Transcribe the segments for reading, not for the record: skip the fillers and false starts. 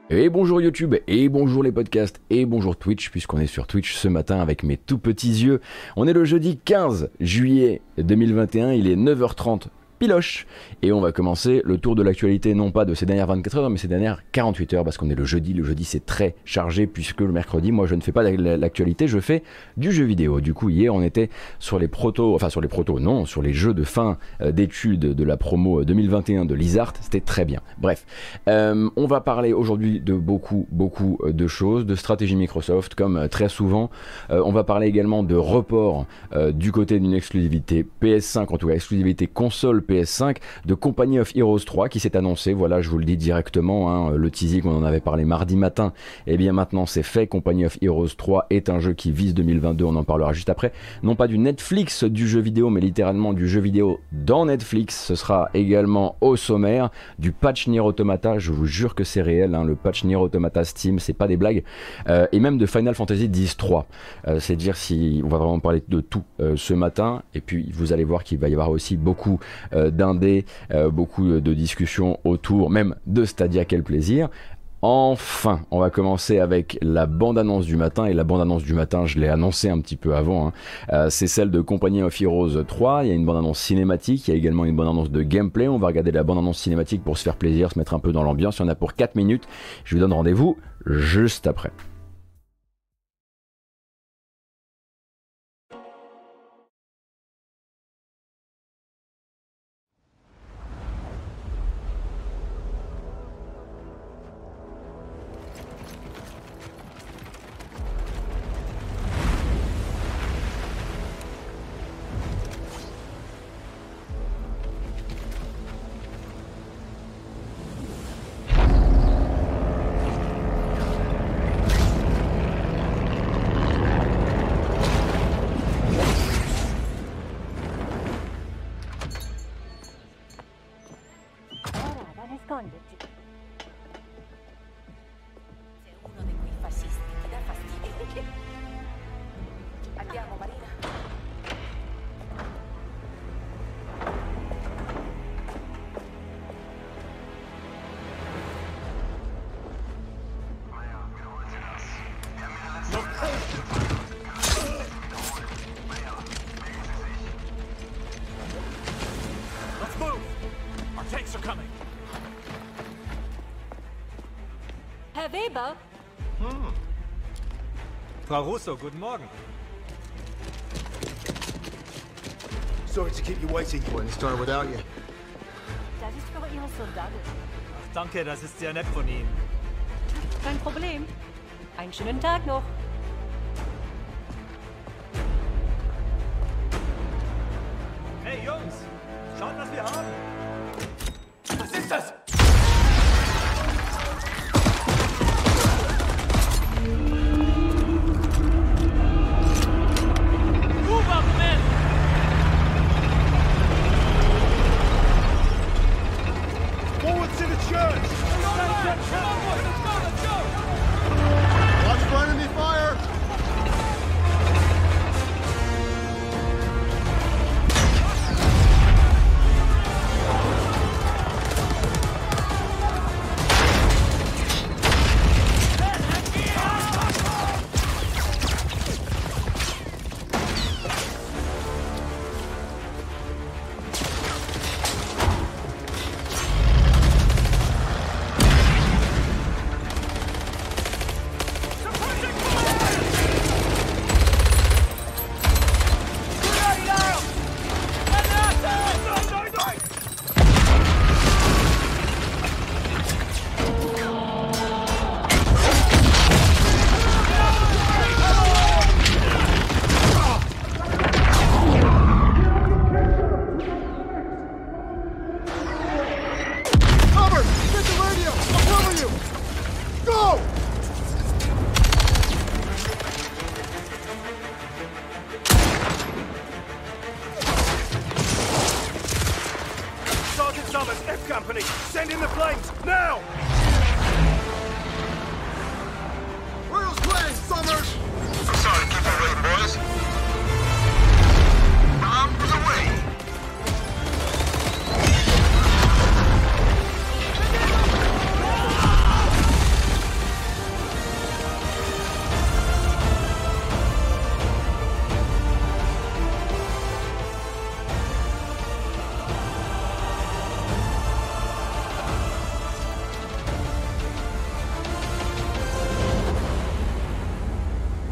Et bonjour YouTube, et bonjour les podcasts, et bonjour Twitch, puisqu'on est sur Twitch ce matin avec mes tout petits yeux. On est le jeudi 15 juillet 2021, il est 9h30 piloche, et on va commencer le tour de l'actualité, non pas de ces dernières 24 heures, mais ces dernières 48 heures, parce qu'on est le jeudi c'est très chargé, puisque le mercredi, moi je ne fais pas l'actualité, je fais du jeu vidéo. Du coup hier on était sur les sur les jeux de fin d'études de la promo 2021 de Lizard, c'était très bien. Bref, on va parler aujourd'hui de beaucoup de choses, de stratégie Microsoft, comme très souvent. On va parler également de report du côté d'une exclusivité PS5, en tout cas exclusivité console PS5, de Company of Heroes 3 qui s'est annoncé. Voilà, je vous le dis directement, hein, le teasing, on en avait parlé mardi matin, et bien maintenant c'est fait. Company of Heroes 3 est un jeu qui vise 2022, on en parlera juste après. Non pas du Netflix du jeu vidéo, mais littéralement du jeu vidéo dans Netflix. Ce sera également au sommaire du patch Nier Automata, je vous jure que c'est réel, hein, le patch Nier Automata Steam, c'est pas des blagues, et même de Final Fantasy X-3. C'est dire si on va vraiment parler de tout ce matin, et puis vous allez voir qu'il va y avoir aussi beaucoup d'indés, beaucoup de discussions autour même de Stadia, quel plaisir. Enfin, on va commencer avec la bande-annonce du matin, et la bande-annonce du matin, je l'ai annoncé un petit peu avant, hein. C'est celle de Company of Heroes 3, il y a une bande-annonce cinématique, il y a également une bande-annonce de gameplay. On va regarder la bande-annonce cinématique pour se faire plaisir, se mettre un peu dans l'ambiance, il y en a pour 4 minutes, je vous donne rendez-vous juste après. Herr Weber? Frau Russo, guten Morgen. Sorry to keep you waiting. Wouldn't start without you. Das ist für Ihre Soldaten. Ach, danke, das ist sehr nett von Ihnen. Kein Problem. Einen schönen Tag noch. Hey Jungs, schaut, was wir haben. Was ist das? Watch for enemy fire!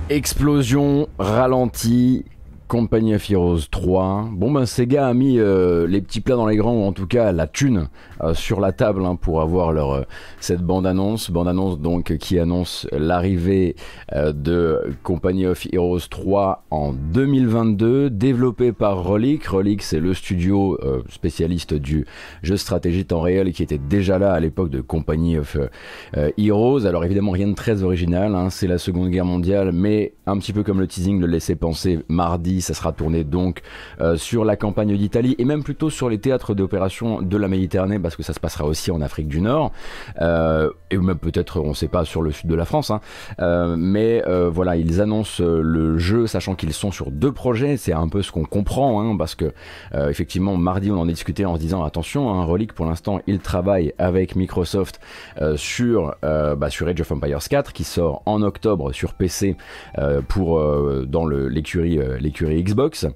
Explosion, ralenti, Company of Heroes 3. Bon ben Sega a mis les petits plats dans les grands, ou en tout cas la thune sur la table pour avoir cette bande-annonce donc qui annonce l'arrivée de Company of Heroes 3 en 2022, développé par Relic. Relic, c'est le studio spécialiste du jeu stratégie temps réel qui était déjà là à l'époque de Company of Heroes. Alors évidemment rien de très original, c'est la Seconde Guerre mondiale, mais un petit peu comme le teasing le laissait penser, mardi ça sera tourné donc sur la campagne d'Italie et même plutôt sur les théâtres d'opération de la Méditerranée, parce que ça se passera aussi en Afrique du Nord et même peut-être, on sait pas, sur le sud de la France, mais voilà, ils annoncent le jeu sachant qu'ils sont sur 2 projets. C'est un peu ce qu'on comprend, parce que effectivement mardi on en a discuté en se disant attention, Relic pour l'instant il travaille avec Microsoft sur Age of Empires 4 qui sort en octobre sur PC dans l'écurie Xbox,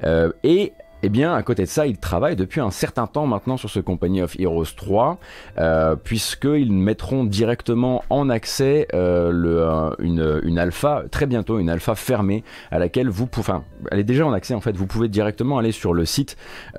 et bien à côté de ça, ils travaillent depuis un certain temps maintenant sur ce Company of Heroes 3, puisqu'ils mettront directement en accès une alpha, très bientôt, une alpha fermée à laquelle elle est déjà en accès en fait, vous pouvez directement aller sur le site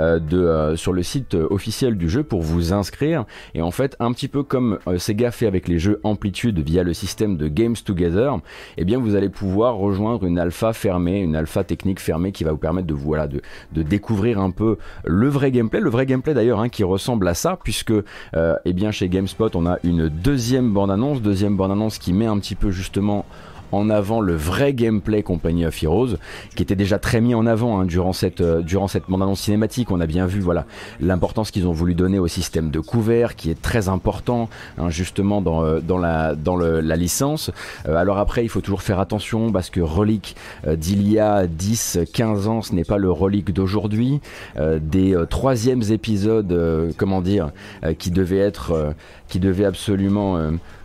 officiel du jeu pour vous inscrire, et en fait un petit peu comme Sega fait avec les jeux Amplitude via le système de Games Together, et bien vous allez pouvoir rejoindre une alpha fermée, une alpha technique fermée qui va vous permettre de découvrir un peu le vrai gameplay d'ailleurs qui ressemble à ça, puisque bien chez GameSpot on a une deuxième bande-annonce qui met un petit peu justement en avant le vrai gameplay Company of Heroes, qui était déjà très mis en avant durant cette bande-annonce cinématique. On a bien vu l'importance qu'ils ont voulu donner au système de couvert, qui est très important justement dans la licence. Alors après il faut toujours faire attention, parce que Relic d'il y a 10-15 ans, ce n'est pas le Relic d'aujourd'hui. Des troisièmes épisodes qui devaient absolument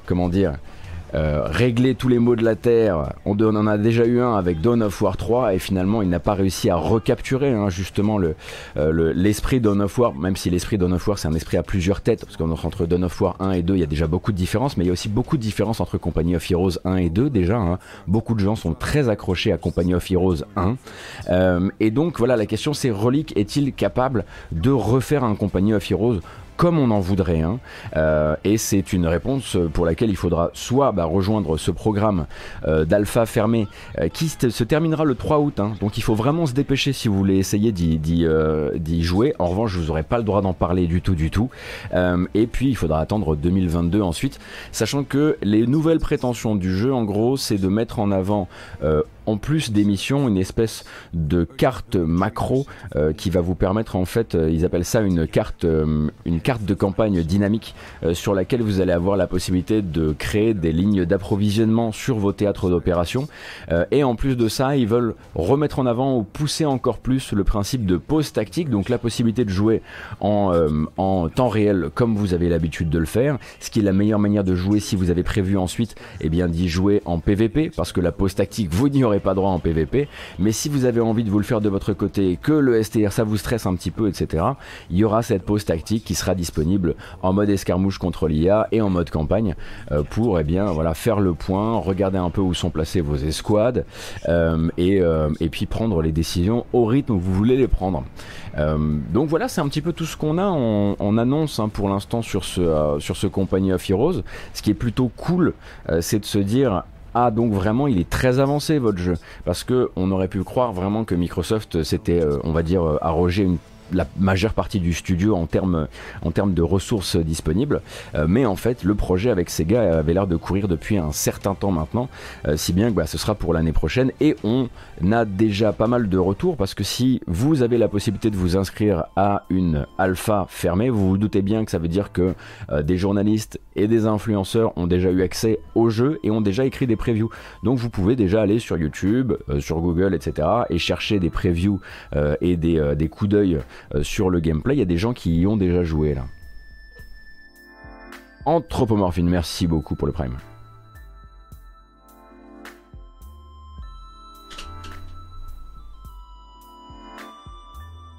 régler tous les maux de la Terre. On en a déjà eu un avec Dawn of War 3, et finalement il n'a pas réussi à recapturer justement l'esprit Dawn of War, même si l'esprit Dawn of War c'est un esprit à plusieurs têtes, parce qu'entre Dawn of War 1 et 2 il y a déjà beaucoup de différences, mais il y a aussi beaucoup de différences entre Company of Heroes 1 et 2 déjà. Beaucoup de gens sont très accrochés à Company of Heroes 1, et donc voilà, la question c'est, Relic est-il capable de refaire un Company of Heroes comme on en voudrait, et c'est une réponse pour laquelle il faudra soit rejoindre ce programme d'alpha fermé qui se terminera le 3 août, donc il faut vraiment se dépêcher si vous voulez essayer d'y jouer. En revanche, vous n'aurez pas le droit d'en parler du tout, et puis il faudra attendre 2022 ensuite, sachant que les nouvelles prétentions du jeu, en gros, c'est de mettre en avant en plus des missions, une espèce de carte macro qui va vous permettre, en fait, ils appellent ça une carte de campagne dynamique sur laquelle vous allez avoir la possibilité de créer des lignes d'approvisionnement sur vos théâtres d'opération, et en plus de ça, ils veulent remettre en avant ou pousser encore plus le principe de pause tactique, donc la possibilité de jouer en temps réel comme vous avez l'habitude de le faire, ce qui est la meilleure manière de jouer si vous avez prévu ensuite d'y jouer en PVP, parce que la pause tactique, vous n'y aurez pas droit en PVP, mais si vous avez envie de vous le faire de votre côté et que le STR ça vous stresse un petit peu, etc., il y aura cette pause tactique qui sera disponible en mode escarmouche contre l'IA et en mode campagne pour faire le point, regarder un peu où sont placées vos escouades, et puis prendre les décisions au rythme où vous voulez les prendre. Donc voilà, c'est un petit peu tout ce qu'on a en annonce pour l'instant sur ce Company of Heroes. Ce qui est plutôt cool, c'est de se dire donc vraiment il est très avancé votre jeu, parce que on aurait pu croire vraiment que Microsoft s'était arrogé la majeure partie du studio en termes de ressources disponibles, mais en fait le projet avec Sega avait l'air de courir depuis un certain temps maintenant, si bien que ce sera pour l'année prochaine, et on a déjà pas mal de retours, parce que si vous avez la possibilité de vous inscrire à une alpha fermée, vous vous doutez bien que ça veut dire que des journalistes et des influenceurs ont déjà eu accès au jeu et ont déjà écrit des previews, donc vous pouvez déjà aller sur YouTube, sur Google, etc., et chercher des previews et des coups d'œil sur le gameplay. Il y a des gens qui y ont déjà joué là. Anthropomorphine, merci beaucoup pour le prime.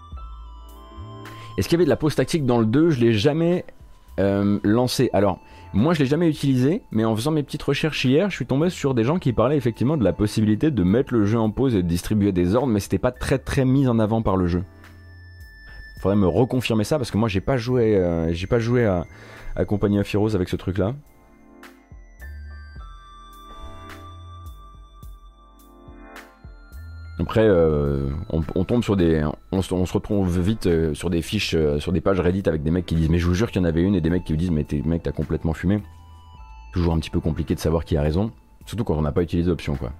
Est-ce qu'il y avait de la pause tactique dans le 2 ? Je l'ai jamais lancé. Alors Moi je l'ai jamais utilisé, mais en faisant mes petites recherches hier, je suis tombé sur des gens qui parlaient effectivement de la possibilité de mettre le jeu en pause et de distribuer des ordres, mais c'était pas très mis en avant par le jeu. Faudrait me reconfirmer ça parce que moi j'ai pas joué à Company of Heroes avec ce truc là. Après, on tombe sur des, on se retrouve vite sur des fiches, sur des pages Reddit avec des mecs qui disent mais je vous jure qu'il y en avait une, et des mecs qui vous disent mais mec t'as complètement fumé. Toujours un petit peu compliqué de savoir qui a raison, surtout quand on n'a pas utilisé l'option quoi.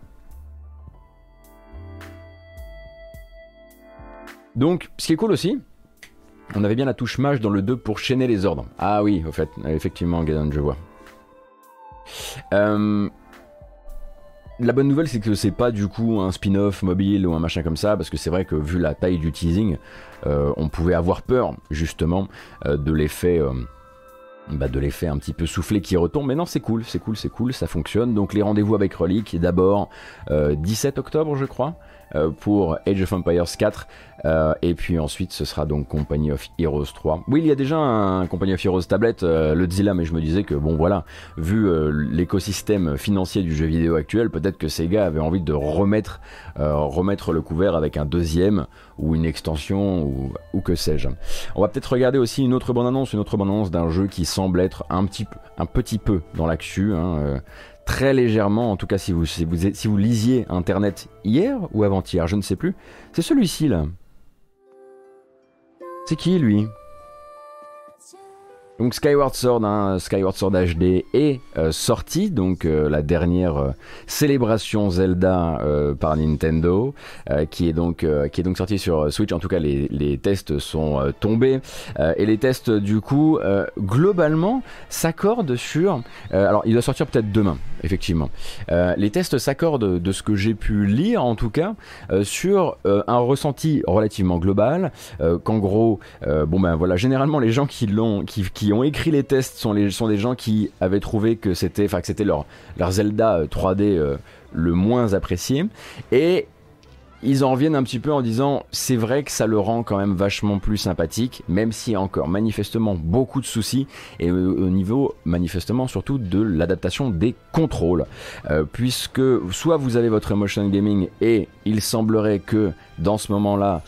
Donc, ce qui est cool aussi, on avait bien la touche mage dans le 2 pour chaîner les ordres. Ah oui, au fait, effectivement, Gadon, je vois. La bonne nouvelle, c'est que c'est pas du coup un spin-off mobile ou un machin comme ça, parce que c'est vrai que vu la taille du teasing, on pouvait avoir peur justement de l'effet un petit peu soufflé qui retombe. Mais non, c'est cool, ça fonctionne. Donc les rendez-vous avec Relic, d'abord 17 octobre je crois, pour Age of Empires 4, et puis ensuite ce sera donc Company of Heroes 3. Oui, il y a déjà un Company of Heroes tablette, le Zilla, mais je me disais que bon voilà, vu l'écosystème financier du jeu vidéo actuel, peut-être que Sega avait envie de remettre le couvert avec un deuxième ou une extension ou que sais-je. On va peut-être regarder aussi une autre bande-annonce d'un jeu qui semble être un petit peu dans l'actu, hein, très légèrement, en tout cas si vous lisiez internet hier ou avant-hier, je ne sais plus, c'est celui-ci là. C'est qui lui ? Donc Skyward Sword, hein, Skyward Sword HD est sorti, donc la dernière célébration Zelda par Nintendo, qui est donc sorti sur Switch. En tout cas, les tests sont tombés et les tests du coup globalement s'accordent sur. Alors, il doit sortir peut-être demain, effectivement. Les tests s'accordent de ce que j'ai pu lire, en tout cas, sur un ressenti relativement global, qu'en gros, bon ben voilà, généralement les gens qui ont écrit les tests sont des gens qui avaient trouvé que c'était leur Zelda 3D le moins apprécié, et ils en reviennent un petit peu en disant c'est vrai que ça le rend quand même vachement plus sympathique, même s'il y a encore manifestement beaucoup de soucis, et au niveau manifestement surtout de l'adaptation des contrôles, puisque soit vous avez votre motion gaming et il semblerait que dans ce moment là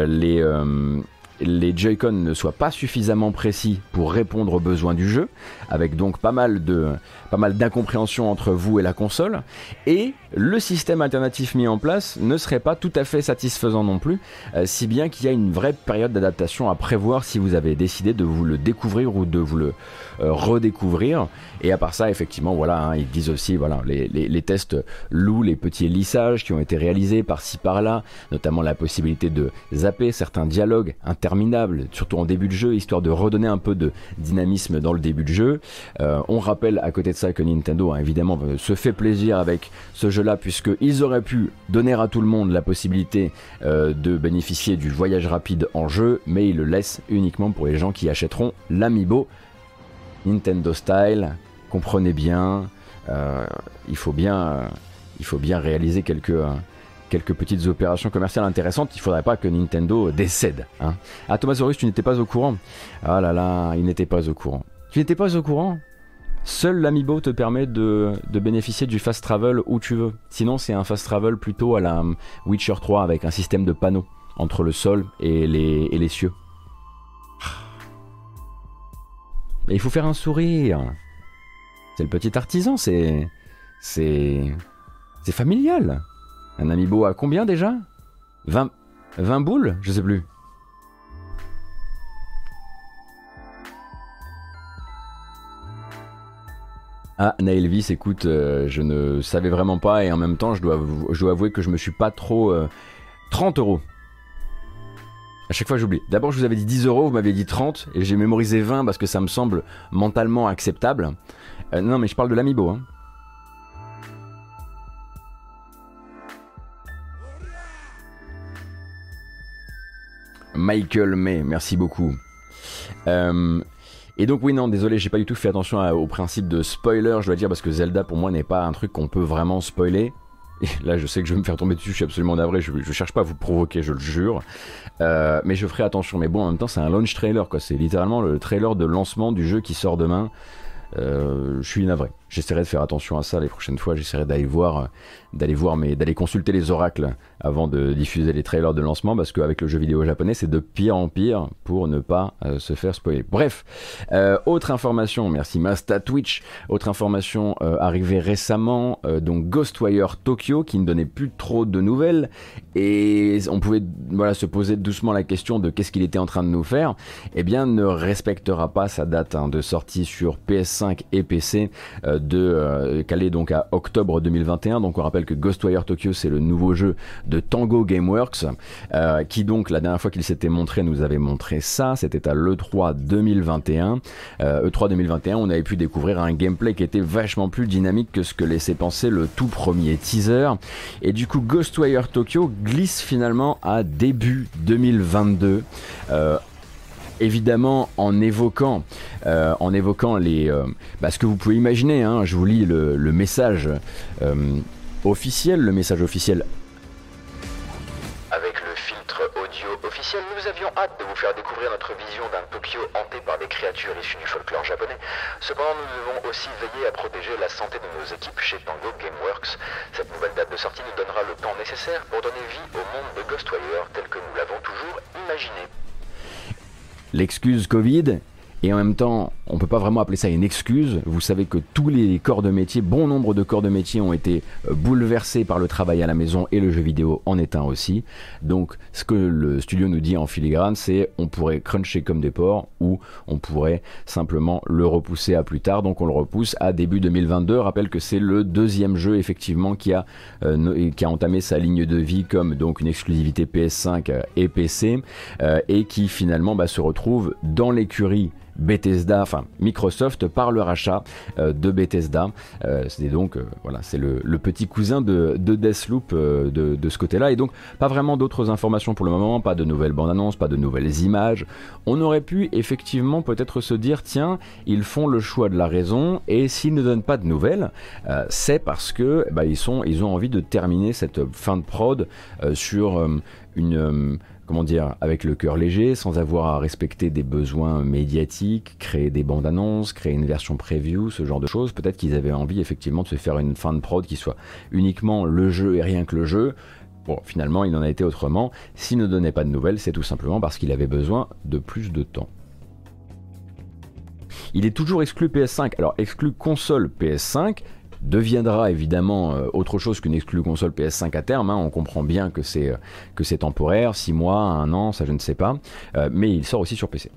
les Joy-Con ne soient pas suffisamment précis pour répondre aux besoins du jeu, avec donc pas mal d'incompréhension entre vous et la console, et le système alternatif mis en place ne serait pas tout à fait satisfaisant non plus, si bien qu'il y a une vraie période d'adaptation à prévoir si vous avez décidé de vous le découvrir ou de vous le redécouvrir. Et à part ça, effectivement, voilà, hein, ils disent aussi, voilà, les tests louent les petits lissages qui ont été réalisés par-ci par-là, notamment la possibilité de zapper certains dialogues interminables, surtout en début de jeu, histoire de redonner un peu de dynamisme dans le début de jeu. On rappelle à côté de ça que Nintendo, hein, évidemment, se fait plaisir avec ce jeu-là, puisqu'ils auraient pu donner à tout le monde la possibilité de bénéficier du voyage rapide en jeu, mais ils le laissent uniquement pour les gens qui achèteront l'Amiibo Nintendo Style. Comprenez bien, il faut bien réaliser quelques petites opérations commerciales intéressantes. Il faudrait pas que Nintendo décède, hein. Ah, Thomasaurus, tu n'étais pas au courant? Ah là là, il n'était pas au courant. Tu n'étais pas au courant? Seul l'Amiibo te permet de bénéficier du fast travel où tu veux. Sinon, c'est un fast travel plutôt à la Witcher 3 avec un système de panneaux entre le sol et les cieux. Mais il faut faire un sourire. C'est le petit artisan, c'est familial. Un Amiibo à combien déjà? 20 boules? Je sais plus. Ah, Naelvis, écoute, je ne savais vraiment pas, et en même temps, je dois avouer que je me suis pas trop... 30 €. À chaque fois, j'oublie. D'abord, je vous avais dit 10 €, vous m'aviez dit 30, et j'ai mémorisé 20 parce que ça me semble mentalement acceptable. Non, mais je parle de l'Amiibo, hein. Michael May, merci beaucoup. Et donc oui, non, désolé, j'ai pas du tout fait attention au principe de spoiler, je dois dire, parce que Zelda pour moi n'est pas un truc qu'on peut vraiment spoiler. Et là je sais que je vais me faire tomber dessus, je suis absolument navré, je cherche pas à vous provoquer, je le jure, mais je ferai attention. Mais bon, en même temps c'est un launch trailer, quoi. C'est littéralement le trailer de lancement du jeu qui sort demain. Je suis navré. J'essaierai de faire attention à ça les prochaines fois. J'essaierai d'aller consulter les oracles avant de diffuser les trailers de lancement, parce qu'avec le jeu vidéo japonais, c'est de pire en pire pour ne pas se faire spoiler. Bref, autre information, merci Masta Twitch. Autre information arrivée récemment, donc Ghostwire Tokyo, qui ne donnait plus trop de nouvelles, et on pouvait se poser doucement la question de qu'est-ce qu'il était en train de nous faire. Eh bien, ne respectera pas sa date de sortie sur PS5 et PC, calée donc à octobre 2021. Donc on rappelle que Ghostwire Tokyo, c'est le nouveau jeu de Tango Gameworks, qui donc la dernière fois qu'il s'était montré nous avait montré ça, c'était à l'E3 2021. E3 2021, on avait pu découvrir un gameplay qui était vachement plus dynamique que ce que laissait penser le tout premier teaser, et du coup Ghostwire Tokyo glisse finalement à début 2022, évidemment en évoquant les, ce que vous pouvez imaginer, hein. Je vous lis le message officiel, Avec le filtre audio officiel, nous avions hâte de vous faire découvrir notre vision d'un Tokyo hanté par des créatures issues du folklore japonais. Cependant, nous devons aussi veiller à protéger la santé de nos équipes chez Tango Gameworks. Cette nouvelle date de sortie nous donnera le temps nécessaire pour donner vie au monde de Ghostwire tel que nous l'avons toujours imaginé. L'excuse Covid, et en même temps, on peut pas vraiment appeler ça une excuse. Vous savez que tous les corps de métier, bon nombre de corps de métier ont été bouleversés par le travail à la maison, et le jeu vidéo en est un aussi. Donc ce que le studio nous dit en filigrane, c'est on pourrait cruncher comme des porcs, ou on pourrait simplement le repousser à plus tard. Donc on le repousse à début 2022. Rappelle que c'est le deuxième jeu effectivement qui a entamé sa ligne de vie comme donc une exclusivité PS5 et PC, et qui finalement se retrouve dans l'écurie Bethesda, enfin Microsoft, par le rachat de Bethesda. C'est donc c'est le petit cousin de Deathloop de ce côté-là, et donc pas vraiment d'autres informations pour le moment, pas de nouvelles bandes annonces, pas de nouvelles images. On aurait pu effectivement peut-être se dire tiens, ils font le choix de la raison, et s'ils ne donnent pas de nouvelles, c'est parce que ils ont envie de terminer cette fin de prod sur avec le cœur léger, sans avoir à respecter des besoins médiatiques, créer des bandes annonces, créer une version preview, ce genre de choses. Peut-être qu'ils avaient envie effectivement de se faire une fin de prod qui soit uniquement le jeu et rien que le jeu. Bon, finalement, il en a été autrement. S'il ne donnait pas de nouvelles, c'est tout simplement parce qu'il avait besoin de plus de temps. Il est toujours exclu PS5. Alors, exclu console PS5 deviendra évidemment autre chose qu'une exclue console PS5 à terme, hein. On comprend bien que c'est temporaire, 6 mois, 1 an, ça je ne sais pas, mais il sort aussi sur PC.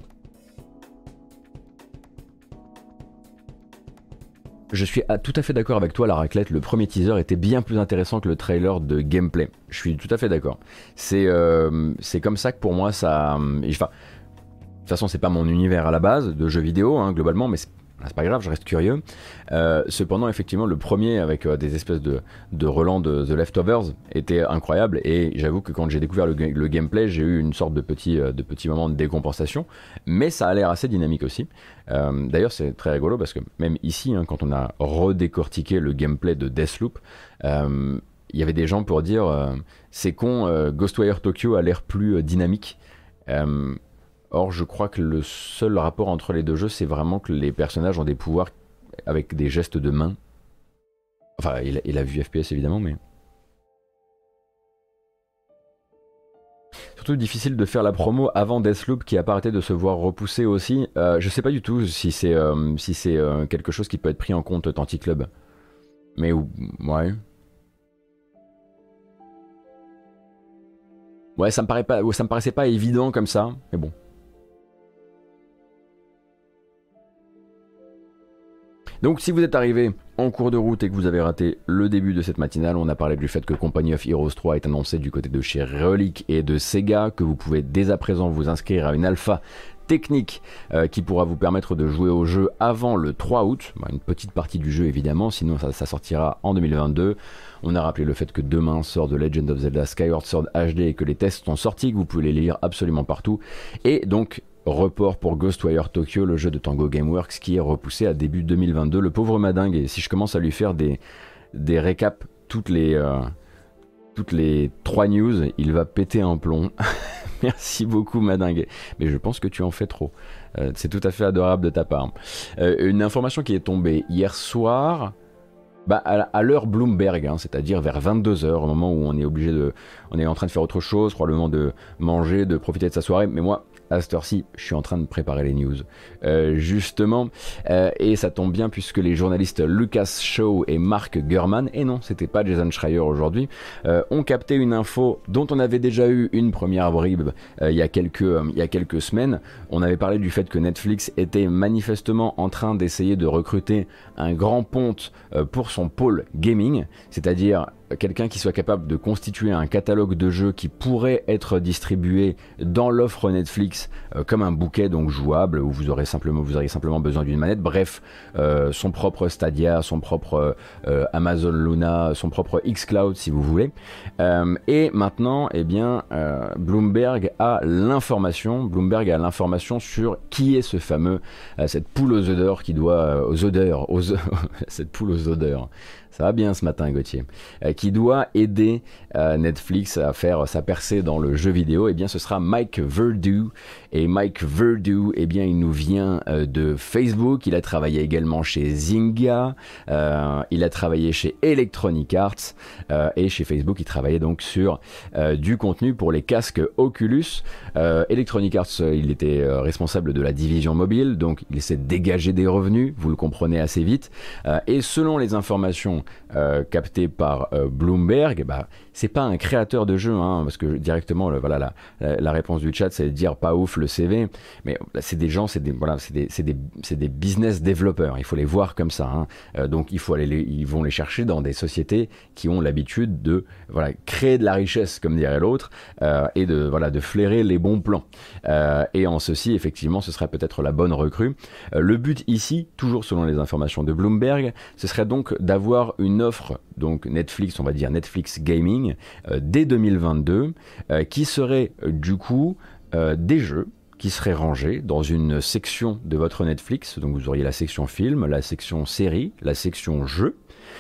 Je suis tout à fait d'accord avec toi, la raclette, le premier teaser était bien plus intéressant que le trailer de gameplay. Je suis tout à fait d'accord. C'est comme ça que pour moi ça... de toute façon c'est pas mon univers à la base de jeux vidéo, hein, globalement, mais c'est pas grave, je reste curieux. Cependant, effectivement, le premier avec des espèces de relents de The Leftovers était incroyable, et j'avoue que quand j'ai découvert le gameplay, j'ai eu une sorte de petit moment de décompensation, mais ça a l'air assez dynamique aussi. D'ailleurs, c'est très rigolo parce que même ici, hein, quand on a redécortiqué le gameplay de Deathloop, il y avait des gens pour dire c'est con, Ghostwire Tokyo a l'air plus dynamique. Or, je crois que le seul rapport entre les deux jeux, c'est vraiment que les personnages ont des pouvoirs avec des gestes de main. Enfin, il a vu FPS évidemment, mais... Surtout difficile de faire la promo avant Deathloop qui a pas arrêté de se voir repousser aussi. Je sais pas du tout si c'est quelque chose qui peut être pris en compte Tanti Club. Mais ouais. Ouais, ça me paraissait pas évident comme ça, mais bon. Donc si vous êtes arrivé en cours de route et que vous avez raté le début de cette matinale, on a parlé du fait que Company of Heroes 3 est annoncé du côté de chez Relic et de Sega, que vous pouvez dès à présent vous inscrire à une alpha technique qui pourra vous permettre de jouer au jeu avant le 3 août, une petite partie du jeu évidemment, sinon ça sortira en 2022. On a rappelé le fait que demain sort The Legend of Zelda Skyward Sword HD et que les tests sont sortis, que vous pouvez les lire absolument partout, et donc report pour Ghostwire Tokyo, le jeu de Tango Gameworks qui est repoussé à début 2022. Le pauvre Madingue, et si je commence à lui faire des récaps toutes les 3 news, il va péter un plomb. Merci beaucoup Madingue, mais je pense que tu en fais trop. C'est tout à fait adorable de ta part. Une information qui est tombée hier soir, à l'heure Bloomberg, hein, c'est-à-dire vers 22 h, au moment où on est en train de faire autre chose, probablement de manger, de profiter de sa soirée, mais moi, à cette heure-ci, je suis en train de préparer les news, justement, et ça tombe bien puisque les journalistes Lucas Shaw et Mark Gurman, et non, c'était pas Jason Schreier aujourd'hui, ont capté une info dont on avait déjà eu une première bribe il y a quelques semaines. On avait parlé du fait que Netflix était manifestement en train d'essayer de recruter un grand ponte pour son pôle gaming, c'est-à-dire quelqu'un qui soit capable de constituer un catalogue de jeux qui pourrait être distribué dans l'offre Netflix comme un bouquet donc jouable où vous auriez simplement besoin d'une manette, bref, son propre Stadia, son propre Amazon Luna, son propre xCloud si vous voulez. Et maintenant, eh bien, Bloomberg a l'information sur qui est ce fameux, cette poule aux odeurs qui doit cette poule aux odeurs. Ça va bien ce matin, Gauthier. Qui doit aider Netflix à faire sa percée dans le jeu vidéo. Eh bien, ce sera Mike Verdu. Et Mike Verdu, eh bien, il nous vient de Facebook. Il a travaillé également chez Zynga. Il a travaillé chez Electronic Arts. Et chez Facebook, il travaillait donc sur du contenu pour les casques Oculus. Electronic Arts, il était responsable de la division mobile. Donc, il essaie de dégager des revenus. Vous le comprenez assez vite. Et selon les informations capté par Bloomberg, c'est pas un créateur de jeu, hein, parce que directement la réponse du chat c'est de dire pas ouf le CV, mais c'est des gens, c'est des business développeurs, il faut les voir comme ça, hein. Donc ils vont les chercher dans des sociétés qui ont l'habitude de créer de la richesse comme dirait l'autre, et de flairer les bons plans, et en ceci effectivement ce serait peut-être la bonne recrue. Le but ici, toujours selon les informations de Bloomberg, ce serait donc d'avoir une offre, donc Netflix, on va dire Netflix Gaming, dès 2022, qui serait du coup des jeux qui seraient rangés dans une section de votre Netflix. Donc vous auriez la section film, la section série, la section jeux.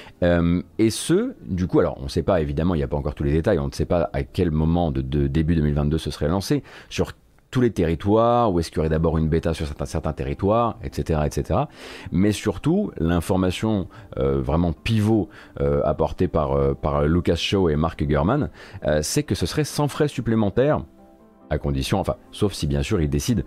Et du coup, alors on ne sait pas, évidemment, il n'y a pas encore tous les détails, on ne sait pas à quel moment de début 2022 ce serait lancé, sur tous les territoires, ou est-ce qu'il y aurait d'abord une bêta sur certains territoires, etc., etc. Mais surtout, l'information vraiment pivot apportée par Lucas Shaw et Mark Gurman, c'est que ce serait sans frais supplémentaires, à condition, sauf si bien sûr ils décident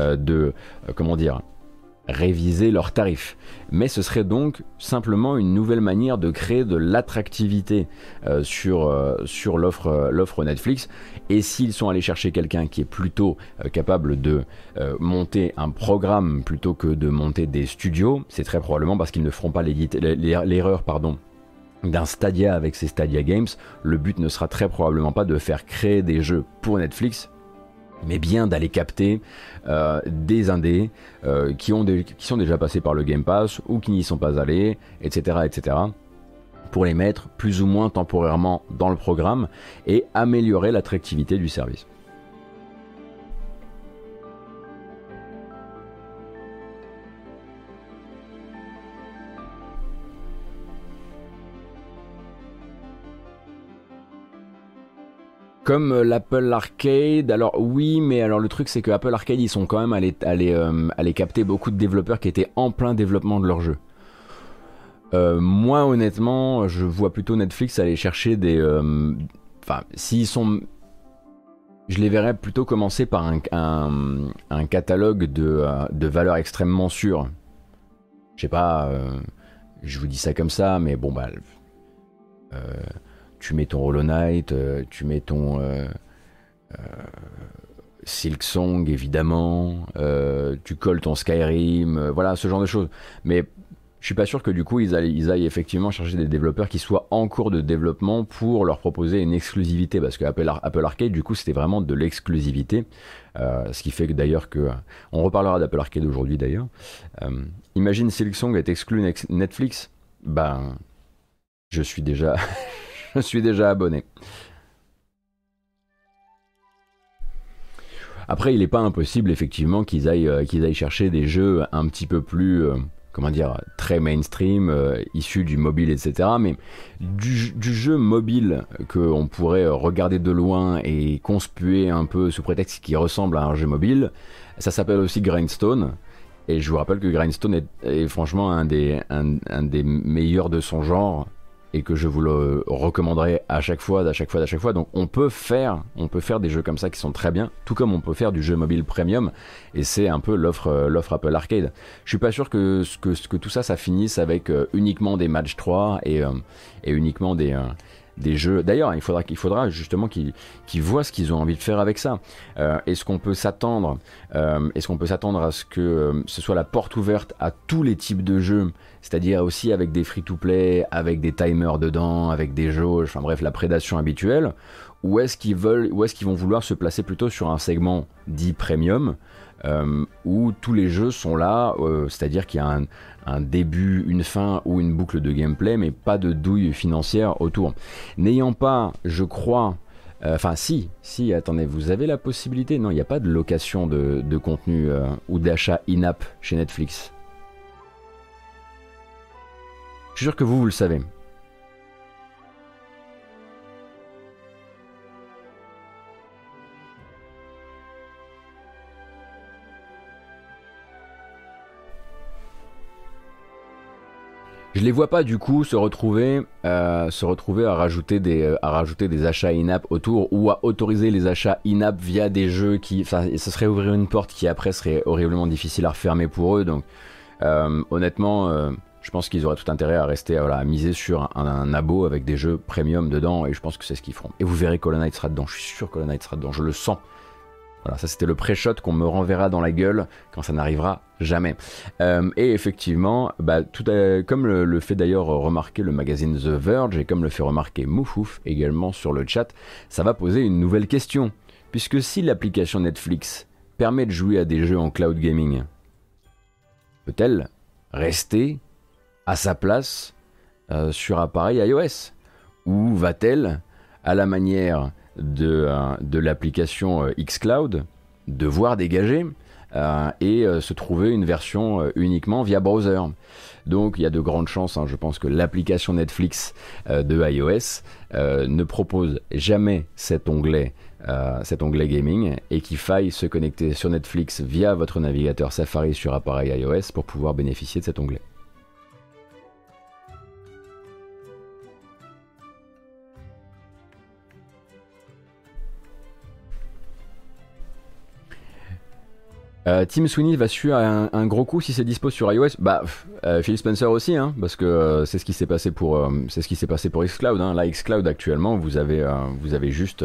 réviser leurs tarifs. Mais ce serait donc simplement une nouvelle manière de créer de l'attractivité sur l'offre Netflix. Et s'ils sont allés chercher quelqu'un qui est plutôt capable de monter un programme plutôt que de monter des studios, c'est très probablement parce qu'ils ne feront pas l'erreur d'un Stadia avec ses Stadia Games. Le but ne sera très probablement pas de faire créer des jeux pour Netflix, mais bien d'aller capter des indés qui sont déjà passés par le Game Pass ou qui n'y sont pas allés, etc., etc., pour les mettre plus ou moins temporairement dans le programme et améliorer l'attractivité du service. Comme l'Apple Arcade, alors oui, mais alors le truc c'est que Apple Arcade ils sont quand même allés capter beaucoup de développeurs qui étaient en plein développement de leur jeu. Moi honnêtement, je vois plutôt Netflix aller chercher des... s'ils sont... Je les verrais plutôt commencer par un catalogue de valeurs extrêmement sûres. Je sais pas, je vous dis ça comme ça, mais bon tu mets ton Hollow Knight, tu mets ton Silksong évidemment, tu colles ton Skyrim, voilà ce genre de choses. Mais je suis pas sûr que du coup ils aillent effectivement chercher des développeurs qui soient en cours de développement pour leur proposer une exclusivité, parce que Apple Arcade du coup c'était vraiment de l'exclusivité, ce qui fait que d'ailleurs on reparlera d'Apple Arcade aujourd'hui d'ailleurs. Imagine Silksong est exclu Netflix, je suis déjà je suis déjà abonné. Après, il n'est pas impossible effectivement qu'ils aillent chercher des jeux un petit peu plus, comment dire, très mainstream, issu du mobile, etc. Mais du jeu mobile qu'on pourrait regarder de loin et conspuer un peu sous prétexte qu'il ressemble à un jeu mobile, ça s'appelle aussi Grindstone. Et je vous rappelle que Grindstone est franchement un des meilleurs de son genre, et que je vous le recommanderai à chaque fois. Donc on peut faire des jeux comme ça qui sont très bien, tout comme on peut faire du jeu mobile premium, et c'est un peu l'offre Apple Arcade. Je suis pas sûr que tout ça finisse avec uniquement des match 3 et uniquement des jeux. D'ailleurs, il faudra justement qu'ils voient ce qu'ils ont envie de faire avec ça. Est-ce qu'on peut s'attendre à ce que ce soit la porte ouverte à tous les types de jeux, c'est-à-dire aussi avec des free-to-play, avec des timers dedans, avec des jauges, enfin bref, la prédation habituelle, ou est-ce qu'ils vont vouloir se placer plutôt sur un segment dit premium, où tous les jeux sont là, c'est-à-dire qu'il y a un début, une fin ou une boucle de gameplay, mais pas de douille financière autour. N'ayant pas, je crois, si, attendez, vous avez la possibilité, non, il n'y a pas de location de contenu ou d'achat in-app chez Netflix. Je suis sûr que vous le savez. Je les vois pas du coup se retrouver à rajouter des achats in-app autour, ou à autoriser les achats in-app via des jeux qui, enfin, ce serait ouvrir une porte qui après serait horriblement difficile à refermer pour eux. Donc honnêtement, je pense qu'ils auraient tout intérêt à rester, à miser sur un abo avec des jeux premium dedans, et je pense que c'est ce qu'ils feront. Et vous verrez Hollow Knight sera dedans, je suis sûr que Hollow Knight sera dedans, je le sens. Voilà, ça c'était le pré-shot qu'on me renverra dans la gueule quand ça n'arrivera jamais. Et effectivement, comme le fait d'ailleurs remarquer le magazine The Verge, et comme le fait remarquer Moufouf également sur le chat, ça va poser une nouvelle question. Puisque si l'application Netflix permet de jouer à des jeux en cloud gaming, peut-elle rester à sa place sur appareil iOS? Ou va-t-elle, à la manière de l'application xCloud, devoir dégager et se trouver une version uniquement via browser? Donc il y a de grandes chances, je pense que l'application Netflix de iOS ne propose jamais cet onglet gaming, et qu'il faille se connecter sur Netflix via votre navigateur Safari sur appareil iOS pour pouvoir bénéficier de cet onglet. Tim Sweeney va suivre un gros coup si c'est dispo sur iOS. Phil Spencer aussi, parce que c'est ce qui s'est passé pour xCloud. Là, xCloud actuellement, vous avez juste.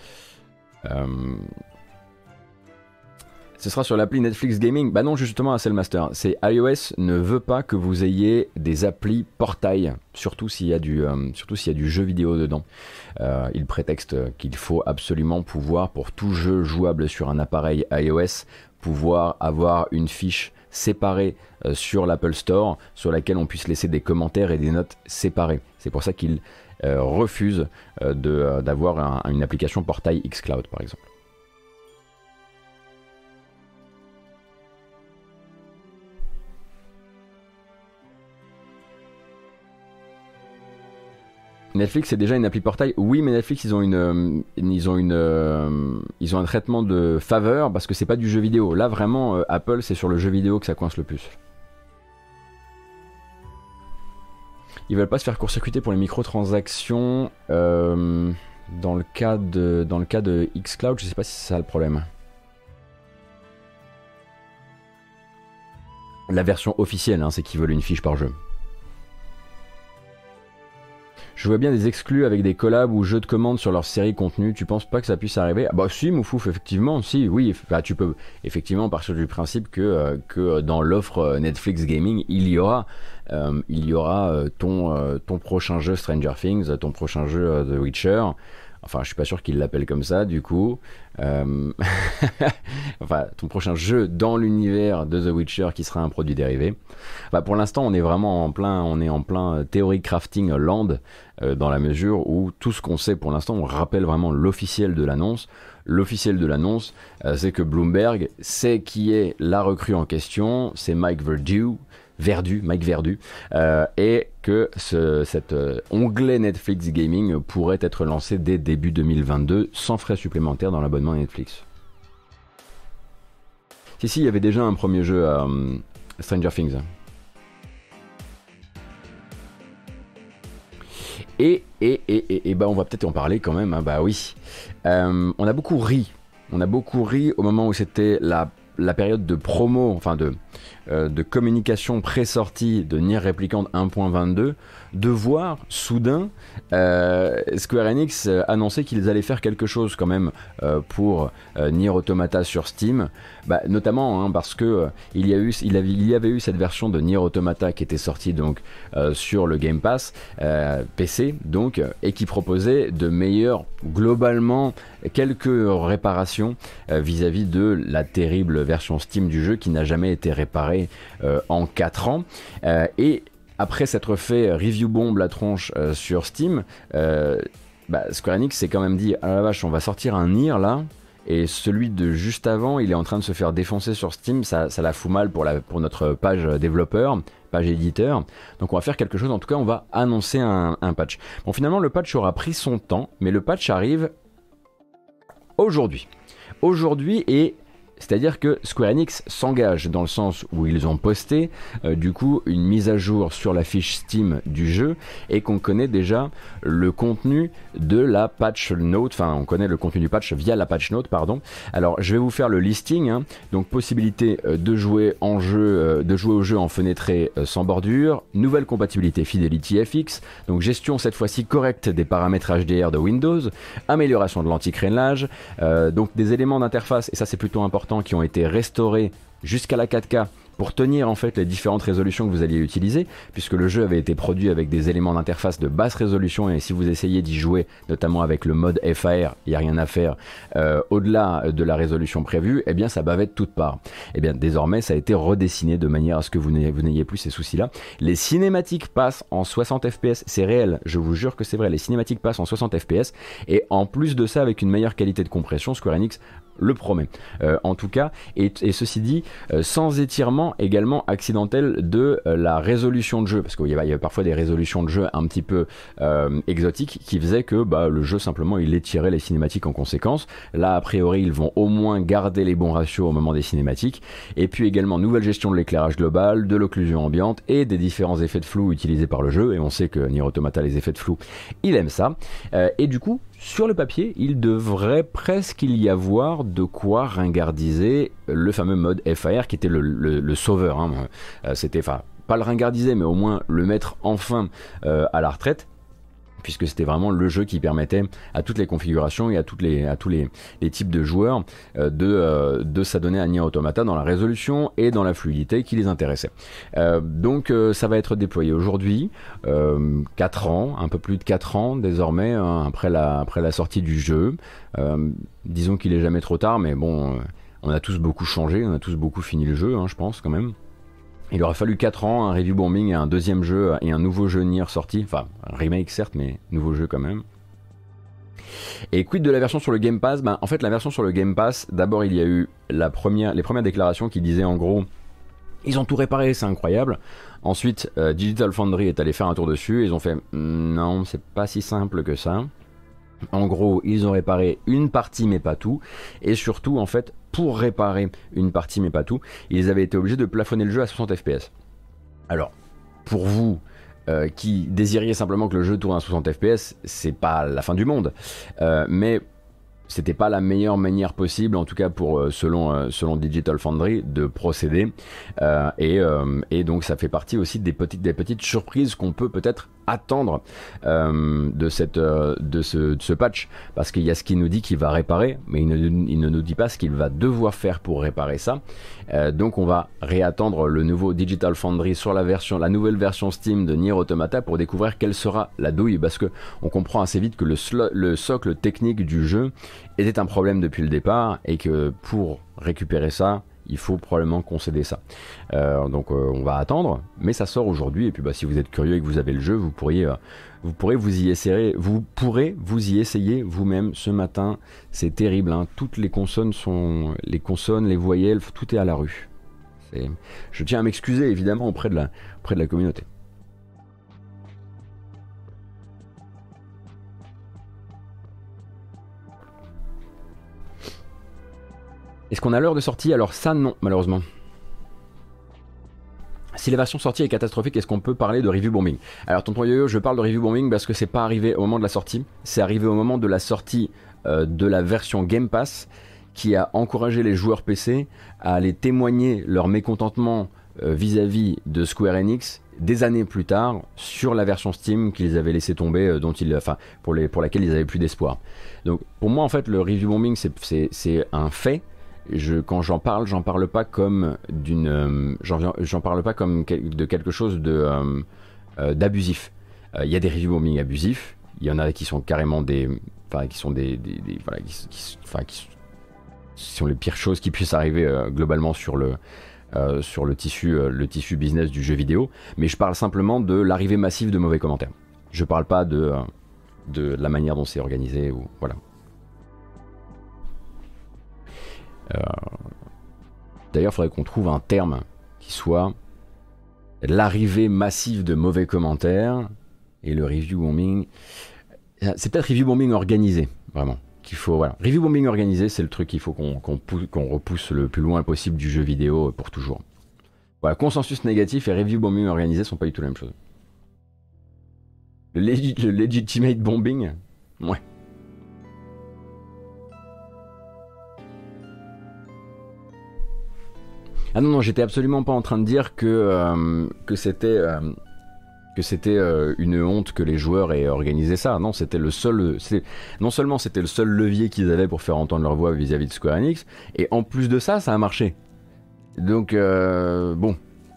Ce sera sur l'appli Netflix Gaming. Bah non, justement, à Cellmaster. C'est iOS ne veut pas que vous ayez des applis portail, surtout s'il y a du jeu vidéo dedans. Il prétexte qu'il faut absolument pouvoir, pour tout jeu jouable sur un appareil iOS, pouvoir avoir une fiche séparée sur l'Apple Store, sur laquelle on puisse laisser des commentaires et des notes séparées. C'est pour ça qu'il refuse d'avoir une application portail xCloud, par exemple. Netflix c'est déjà une appli portail. Oui, mais Netflix ils ont un traitement de faveur parce que c'est pas du jeu vidéo. Là vraiment Apple c'est sur le jeu vidéo que ça coince le plus. Ils veulent pas se faire court-circuiter pour les microtransactions dans le cas de xCloud. Je sais pas si c'est ça le problème. La version officielle, c'est qu'ils veulent une fiche par jeu. Je vois bien des exclus avec des collabs ou jeux de commande sur leur série contenu. Tu penses pas que ça puisse arriver? Bah si, Moufouf, effectivement, si, oui. Tu peux effectivement partir du principe que dans l'offre Netflix Gaming, il y aura ton prochain jeu Stranger Things, ton prochain jeu The Witcher. Enfin, je suis pas sûr qu'ils l'appellent comme ça, du coup. Enfin, ton prochain jeu dans l'univers de The Witcher qui sera un produit dérivé. Pour l'instant, on est vraiment en plein theory crafting land, dans la mesure où tout ce qu'on sait pour l'instant, on rappelle vraiment l'officiel de l'annonce. L'officiel de l'annonce, c'est que Bloomberg sait qui est la recrue en question. C'est Mike Verdew. Mike Verdu, et que cet onglet Netflix Gaming pourrait être lancé dès début 2022 sans frais supplémentaires dans l'abonnement Netflix. Si, il y avait déjà un premier jeu à Stranger Things. Et bah on va peut-être en parler quand même, hein, bah oui. On a beaucoup ri au moment où c'était la période de promo, enfin de communication pré-sortie de Nier Replicant 1.22, de voir soudain Square Enix annoncer qu'ils allaient faire quelque chose quand même pour Nier Automata sur Steam, bah, notamment hein, parce que il y avait eu cette version de Nier Automata qui était sortie donc sur le Game Pass PC donc, et qui proposait de meilleurs, globalement quelques réparations vis-à-vis de la terrible version Steam du jeu qui n'a jamais été réparée en 4 ans, et après s'être fait review bomb la tronche sur Steam, Square Enix s'est quand même dit ah la vache, on va sortir un Nier là, et celui de juste avant il est en train de se faire défoncer sur Steam, ça la fout mal pour notre page développeur, page éditeur, donc on va faire quelque chose, en tout cas on va annoncer un patch. Bon, finalement le patch aura pris son temps, mais le patch arrive aujourd'hui, et c'est-à-dire que Square Enix s'engage dans le sens où ils ont posté du coup une mise à jour sur la fiche Steam du jeu, et qu'on connaît déjà le contenu de la patch note, enfin on connaît le contenu du patch via la patch note, pardon. Alors je vais vous faire le listing, hein. Donc possibilité de jouer au jeu en fenêtré sans bordure, nouvelle compatibilité Fidelity FX, donc gestion cette fois-ci correcte des paramètres HDR de Windows, amélioration de l'anti-crénelage, donc des éléments d'interface, et ça c'est plutôt important, qui ont été restaurés jusqu'à la 4K pour tenir en fait les différentes résolutions que vous alliez utiliser, puisque le jeu avait été produit avec des éléments d'interface de basse résolution, et si vous essayez d'y jouer, notamment avec le mode FAR, il n'y a rien à faire, au-delà de la résolution prévue, eh bien ça bavait de toutes parts. Eh bien désormais ça a été redessiné de manière à ce que vous n'ayez plus ces soucis-là. Les cinématiques passent en 60 FPS, c'est réel, je vous jure que c'est vrai, les cinématiques passent en 60 FPS, et en plus de ça avec une meilleure qualité de compression, Square Enix le promet, en tout cas, et ceci dit, sans étirement également accidentel de la résolution de jeu, parce qu'il y avait parfois des résolutions de jeu un petit peu exotiques qui faisaient que le jeu simplement il étirait les cinématiques en conséquence. Là a priori ils vont au moins garder les bons ratios au moment des cinématiques, et puis également nouvelle gestion de l'éclairage global, de l'occlusion ambiante et des différents effets de flou utilisés par le jeu, et on sait que Nier Automata, les effets de flou, il aime ça, et du coup sur le papier, il devrait presque y avoir de quoi ringardiser le fameux mode FAR qui était le sauveur, hein. C'était, enfin, pas le ringardiser, mais au moins le mettre enfin à la retraite, puisque c'était vraiment le jeu qui permettait à toutes les configurations et à tous les types de joueurs de s'adonner à Nier Automata dans la résolution et dans la fluidité qui les intéressait. Donc ça va être déployé aujourd'hui, 4 ans, un peu plus de 4 ans désormais, hein, après la sortie du jeu. Disons qu'il est jamais trop tard, mais bon, on a tous beaucoup changé, on a tous beaucoup fini le jeu, hein, je pense quand même. Il aurait fallu 4 ans, un review bombing et un deuxième jeu et un nouveau jeu Nier sorti, enfin un remake certes, mais nouveau jeu quand même. Et quid de la version sur le Game Pass? En fait la version sur le Game Pass, d'abord il y a eu les premières déclarations qui disaient en gros ils ont tout réparé, c'est incroyable. Ensuite Digital Foundry est allé faire un tour dessus et ils ont fait non, c'est pas si simple que ça. En gros, ils ont réparé une partie mais pas tout, et surtout en fait, pour réparer une partie mais pas tout, ils avaient été obligés de plafonner le jeu à 60 FPS. Alors, pour vous qui désiriez simplement que le jeu tourne à 60 FPS, c'est pas la fin du monde, mais c'était pas la meilleure manière possible, en tout cas pour selon Digital Foundry, de procéder, et donc ça fait partie aussi des petites surprises qu'on peut peut-être attendre de ce patch, parce qu'il y a ce qu'il nous dit qu'il va réparer, mais il ne nous dit pas ce qu'il va devoir faire pour réparer ça. Donc on va réattendre le nouveau Digital Foundry sur la nouvelle version Steam de Nier Automata pour découvrir quelle sera la douille, parce que on comprend assez vite que le socle technique du jeu était un problème depuis le départ, et que pour récupérer ça, il faut probablement concéder ça. Donc on va attendre, mais ça sort aujourd'hui, et puis si vous êtes curieux et que vous avez le jeu, vous pourrez vous y essayer vous-même ce matin. C'est terrible, hein. Toutes les consonnes les voyelles, tout est à la rue. Je tiens à m'excuser évidemment auprès de la communauté. Est-ce qu'on a l'heure de sortie? Alors ça non, malheureusement. Si la version sortie est catastrophique, est-ce qu'on peut parler de review bombing? Alors tonton Yo-Yo, je parle de review bombing parce que c'est pas arrivé au moment de la sortie, c'est arrivé au moment de la sortie de la version Game Pass, qui a encouragé les joueurs PC à aller témoigner leur mécontentement vis-à-vis de Square Enix des années plus tard sur la version Steam qu'ils avaient laissé tomber, pour laquelle ils avaient plus d'espoir. Donc pour moi en fait le review bombing c'est un fait. Quand j'en parle pas comme j'en parle pas comme de quelque chose d'abusif. Il y a des review bombing abusifs, il y en a qui sont carrément qui sont les pires choses qui puissent arriver globalement sur le tissu business du jeu vidéo, mais je parle simplement de l'arrivée massive de mauvais commentaires. Je parle pas de la manière dont c'est organisé ou voilà. D'ailleurs, il faudrait qu'on trouve un terme qui soit l'arrivée massive de mauvais commentaires et le review bombing. C'est peut-être review bombing organisé, vraiment. Qu'il faut, voilà. Review bombing organisé, c'est le truc qu'il faut qu'on repousse le plus loin possible du jeu vidéo pour toujours. Voilà, consensus négatif et review bombing organisé sont pas du tout la même chose. Le legitimate bombing, ouais. Ah non, j'étais absolument pas en train de dire que c'était une honte que les joueurs aient organisé ça. Non, c'était non seulement c'était le seul levier qu'ils avaient pour faire entendre leur voix vis-à-vis de Square Enix, et en plus de ça, ça a marché. Donc, bon.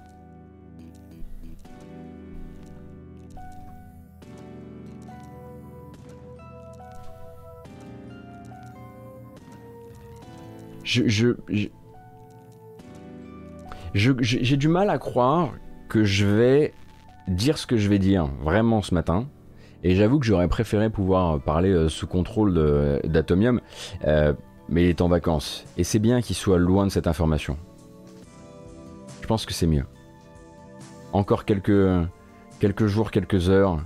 J'ai du mal à croire que je vais dire ce que je vais dire vraiment ce matin, et j'avoue que j'aurais préféré pouvoir parler sous contrôle d'Atomium, mais il est en vacances et c'est bien qu'il soit loin de cette information. Je pense que c'est mieux. Encore quelques jours, quelques heures.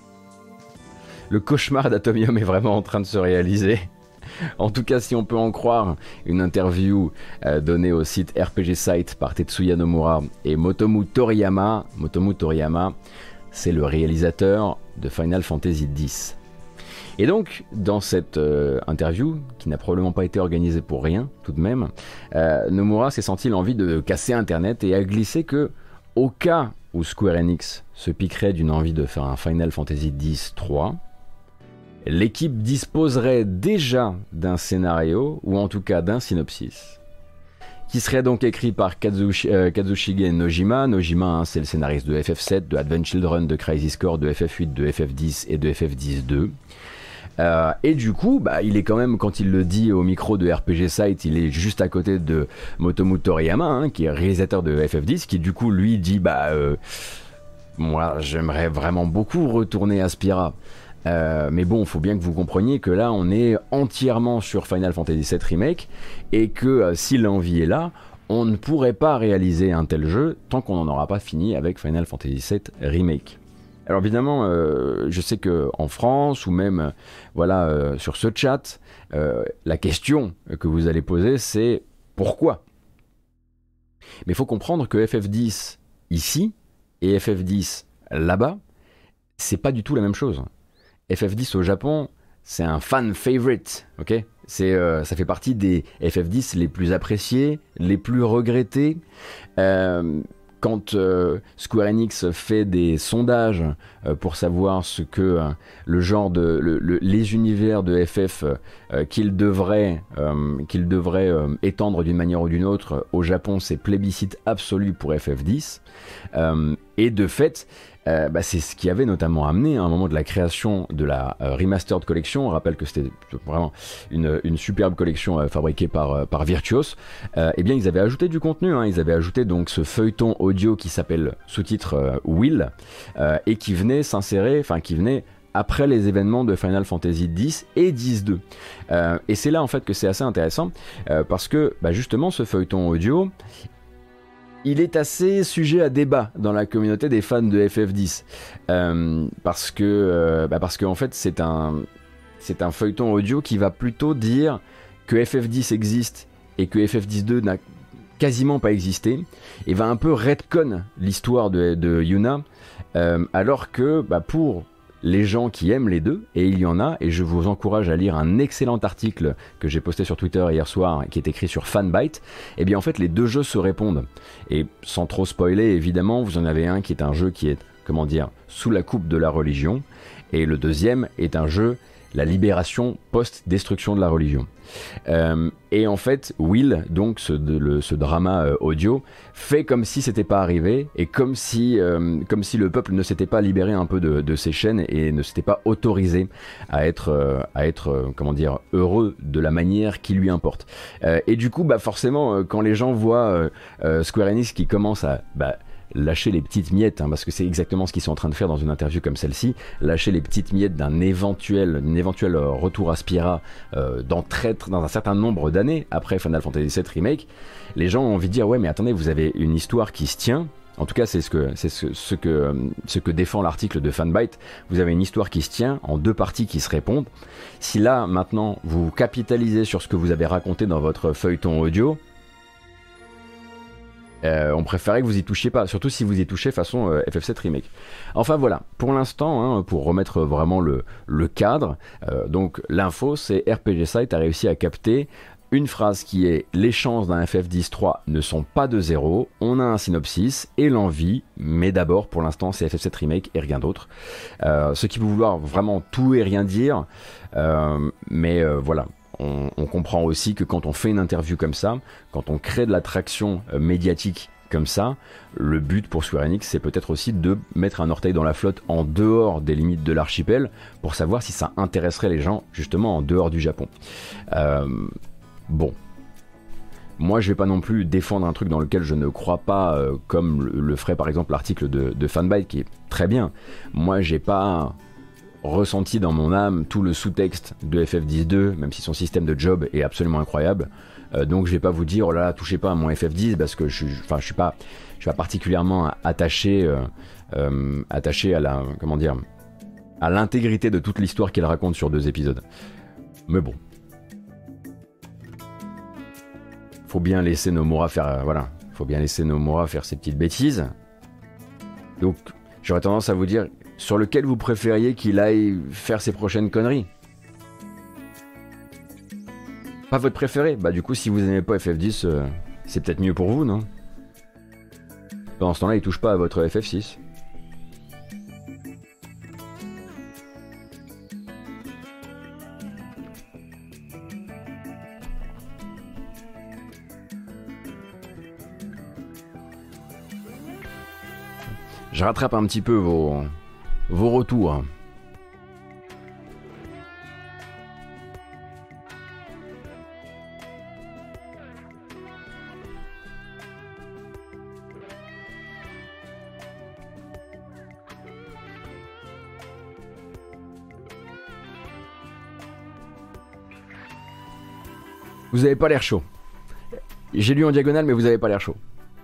Le cauchemar d'Atomium est vraiment en train de se réaliser. En tout cas, si on peut en croire une interview donnée au site RPG Site par Tetsuya Nomura et Motomu Toriyama. Motomu Toriyama, c'est le réalisateur de Final Fantasy X. Et donc, dans cette interview, qui n'a probablement pas été organisée pour rien, tout de même, Nomura s'est senti l'envie de casser Internet et a glissé que, au cas où Square Enix se piquerait d'une envie de faire un Final Fantasy X-3, l'équipe disposerait déjà d'un scénario, ou en tout cas d'un synopsis, qui serait donc écrit par Kazushige Nojima. Nojima, hein, c'est le scénariste de FF7, de Advent Children, de Crisis Core, de FF8, de FF10 et de FF10-2. Et du coup, il est quand même, quand il le dit au micro de RPG Site, il est juste à côté de Motomu Toriyama, hein, qui est réalisateur de FF10, qui du coup lui dit moi j'aimerais vraiment beaucoup retourner à Spira. Mais bon, il faut bien que vous compreniez que là, on est entièrement sur Final Fantasy VII Remake, et que si l'envie est là, on ne pourrait pas réaliser un tel jeu tant qu'on n'en aura pas fini avec Final Fantasy VII Remake. Alors évidemment, je sais qu'en France, ou même sur ce chat, la question que vous allez poser, c'est pourquoi ? Mais il faut comprendre que FF10 ici, et FF10 là-bas, c'est pas du tout la même chose. FF10 au Japon, c'est un fan favorite, ok ? Ça fait partie des FF10 les plus appréciés, les plus regrettés. Quand Square Enix fait des sondages pour savoir ce que les univers de FF qu'ils devraient étendre d'une manière ou d'une autre, au Japon, c'est plébiscite absolu pour FF10. Et de fait, c'est ce qui avait notamment amené à un moment de la création de la Remastered Collection. On rappelle que c'était vraiment une superbe collection fabriquée par Virtuos. Eh bien, ils avaient ajouté du contenu, hein. Ils avaient ajouté donc ce feuilleton audio qui s'appelle sous-titre Will, et qui venait après les événements de Final Fantasy X et X-2. Et c'est là en fait que c'est assez intéressant, parce que justement ce feuilleton audio, il est assez sujet à débat dans la communauté des fans de FF10 parce que en fait c'est un feuilleton audio qui va plutôt dire que FF10 existe et que FF10-2 n'a quasiment pas existé, et va un peu retcon l'histoire de Yuna, alors que pour les gens qui aiment les deux, et il y en a, et je vous encourage à lire un excellent article que j'ai posté sur Twitter hier soir, qui est écrit sur Fanbyte, et bien en fait les deux jeux se répondent. Et sans trop spoiler, évidemment, vous en avez un qui est un jeu qui est, comment dire, sous la coupe de la religion, et le deuxième est un jeu, la libération post-destruction de la religion. Et en fait, Will, donc ce drama audio, fait comme si c'était pas arrivé, et comme si le peuple ne s'était pas libéré un peu de ses chaînes et ne s'était pas autorisé à être comment dire, heureux de la manière qui lui importe. Et du coup, forcément, quand les gens voient Square Enix qui commence à lâcher les petites miettes, parce que c'est exactement ce qu'ils sont en train de faire dans une interview comme celle-ci, lâcher les petites miettes d'un éventuel retour à Spira dans un certain nombre d'années après Final Fantasy VII Remake, les gens ont envie de dire ouais mais attendez, vous avez une histoire qui se tient. En tout cas, c'est ce que défend l'article de Fanbyte. Vous avez une histoire qui se tient en deux parties qui se répondent. Si là maintenant vous capitalisez sur ce que vous avez raconté dans votre feuilleton audio, on préférait que vous y touchiez pas, surtout si vous y touchez façon FF7 Remake. Enfin voilà, pour l'instant, pour remettre vraiment le cadre, donc l'info c'est RPG Site a réussi à capter une phrase qui est « Les chances d'un FF10-3 ne sont pas de zéro, on a un synopsis et l'envie, mais d'abord pour l'instant c'est FF7 Remake et rien d'autre ». Ce qui peut vouloir vraiment tout et rien dire, mais voilà. On comprend aussi que quand on fait une interview comme ça, quand on crée de l'attraction médiatique comme ça, le but pour Square Enix c'est peut-être aussi de mettre un orteil dans la flotte en dehors des limites de l'archipel pour savoir si ça intéresserait les gens justement en dehors du Japon. Bon, moi je vais pas non plus défendre un truc dans lequel je ne crois pas, comme le ferait par exemple l'article de Fanbyte qui est très bien. Moi j'ai pas ressenti dans mon âme tout le sous-texte de FF10-2, même si son système de job est absolument incroyable. Donc je vais pas vous dire oh là là touchez pas à mon FF10 parce que je suis pas particulièrement attaché à la, comment dire, à l'intégrité de toute l'histoire qu'il raconte sur 2 épisodes. Mais bon, faut bien laisser Nomura faire faut bien laisser Nomura faire ses petites bêtises. Donc j'aurais tendance à vous dire sur lequel vous préfériez qu'il aille faire ses prochaines conneries. Pas votre préféré. Du coup si vous aimez pas FF10, c'est peut-être mieux pour vous, non? Pendant ce temps-là il touche pas à votre FF6. Je rattrape un petit peu vos retours. Vous avez pas l'air chaud. J'ai lu en diagonale mais vous avez pas l'air chaud.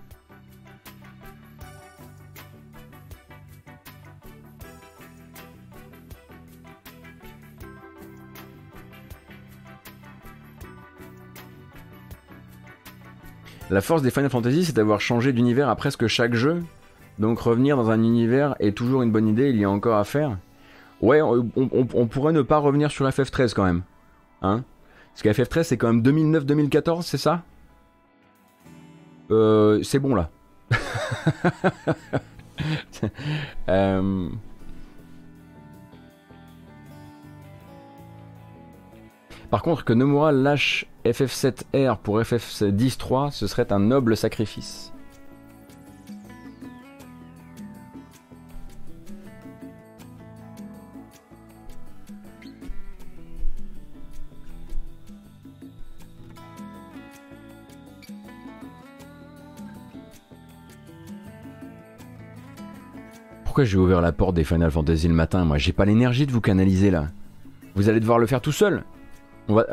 La force des Final Fantasy, c'est d'avoir changé d'univers à presque chaque jeu. Donc revenir dans un univers est toujours une bonne idée, il y a encore à faire. Ouais, on pourrait ne pas revenir sur FF13 quand même. Hein? Parce que FF13 c'est quand même 2009-2014, c'est ça? C'est bon là. Par contre, que Nomura lâche FF7R pour FF10-3, ce serait un noble sacrifice. Pourquoi j'ai ouvert la porte des Final Fantasy le matin? Moi, j'ai pas l'énergie de vous canaliser là. Vous allez devoir le faire tout seul.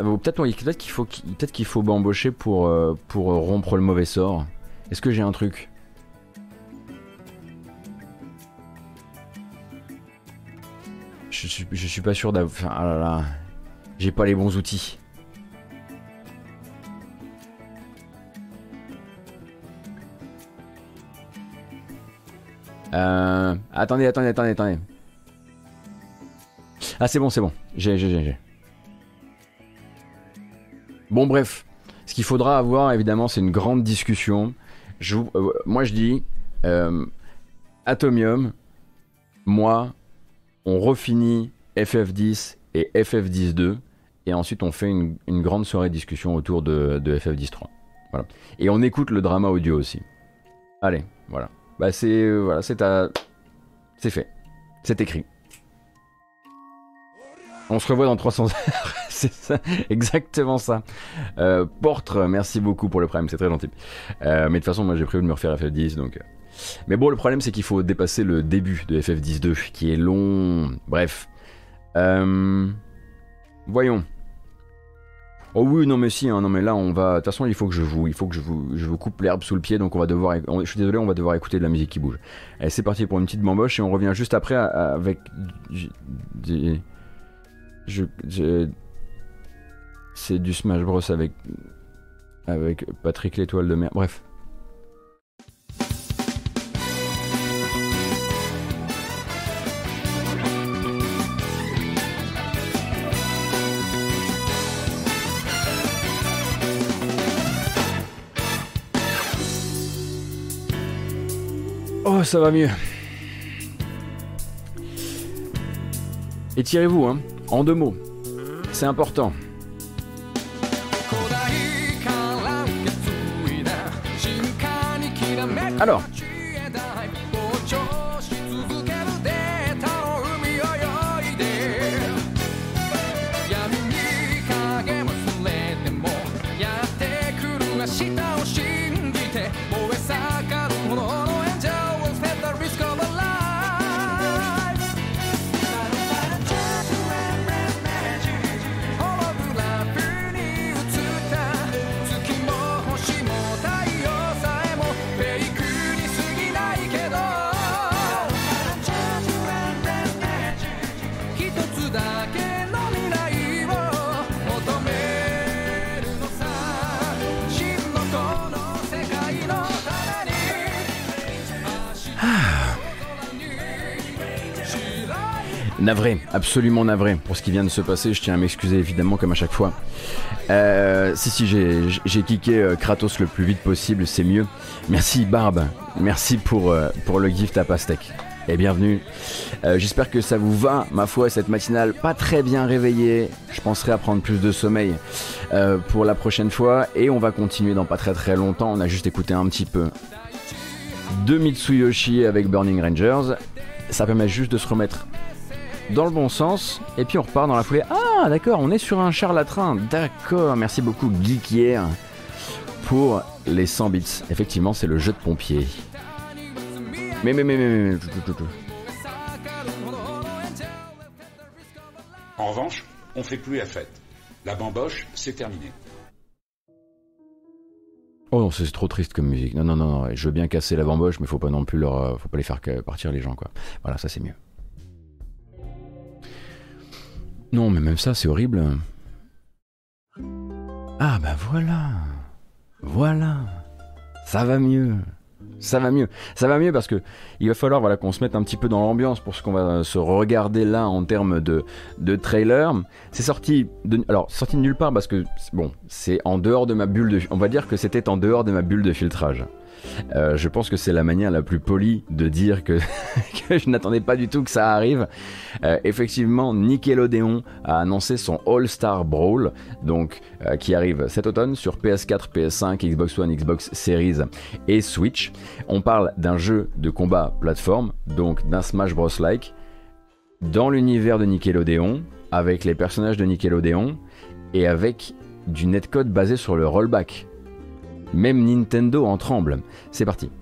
Peut-être qu'il faut m'embaucher pour rompre le mauvais sort. Est-ce que j'ai un truc? Je suis pas sûr d'avoir... Enfin, ah là là, j'ai pas les bons outils. Attendez. Ah c'est bon. J'ai. Bon bref, ce qu'il faudra avoir évidemment c'est une grande discussion. Moi je dis Atomium, moi, on refinit FF10 et FF10-2 et ensuite on fait une grande soirée de discussion autour de FF10-3. Voilà. Et on écoute le drama audio aussi. Allez, voilà. Bah c'est c'est fait. C'est écrit. On se revoit dans 300 heures. C'est ça, exactement ça. Portre, merci beaucoup pour le prime, c'est très gentil. Mais de toute façon, moi j'ai prévu de me refaire FF10 donc. Mais bon, le problème c'est qu'il faut dépasser le début de FF10-2 qui est long. Bref. Voyons. Oh oui, non mais si, hein, non mais là on va. De toute façon, il faut que je vous coupe l'herbe sous le pied, donc on va devoir. Je suis désolé, on va devoir écouter de la musique qui bouge. Allez, c'est parti pour une petite bamboche et on revient juste après avec. C'est du Smash Bros avec Patrick l'étoile de mer. Bref. Oh, ça va mieux. Étirez-vous, hein, en 2 mots. C'est important. Alors. Navré, absolument navré pour ce qui vient de se passer, je tiens à m'excuser évidemment comme à chaque fois. Si j'ai kické Kratos le plus vite possible, c'est mieux. Merci Barbe, merci pour le gift à pastèque. Et bienvenue. J'espère que ça vous va, ma foi, cette matinale pas très bien réveillée. Je penserai à prendre plus de sommeil pour la prochaine fois. Et on va continuer dans pas très très longtemps, on a juste écouté un petit peu de Mitsuyoshi avec Burning Rangers. Ça permet juste de se remettre dans le bon sens, et puis on repart dans la foulée. Ah d'accord, on est sur un charlatran. D'accord, merci beaucoup Geekier pour les 100 bits. Effectivement, c'est le jeu de pompier. Mais. En revanche, on fait plus la fête. La bamboche, c'est terminé. Oh non, c'est trop triste comme musique. Non, je veux bien casser la bamboche, mais faut pas non plus faut pas les faire partir les gens quoi. Voilà, ça c'est mieux. Non, mais même ça, c'est horrible. Ah bah voilà. Ça va mieux parce que il va falloir qu'on se mette un petit peu dans l'ambiance pour ce qu'on va se regarder là en termes de trailer. C'est sorti de nulle part parce que bon, c'est en dehors de ma bulle on va dire que c'était en dehors de ma bulle de filtrage. Je pense que c'est la manière la plus polie de dire que je n'attendais pas du tout que ça arrive. Effectivement, Nickelodeon a annoncé son All-Star Brawl, donc qui arrive cet automne sur PS4, PS5, Xbox One, Xbox Series et Switch. On parle d'un jeu de combat plateforme, donc d'un Smash Bros-like, dans l'univers de Nickelodeon, avec les personnages de Nickelodeon et avec du netcode basé sur le rollback. Même Nintendo en tremble. C'est parti.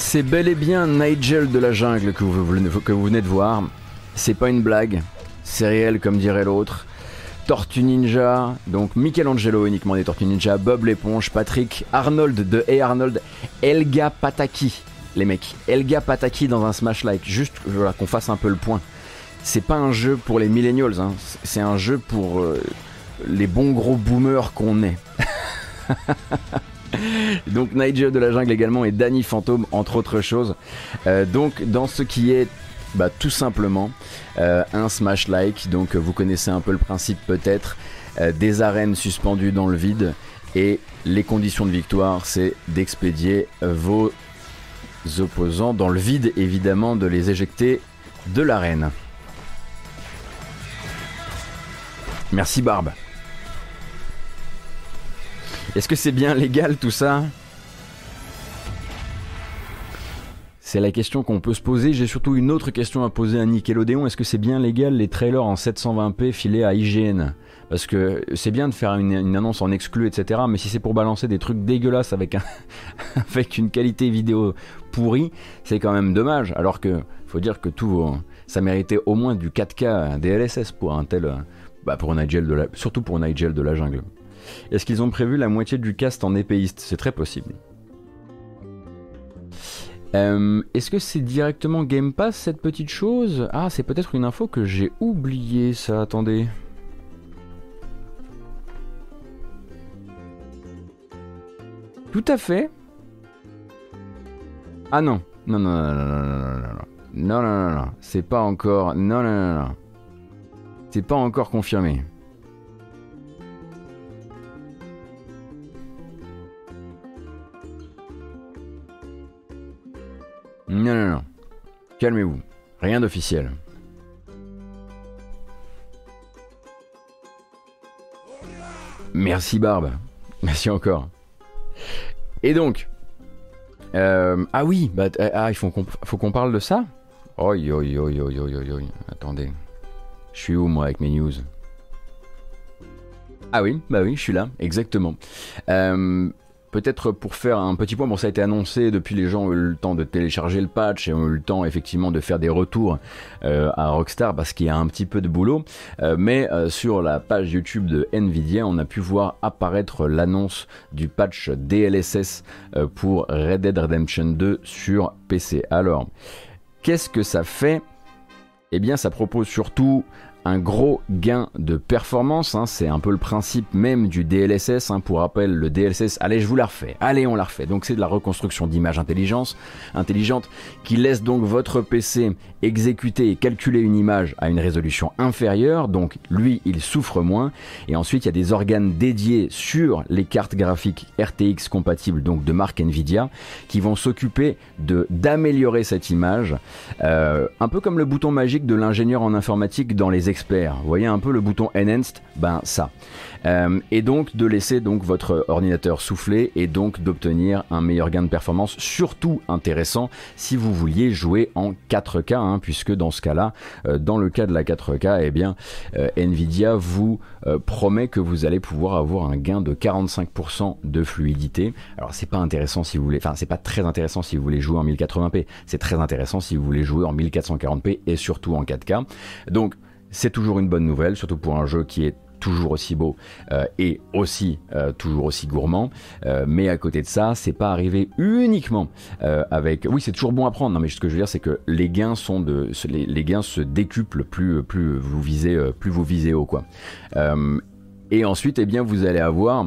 C'est bel et bien Nigel de la jungle que vous venez de voir. C'est pas une blague, c'est réel comme dirait l'autre. Tortue Ninja, donc Michelangelo uniquement des Tortues Ninja, Bob l'éponge, Patrick, Arnold de Hey Arnold, Elga Pataki, les mecs, Elga Pataki dans un Smash Like, juste voilà, qu'on fasse un peu le point. C'est pas un jeu pour les millennials, hein. C'est un jeu pour les bons gros boomers qu'on est. Donc Nigel de la jungle également et Danny Phantom entre autres choses. Donc dans ce qui est tout simplement un Smash Like, donc vous connaissez un peu le principe peut-être, des arènes suspendues dans le vide et les conditions de victoire c'est d'expédier vos opposants dans le vide, évidemment de les éjecter de l'arène. Merci Barbe. Est-ce que c'est bien légal tout ça ? C'est la question qu'on peut se poser. J'ai surtout une autre question à poser à Nickelodeon. Est-ce que c'est bien légal les trailers en 720p filés à IGN ? Parce que c'est bien de faire une annonce en exclu, etc. Mais si c'est pour balancer des trucs dégueulasses avec une qualité vidéo pourrie, c'est quand même dommage. Alors que faut dire que ça méritait au moins du 4K DLSS pour un tel, pour surtout pour Nigel de la jungle. Est-ce qu'ils ont prévu la moitié du cast en épéiste ? C'est très possible. Est-ce que c'est directement Game Pass cette petite chose ? Ah, c'est peut-être une info que j'ai oubliée ça, attendez. Tout à fait. Ah non. Non, c'est pas encore... Non. C'est pas encore confirmé. Non. Calmez-vous. Rien d'officiel. Merci Barbe. Merci encore. Et donc... ah oui, il faut qu'on parle de ça. Oi. Attendez. Je suis où moi avec mes news ? Ah oui, je suis là, exactement. Peut-être pour faire un petit point, ça a été annoncé depuis, les gens ont eu le temps de télécharger le patch et ont eu le temps effectivement de faire des retours à Rockstar parce qu'il y a un petit peu de boulot, mais sur la page YouTube de Nvidia on a pu voir apparaître l'annonce du patch DLSS pour Red Dead Redemption 2 sur PC. Alors, qu'est-ce que ça fait ? Eh bien ça propose surtout un gros gain de performance, hein, c'est un peu le principe même du DLSS, hein, pour rappel le DLSS, allez je vous la refais, allez on la refait, donc c'est de la reconstruction d'images intelligente qui laisse donc votre PC exécuter et calculer une image à une résolution inférieure, donc lui il souffre moins, et ensuite il y a des organes dédiés sur les cartes graphiques RTX compatibles donc de marque Nvidia qui vont s'occuper d'améliorer cette image, un peu comme le bouton magique de l'ingénieur en informatique dans les experts, vous voyez un peu le bouton Enhanced, ça. Et donc de laisser donc votre ordinateur souffler et donc d'obtenir un meilleur gain de performance, surtout intéressant si vous vouliez jouer en 4K, hein, puisque dans ce cas-là, dans le cas de la 4K, eh bien Nvidia vous promet que vous allez pouvoir avoir un gain de 45% de fluidité. Alors c'est pas intéressant si vous voulez, c'est pas très intéressant si vous voulez jouer en 1080p, c'est très intéressant si vous voulez jouer en 1440p et surtout en 4K. Donc c'est toujours une bonne nouvelle, surtout pour un jeu qui est toujours aussi beau et aussi toujours aussi gourmand, mais à côté de ça c'est pas arrivé uniquement avec, oui c'est toujours bon à prendre, non mais ce que je veux dire c'est que les gains les gains se décuplent plus vous visez haut quoi. Et ensuite, eh bien, vous allez avoir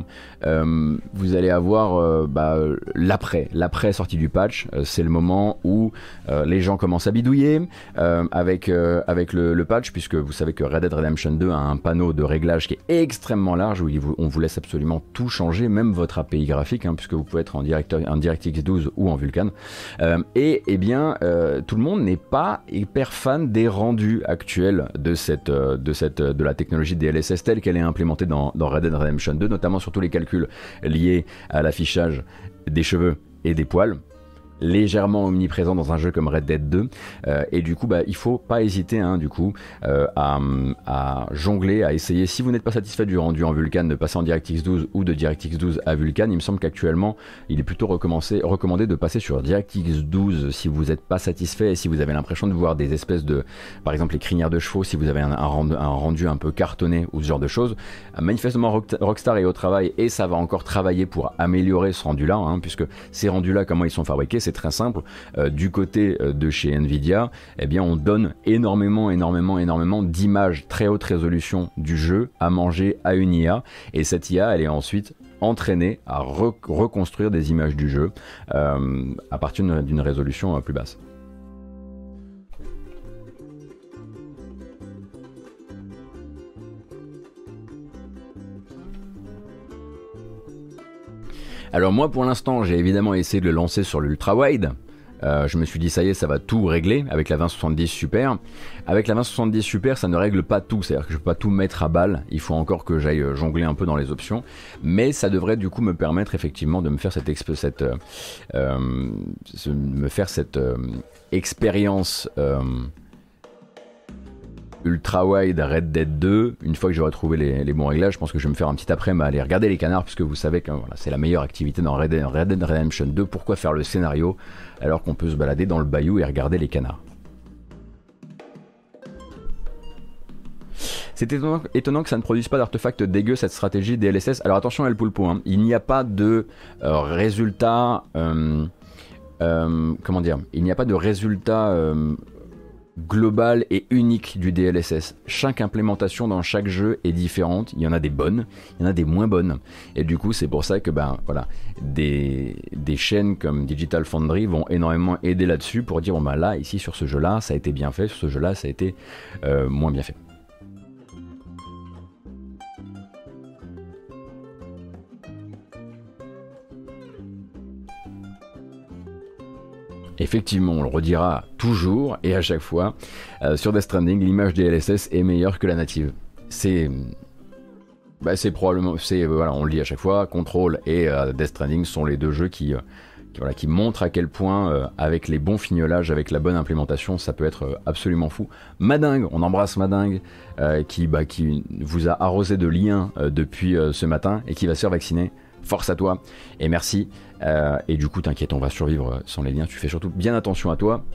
l'après sortie du patch. C'est le moment où les gens commencent à bidouiller avec le patch, puisque vous savez que Red Dead Redemption 2 a un panneau de réglage qui est extrêmement large, où on vous laisse absolument tout changer, même votre API graphique, hein, puisque vous pouvez être en DirectX 12 ou en Vulkan. Et eh bien, tout le monde n'est pas hyper fan des rendus actuels de la technologie DLSS telle qu'elle est implémentée dans Red Dead Redemption 2, notamment sur tous les calculs liés à l'affichage des cheveux et des poils. légèrement omniprésent dans un jeu comme Red Dead 2, et du coup il faut pas hésiter hein, du coup à jongler, à essayer. Si vous n'êtes pas satisfait du rendu en Vulkan, de passer en DirectX 12 ou de DirectX 12 à Vulkan. Il me semble qu'actuellement il est plutôt recommandé de passer sur DirectX 12 si vous n'êtes pas satisfait et si vous avez l'impression de voir des espèces de, par exemple les crinières de chevaux, si vous avez un rendu un peu cartonné ou ce genre de choses. Manifestement Rockstar est au travail et ça va encore travailler pour améliorer ce rendu là hein, puisque ces rendus là, comment ils sont fabriqués, c'est très simple. Du côté de chez Nvidia, eh bien on donne énormément d'images très haute résolution du jeu à manger à une IA, et cette IA elle est ensuite entraînée à reconstruire des images du jeu à partir d'une résolution plus basse. Alors moi pour l'instant j'ai évidemment essayé de le lancer sur l'ultra wide. Je me suis dit ça y est, ça va tout régler avec la 2070 Super. Avec la 2070 Super, ça ne règle pas tout, c'est-à-dire que je peux pas tout mettre à balle, il faut encore que j'aille jongler un peu dans les options, mais ça devrait du coup me permettre effectivement de me faire cette expérience ultra wide Red Dead 2. Une fois que j'aurai trouvé les bons réglages, je pense que je vais me faire un petit après-midi à aller regarder les canards, puisque vous savez que voilà, c'est la meilleure activité dans Red Dead Redemption 2. Pourquoi faire le scénario alors qu'on peut se balader dans le bayou et regarder les canards? C'est étonnant que ça ne produise pas d'artefacts dégueux, cette stratégie DLSS. Alors attention El Pulpo, hein, il n'y a pas de résultat comment dire, il n'y a pas de résultat global et unique du DLSS. Chaque implémentation dans chaque jeu est différente. Il y en a des bonnes, il y en a des moins bonnes. Et du coup, c'est pour ça que voilà, des chaînes comme Digital Foundry vont énormément aider là-dessus pour dire bon bah là, ici sur ce jeu-là, ça a été bien fait, sur ce jeu-là, ça a été moins bien fait. Effectivement, on le redira toujours et à chaque fois, sur Death Stranding, l'image DLSS est meilleure que la native. C'est probablement, voilà, on le dit à chaque fois, Control et Death Stranding sont les deux jeux qui montrent à quel point, avec les bons fignolages, avec la bonne implémentation, ça peut être absolument fou. Madingue, on embrasse Madingue, qui vous a arrosé de liens depuis ce matin et qui va se faire vacciner. Force à toi et merci. Et du coup, t'inquiète, on va survivre sans les liens. Tu fais surtout bien attention à toi.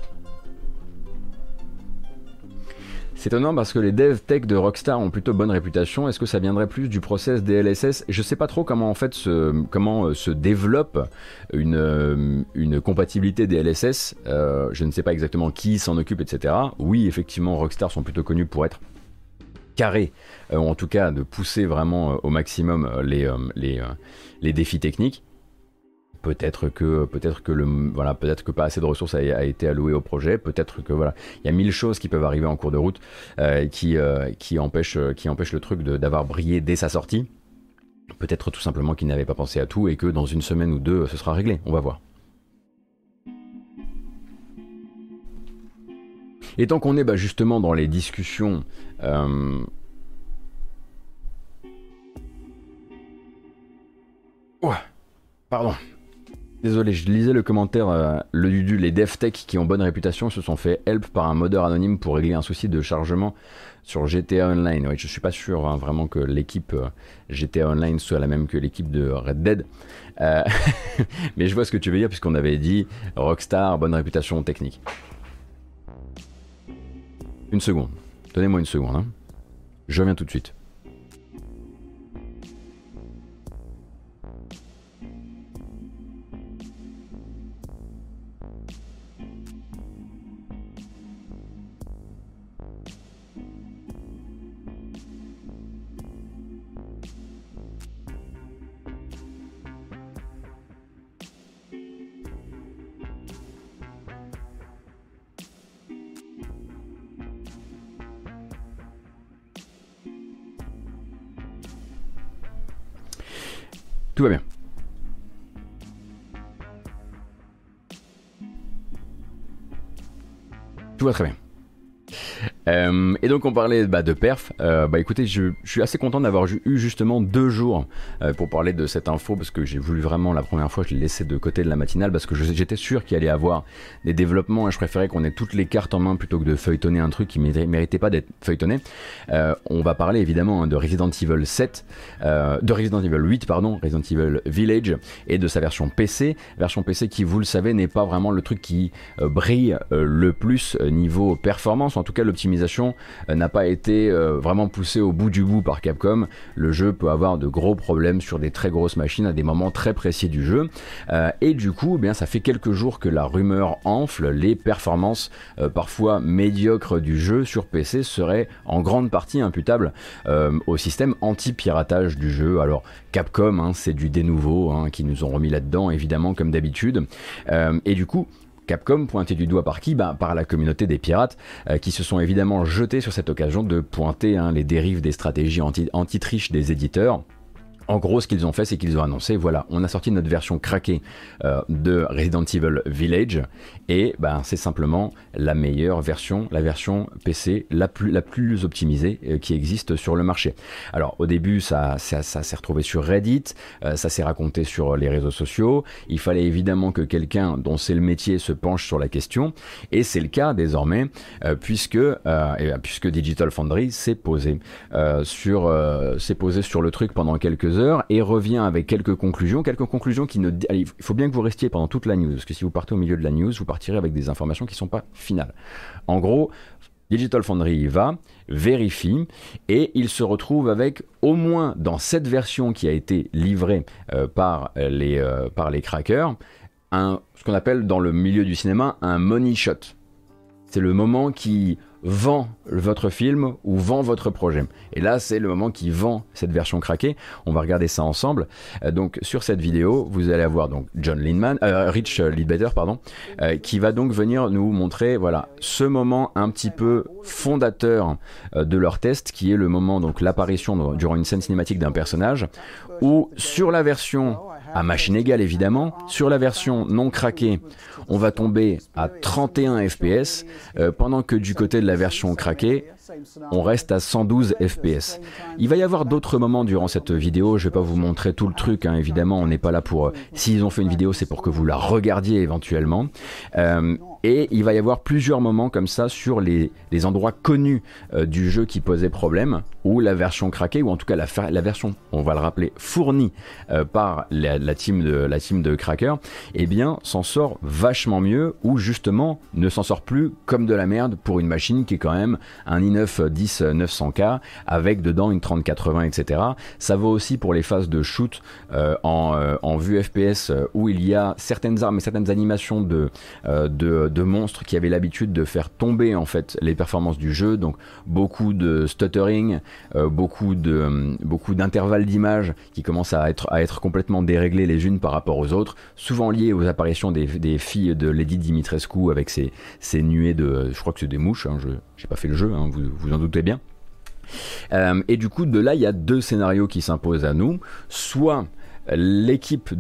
C'est étonnant parce que les devs tech de Rockstar ont plutôt bonne réputation. Est-ce que ça viendrait plus du process DLSS? Je sais pas trop comment en fait se développe une compatibilité DLSS. Je ne sais pas exactement qui s'en occupe, etc. Oui, effectivement, Rockstar sont plutôt connus pour être carré, ou en tout cas de pousser vraiment au maximum les défis techniques. Peut-être que pas assez de ressources a été alloué au projet. Peut-être que voilà, il y a 1000 choses qui peuvent arriver en cours de route qui empêchent le truc d'avoir brillé dès sa sortie. Peut-être tout simplement qu'ils n'avaient pas pensé à tout et que dans une semaine ou deux, ce sera réglé. On va voir. Et tant qu'on est justement dans les discussions pardon. Désolé, je lisais le commentaire, les DevTech qui ont bonne réputation se sont fait help par un modeur anonyme pour régler un souci de chargement sur GTA Online. Oui, je suis pas sûr vraiment que l'équipe GTA Online soit la même que l'équipe de Red Dead. Mais je vois ce que tu veux dire puisqu'on avait dit Rockstar, bonne réputation technique. Une seconde. Donnez-moi une seconde. Hein. Je reviens tout de suite. Tout va bien. Tout va très bien. Et donc on parlait de perf. Écoutez, je suis assez content d'avoir eu justement 2 jours pour parler de cette info, parce que j'ai voulu vraiment, la première fois je l'ai laissé de côté de la matinale parce que j'étais sûr qu'il allait y avoir des développements et je préférais qu'on ait toutes les cartes en main plutôt que de feuilletonner un truc qui méritait pas d'être feuilletonné. On va parler évidemment de Resident Evil 7, de Resident Evil 8 pardon, Resident Evil Village, et de sa version PC qui, vous le savez, n'est pas vraiment le truc qui brille le plus niveau performance. En tout cas, l'optimisation n'a pas été vraiment poussée au bout du bout par Capcom. Le jeu peut avoir de gros problèmes sur des très grosses machines à des moments très précis du jeu, et du coup bien ça fait quelques jours que la rumeur enfle. Les performances parfois médiocres du jeu sur PC seraient en grande partie imputables au système anti-piratage du jeu. Alors Capcom, c'est du dénouveau qui nous ont remis là-dedans évidemment comme d'habitude, et du coup Capcom pointé du doigt par qui ? Par la communauté des pirates qui se sont évidemment jetés sur cette occasion de pointer les dérives des stratégies anti-triche des éditeurs. En gros, ce qu'ils ont fait, c'est qu'ils ont annoncé, voilà, on a sorti notre version craquée de Resident Evil Village, et c'est simplement la meilleure version, la version PC la plus optimisée qui existe sur le marché. Alors au début, ça s'est retrouvé sur Reddit, ça s'est raconté sur les réseaux sociaux. Il fallait évidemment que quelqu'un dont c'est le métier se penche sur la question, et c'est le cas désormais, puisque Digital Foundry s'est posé sur le truc pendant quelques heures et revient avec quelques conclusions qui ne... Allez, il faut bien que vous restiez pendant toute la news, parce que si vous partez au milieu de la news, vous partirez avec des informations qui ne sont pas finales. En gros, Digital Foundry y va, vérifie, et il se retrouve avec, au moins dans cette version qui a été livrée par les crackers, ce qu'on appelle dans le milieu du cinéma un money shot. C'est le moment qui vend votre film ou vend votre projet. Et là, c'est le moment qui vend cette version craquée. On va regarder ça ensemble. Donc, sur cette vidéo, vous allez avoir donc Rich Ledbetter, qui va donc venir nous montrer, voilà, ce moment un petit peu fondateur de leur test, qui est le moment, donc l'apparition durant une scène cinématique d'un personnage, où sur la version à machine égale évidemment, sur la version non craquée, on va tomber à 31 FPS, pendant que du côté de la version craquée, on reste à 112 FPS. Il va y avoir d'autres moments durant cette vidéo, je vais pas vous montrer tout le truc, évidemment, on n'est pas là pour... S'ils ont fait une vidéo, c'est pour que vous la regardiez éventuellement. Et il va y avoir plusieurs moments comme ça sur les endroits connus du jeu qui posaient problème, où la version craquée, ou en tout cas la version, on va le rappeler, fournie par la team de crackers, eh bien s'en sort vachement mieux, ou justement ne s'en sort plus comme de la merde pour une machine qui est quand même un i9 10 900K avec dedans une 3080, etc. Ça vaut aussi pour les phases de shoot en vue FPS où il y a certaines armes et certaines animations de monstres qui avaient l'habitude de faire tomber en fait les performances du jeu, donc beaucoup de stuttering, beaucoup d'intervalles d'image qui commencent à être complètement déréglés les unes par rapport aux autres, souvent liés aux apparitions des filles de Lady Dimitrescu avec ces nuées de, je crois que c'est des mouches, j'ai pas fait le jeu, vous en doutez bien. Et du coup de là il y a 2 scénarios qui s'imposent à nous, soit l'équipe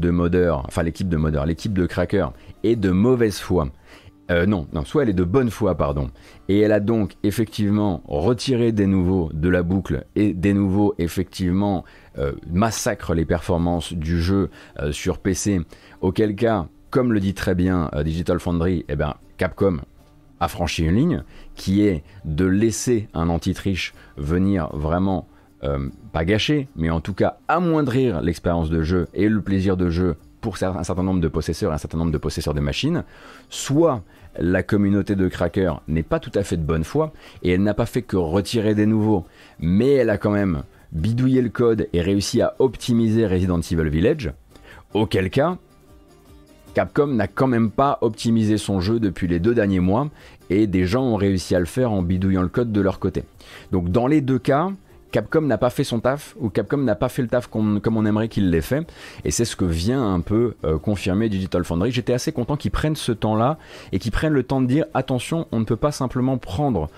de crackers est de mauvaise foi. Soit elle est de bonne foi, et elle a donc effectivement retiré des nouveaux de la boucle et des nouveaux effectivement massacre les performances du jeu sur PC, auquel cas, comme le dit très bien Digital Foundry, Capcom a franchi une ligne qui est de laisser un anti-triche venir vraiment pas gâcher, mais en tout cas amoindrir l'expérience de jeu et le plaisir de jeu pour un certain nombre de possesseurs et un certain nombre de possesseurs de machines. Soit la communauté de crackers n'est pas tout à fait de bonne foi et elle n'a pas fait que retirer des nouveaux, mais elle a quand même bidouillé le code et réussi à optimiser Resident Evil Village, auquel cas Capcom n'a quand même pas optimisé son jeu depuis les 2 derniers mois et des gens ont réussi à le faire en bidouillant le code de leur côté. Donc dans les 2 cas, Capcom n'a pas fait son taf, ou Capcom n'a pas fait le taf comme on aimerait qu'il l'ait fait, et c'est ce que vient un peu confirmer Digital Foundry. J'étais assez content qu'ils prennent ce temps-là, et qu'ils prennent le temps de dire, attention, on ne peut pas simplement prendre,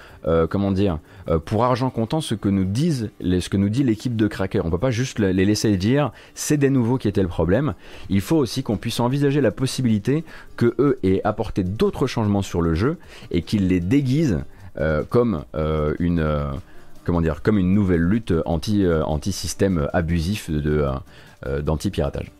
pour argent comptant ce que nous dit l'équipe de crackers. On peut pas juste les laisser dire, c'est des nouveaux qui étaient le problème. Il faut aussi qu'on puisse envisager la possibilité que eux aient apporté d'autres changements sur le jeu, et qu'ils les déguisent comme comme une nouvelle lutte anti-système abusif d'anti-piratage.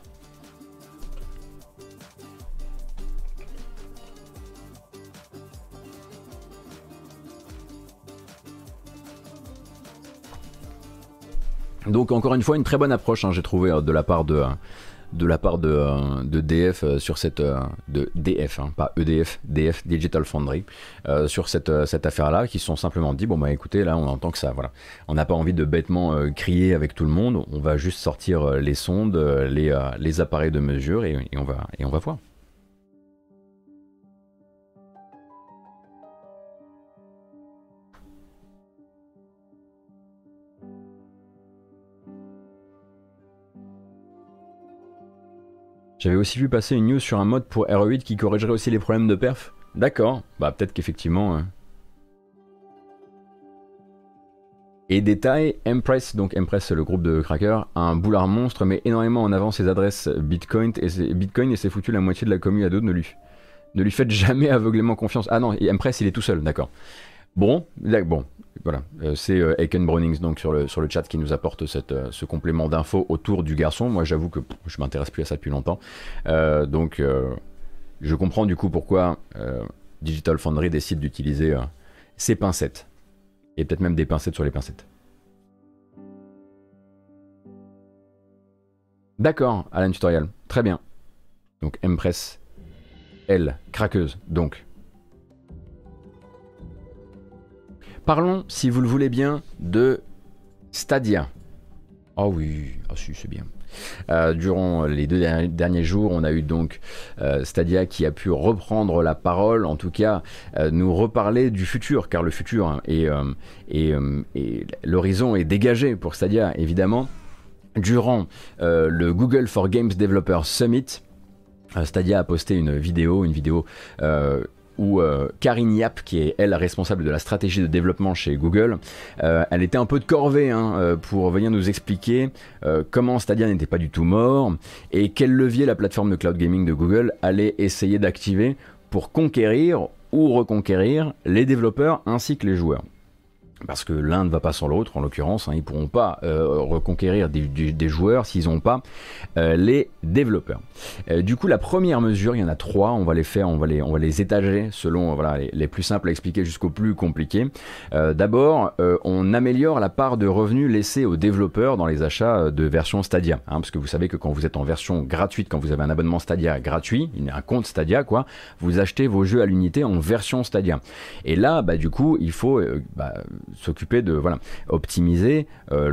Donc encore une fois une très bonne approche, hein, j'ai trouvé de la part de DF sur cette de DF, hein, pas EDF, DF Digital Foundry sur cette affaire-là, qui se sont simplement dit bon bah écoutez, là on entend que ça, voilà, on n'a pas envie de bêtement crier avec tout le monde, on va juste sortir les sondes, les appareils de mesure et on va voir. J'avais aussi vu passer une news sur un mode pour RE8 qui corrigerait aussi les problèmes de perf. D'accord, bah peut-être qu'effectivement... Et détail, Empress, donc Empress le groupe de crackers, un boulard monstre, met énormément en avant ses adresses Bitcoin et s'est foutu la moitié de la commu à dos, ne lui faites jamais aveuglément confiance. Ah non, Empress il est tout seul, d'accord. Bon, voilà, c'est Aiken Brownings donc sur le chat qui nous apporte ce complément d'infos autour du garçon. Moi j'avoue que je m'intéresse plus à ça depuis longtemps, donc je comprends du coup pourquoi Digital Foundry décide d'utiliser ses pincettes, et peut-être même des pincettes sur les pincettes. D'accord, Alan Tutorial, très bien. Donc Empress, elle, craqueuse, donc. Parlons, si vous le voulez bien, de Stadia. Oh oui, ah si, c'est bien. Durant les 2 derniers jours, on a eu donc Stadia qui a pu reprendre la parole, en tout cas nous reparler du futur, car le futur hein, et l'horizon est dégagé pour Stadia, évidemment. Durant le Google for Games Developers Summit, Stadia a posté une vidéo où Karine Yap, qui est elle responsable de la stratégie de développement chez Google, elle était un peu de corvée pour venir nous expliquer comment Stadia n'était pas du tout mort et quel levier la plateforme de cloud gaming de Google allait essayer d'activer pour conquérir ou reconquérir les développeurs ainsi que les joueurs. Parce que l'un ne va pas sans l'autre, en l'occurrence, hein, ils ne pourront pas reconquérir des joueurs s'ils n'ont pas les développeurs. Du coup, la première mesure, il y en a 3, on va les étager selon voilà, les plus simples à expliquer jusqu'aux plus compliqués. D'abord, on améliore la part de revenus laissée aux développeurs dans les achats de version Stadia. Hein, parce que vous savez que quand vous êtes en version gratuite, quand vous avez un abonnement Stadia gratuit, un compte Stadia, quoi, vous achetez vos jeux à l'unité en version Stadia. Et là, bah, du coup, il faut... s'occuper de optimiser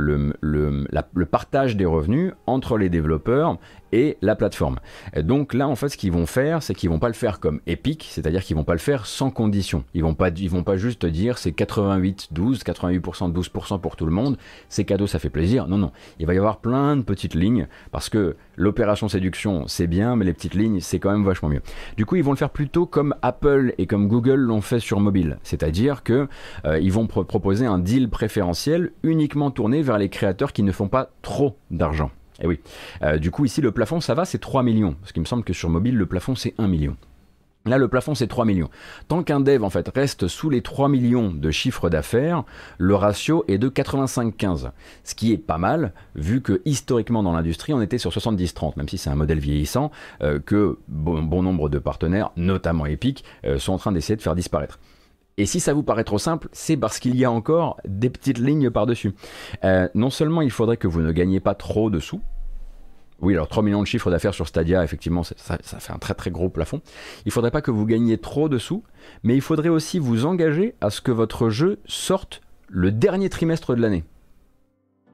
le partage des revenus entre les développeurs et la plateforme. Et donc là en fait ce qu'ils vont faire, c'est qu'ils vont pas le faire comme Epic, c'est-à-dire qu'ils vont pas le faire sans condition. Ils vont pas juste dire c'est 88% 12% pour tout le monde, c'est cadeau, ça fait plaisir. Non, il va y avoir plein de petites lignes parce que l'opération séduction c'est bien, mais les petites lignes c'est quand même vachement mieux. Du coup ils vont le faire plutôt comme Apple et comme Google l'ont fait sur mobile, c'est-à-dire que ils vont proposer un deal préférentiel uniquement tourné vers les créateurs qui ne font pas trop d'argent. Et oui, du coup ici le plafond ça va, c'est 3 millions, parce qu'il me semble que sur mobile le plafond c'est 1 million. Là le plafond c'est 3 millions. Tant qu'un dev en fait reste sous les 3 millions de chiffre d'affaires, le ratio est de 85-15, ce qui est pas mal vu que historiquement dans l'industrie on était sur 70-30, même si c'est un modèle vieillissant que bon nombre de partenaires, notamment Epic, sont en train d'essayer de faire disparaître. Et si ça vous paraît trop simple, c'est parce qu'il y a encore des petites lignes par-dessus. Non seulement il faudrait que vous ne gagniez pas trop de sous. Oui, alors 3 millions de chiffres d'affaires sur Stadia, effectivement, ça fait un très très gros plafond. Il ne faudrait pas que vous gagniez trop de sous, mais il faudrait aussi vous engager à ce que votre jeu sorte le dernier trimestre de l'année. Pourquoi ?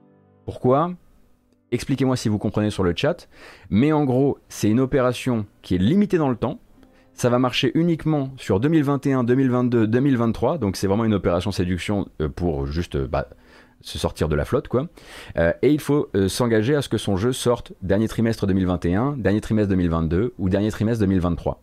Expliquez-moi si vous comprenez sur le chat. Mais en gros, c'est une opération qui est limitée dans le temps. Ça va marcher uniquement sur 2021, 2022, 2023, donc c'est vraiment une opération séduction pour juste se sortir de la flotte, quoi. Et il faut s'engager à ce que son jeu sorte dernier trimestre 2021, dernier trimestre 2022 ou dernier trimestre 2023.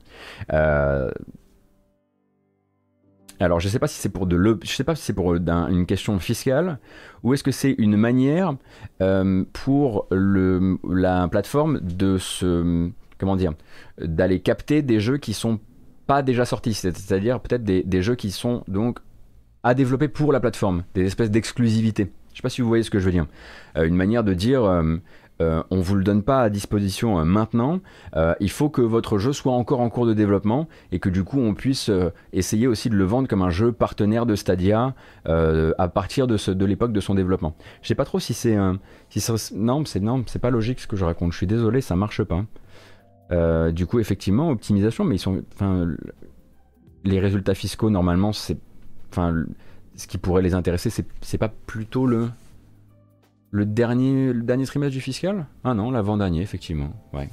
Alors je sais pas si c'est pour une question fiscale ou est-ce que c'est une manière pour la plateforme de d'aller capter des jeux qui sont pas déjà sortis, c'est-à-dire peut-être des jeux qui sont donc à développer pour la plateforme, des espèces d'exclusivité. Je sais pas si vous voyez ce que je veux dire. Une manière de dire, on vous le donne pas à disposition maintenant, il faut que votre jeu soit encore en cours de développement et que du coup on puisse essayer aussi de le vendre comme un jeu partenaire de Stadia à partir de l'époque de son développement. Je sais pas trop si c'est... non, c'est pas logique ce que je raconte, je suis désolé, ça marche pas. Du coup, effectivement, optimisation, mais ils sont... les résultats fiscaux, normalement, c'est... ce qui pourrait les intéresser, c'est pas plutôt le dernier trimestre du fiscal? Ah non, l'avant-dernier, effectivement. Ouais.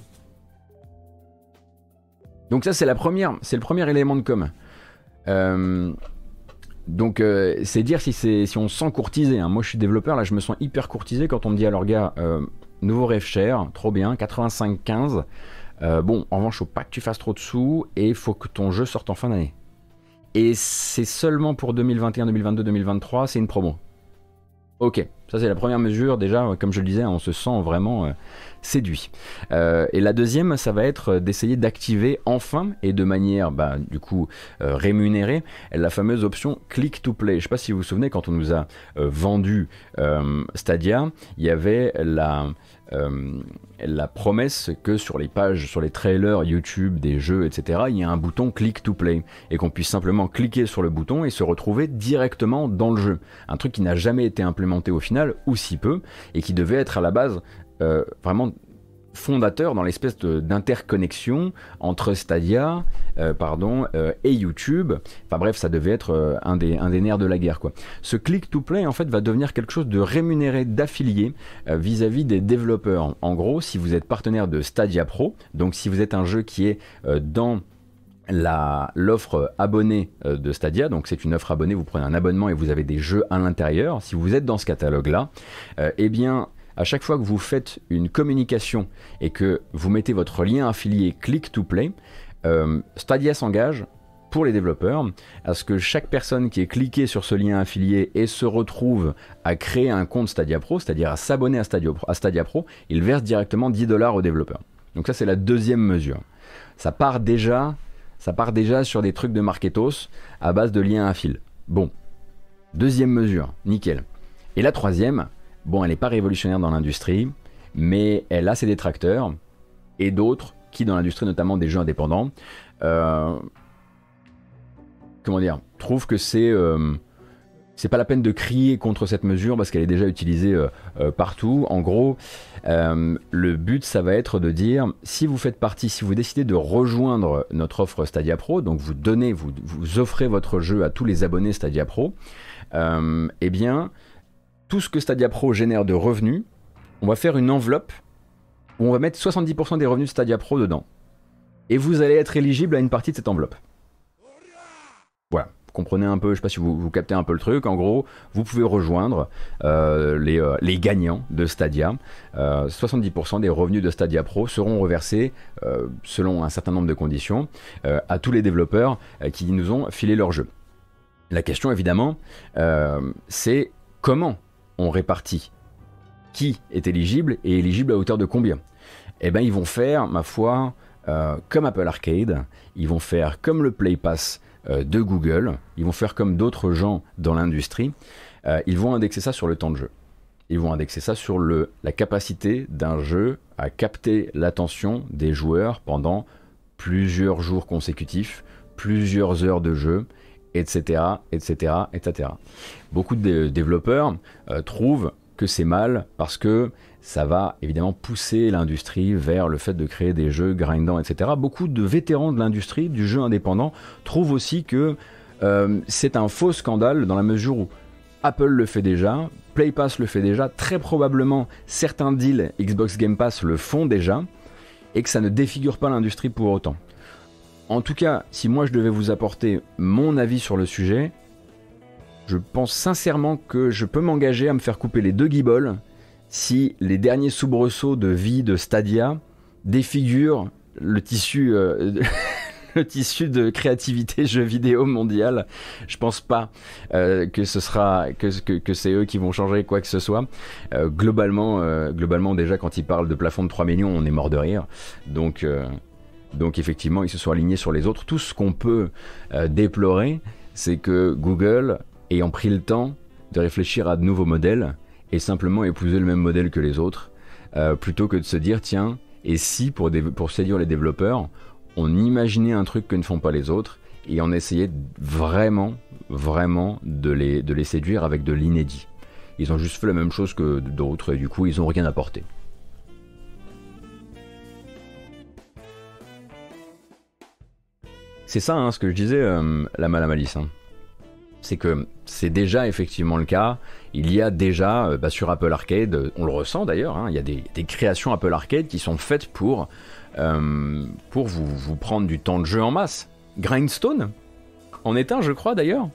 Donc ça, c'est le premier élément de com. Donc c'est dire si on se sent courtisé. Hein. Moi, je suis développeur, là, je me sens hyper courtisé quand on me dit, alors gars, nouveau rêve cher, trop bien, 85-15. Bon, en revanche, faut pas que tu fasses trop de sous et il faut que ton jeu sorte en fin d'année. Et c'est seulement pour 2021, 2022, 2023, c'est une promo. Ok, ça c'est la première mesure, déjà, comme je le disais, on se sent vraiment séduit. Et la deuxième, ça va être d'essayer d'activer enfin, et de manière, du coup, rémunérée, la fameuse option Click to Play. Je ne sais pas si vous vous souvenez, quand on nous a vendu Stadia, il y avait la promesse que sur les pages, sur les trailers YouTube des jeux, etc., il y a un bouton Click to Play et qu'on puisse simplement cliquer sur le bouton et se retrouver directement dans le jeu. Un truc qui n'a jamais été implémenté au final, ou si peu, et qui devait être à la base vraiment fondateur dans l'espèce d'interconnexion entre Stadia et YouTube. Enfin bref, ça devait être un des nerfs de la guerre, quoi. Ce click to play en fait va devenir quelque chose de rémunéré, d'affilié vis-à-vis des développeurs. En gros, si vous êtes partenaire de Stadia Pro, donc si vous êtes un jeu qui est dans l'offre abonnée de Stadia, donc c'est une offre abonnée, vous prenez un abonnement et vous avez des jeux à l'intérieur. Si vous êtes dans ce catalogue-là, eh bien, à chaque fois que vous faites une communication et que vous mettez votre lien affilié Click to Play, Stadia s'engage pour les développeurs à ce que chaque personne qui est cliquée sur ce lien affilié et se retrouve à créer un compte Stadia Pro, c'est-à-dire à s'abonner à Stadia Pro, il verse directement $10 aux développeurs. Donc ça, c'est la deuxième mesure. Ça part déjà sur des trucs de marketos à base de liens à fil. Bon, deuxième mesure, nickel. Et la troisième, bon, elle n'est pas révolutionnaire dans l'industrie, mais elle a ses détracteurs et d'autres qui, dans l'industrie, notamment des jeux indépendants, trouvent que c'est pas la peine de crier contre cette mesure parce qu'elle est déjà utilisée partout. En gros, le but, ça va être de dire, si vous faites partie, si vous décidez de rejoindre notre offre Stadia Pro, donc vous offrez votre jeu à tous les abonnés Stadia Pro, eh bien, tout ce que Stadia Pro génère de revenus, on va faire une enveloppe où on va mettre 70% des revenus de Stadia Pro dedans. Et vous allez être éligible à une partie de cette enveloppe. Voilà. Comprenez un peu, je sais pas si vous captez un peu le truc. En gros, vous pouvez rejoindre les gagnants de Stadia. 70% des revenus de Stadia Pro seront reversés selon un certain nombre de conditions à tous les développeurs qui nous ont filé leur jeu. La question évidemment, c'est comment on répartit qui est éligible et éligible à hauteur de combien. Eh bien, ils vont faire, ma foi, comme Apple Arcade, ils vont faire comme le Play Pass de Google, ils vont faire comme d'autres gens dans l'industrie, ils vont indexer ça sur le temps de jeu. Ils vont indexer ça sur la capacité d'un jeu à capter l'attention des joueurs pendant plusieurs jours consécutifs, plusieurs heures de jeu, etc., etc., etc. Beaucoup de développeurs trouvent que c'est mal parce que ça va évidemment pousser l'industrie vers le fait de créer des jeux grindants, etc. Beaucoup de vétérans de l'industrie du jeu indépendant trouvent aussi que c'est un faux scandale dans la mesure où Apple le fait déjà, Play Pass le fait déjà, très probablement certains deals Xbox Game Pass le font déjà, et que ça ne défigure pas l'industrie pour autant. En tout cas, si moi je devais vous apporter mon avis sur le sujet, je pense sincèrement que je peux m'engager à me faire couper les deux guibolles si les derniers soubresauts de vie de Stadia défigurent le tissu, le tissu de créativité jeux vidéo mondial. Je pense pas que c'est eux qui vont changer quoi que ce soit. Globalement, déjà quand ils parlent de plafond de 3 millions, on est mort de rire. Donc effectivement, ils se sont alignés sur les autres. Tout ce qu'on peut déplorer, c'est que Google ayant pris le temps de réfléchir à de nouveaux modèles et simplement épouser le même modèle que les autres, plutôt que de se dire tiens, et si pour séduire les développeurs, on imaginait un truc que ne font pas les autres et on essayait vraiment de les séduire avec de l'inédit. Ils ont juste fait la même chose que d'autres et du coup ils ont rien apporté. C'est ça hein, ce que je disais, la malice. Hein. C'est que c'est déjà effectivement le cas. Il y a déjà sur Apple Arcade, on le ressent d'ailleurs, hein, il y a des créations Apple Arcade qui sont faites pour vous prendre du temps de jeu en masse. Grindstone en est un, je crois d'ailleurs.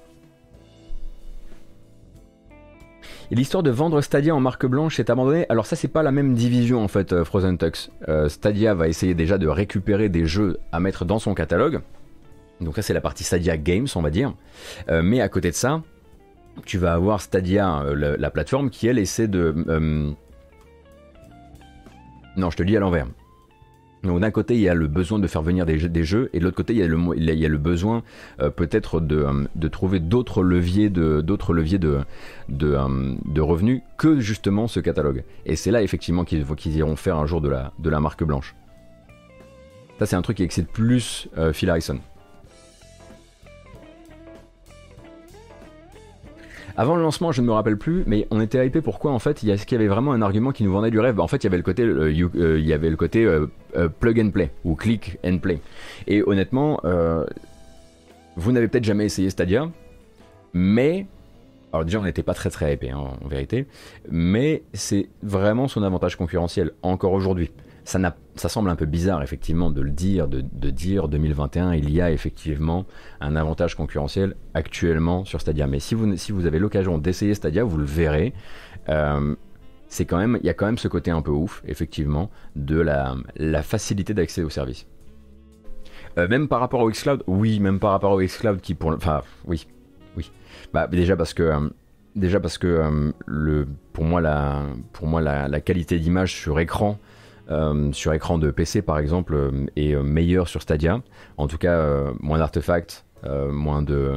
Et l'histoire de vendre Stadia en marque blanche est abandonnée. Alors ça c'est pas la même division en fait, Frozen Tux. Stadia va essayer déjà de récupérer des jeux à mettre dans son catalogue. Donc ça c'est la partie Stadia Games on va dire. Mais à côté de ça, tu vas avoir Stadia, la plateforme qui elle essaie de... Non je te le dis à l'envers. Donc d'un côté il y a le besoin de faire venir des jeux et de l'autre côté il y a le besoin peut-être de trouver d'autres leviers de revenus que justement ce catalogue. Et c'est là effectivement qu'ils iront faire un jour de la marque blanche. Ça c'est un truc qui excite plus Phil Harrison. Avant le lancement, je ne me rappelle plus, mais on était hypé pourquoi en fait, est-ce qu'il y avait vraiment un argument qui nous vendait du rêve? En fait, il y avait le côté, plug and play ou click and play. Et honnêtement, vous n'avez peut-être jamais essayé Stadia, mais alors déjà on n'était pas très hypé hein, en vérité, mais c'est vraiment son avantage concurrentiel encore aujourd'hui. Ça semble un peu bizarre effectivement de le dire, de dire 2021 il y a effectivement un avantage concurrentiel actuellement sur Stadia. Mais si vous avez l'occasion d'essayer Stadia, vous le verrez. Il y a quand même ce côté un peu ouf effectivement de la facilité d'accès au service. Même par rapport au xCloud, oui, même par rapport au xCloud qui oui. Bah déjà parce que pour moi la qualité d'image sur écran de PC par exemple est meilleure sur Stadia. En tout cas moins d'artefacts, moins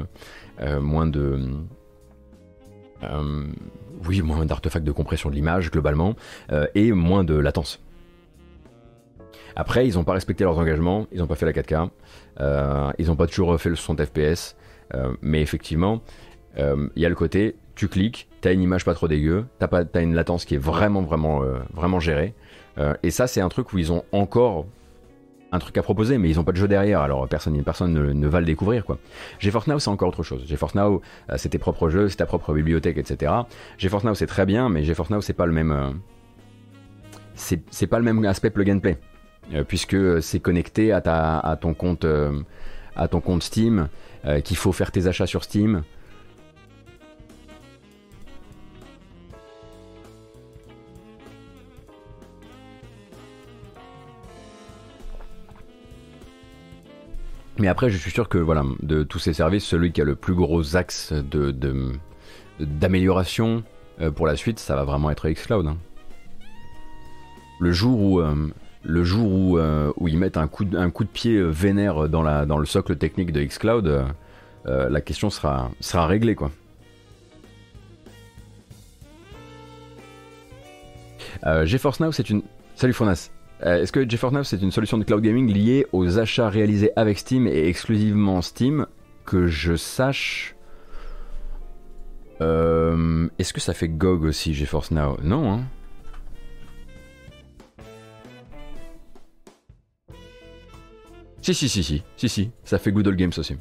d'artefacts de compression de l'image globalement et moins de latence. Après ils n'ont pas respecté leurs engagements, ils n'ont pas fait la 4K, ils n'ont pas toujours refait le 60 fps, mais effectivement il y a le côté tu cliques, t'as une image pas trop dégueu, t'as une latence qui est vraiment gérée. Et ça c'est un truc où ils ont encore un truc à proposer, mais ils n'ont pas de jeu derrière, alors personne ne va le découvrir quoi. GeForce Now c'est encore autre chose. GeForce Now c'est tes propres jeux, c'est ta propre bibliothèque, etc. GeForce Now c'est très bien, mais GeForce Now c'est pas le même c'est pas le même aspect plug and play, puisque c'est connecté à ton compte Steam, qu'il faut faire tes achats sur Steam. Mais après, je suis sûr que voilà, de tous ces services, celui qui a le plus gros axe d'amélioration pour la suite, ça va vraiment être xCloud. Hein. Le jour où ils mettent un coup de pied vénère dans le socle technique de xCloud, la question sera réglée quoi. GeForce Now, c'est une... Salut Fournas. Est-ce que GeForce Now c'est une solution de cloud gaming liée aux achats réalisés avec Steam et exclusivement Steam? Que je sache... Est-ce que ça fait GOG aussi GeForce Now? Non hein. Si, ça fait Good Old Games aussi.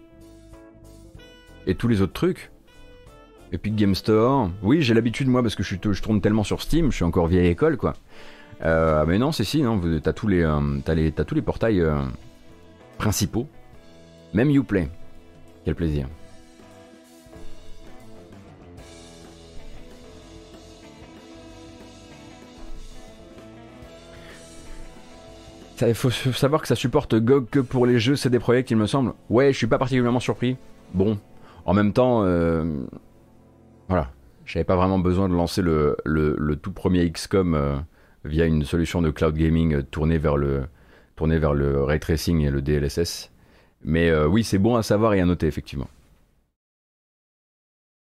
Et tous les autres trucs? Epic Game Store, oui j'ai l'habitude moi parce que je tourne tellement sur Steam, je suis encore vieille école quoi. Mais non, non, t'as tous les portails principaux, même Uplay. Quel plaisir. Il faut savoir que ça supporte GOG que pour les jeux CD Projekt, il me semble. Ouais, je suis pas particulièrement surpris. Bon, en même temps, voilà, j'avais pas vraiment besoin de lancer le tout premier XCOM via une solution de cloud gaming tournée vers le ray tracing et le DLSS. Mais oui, c'est bon à savoir et à noter, effectivement.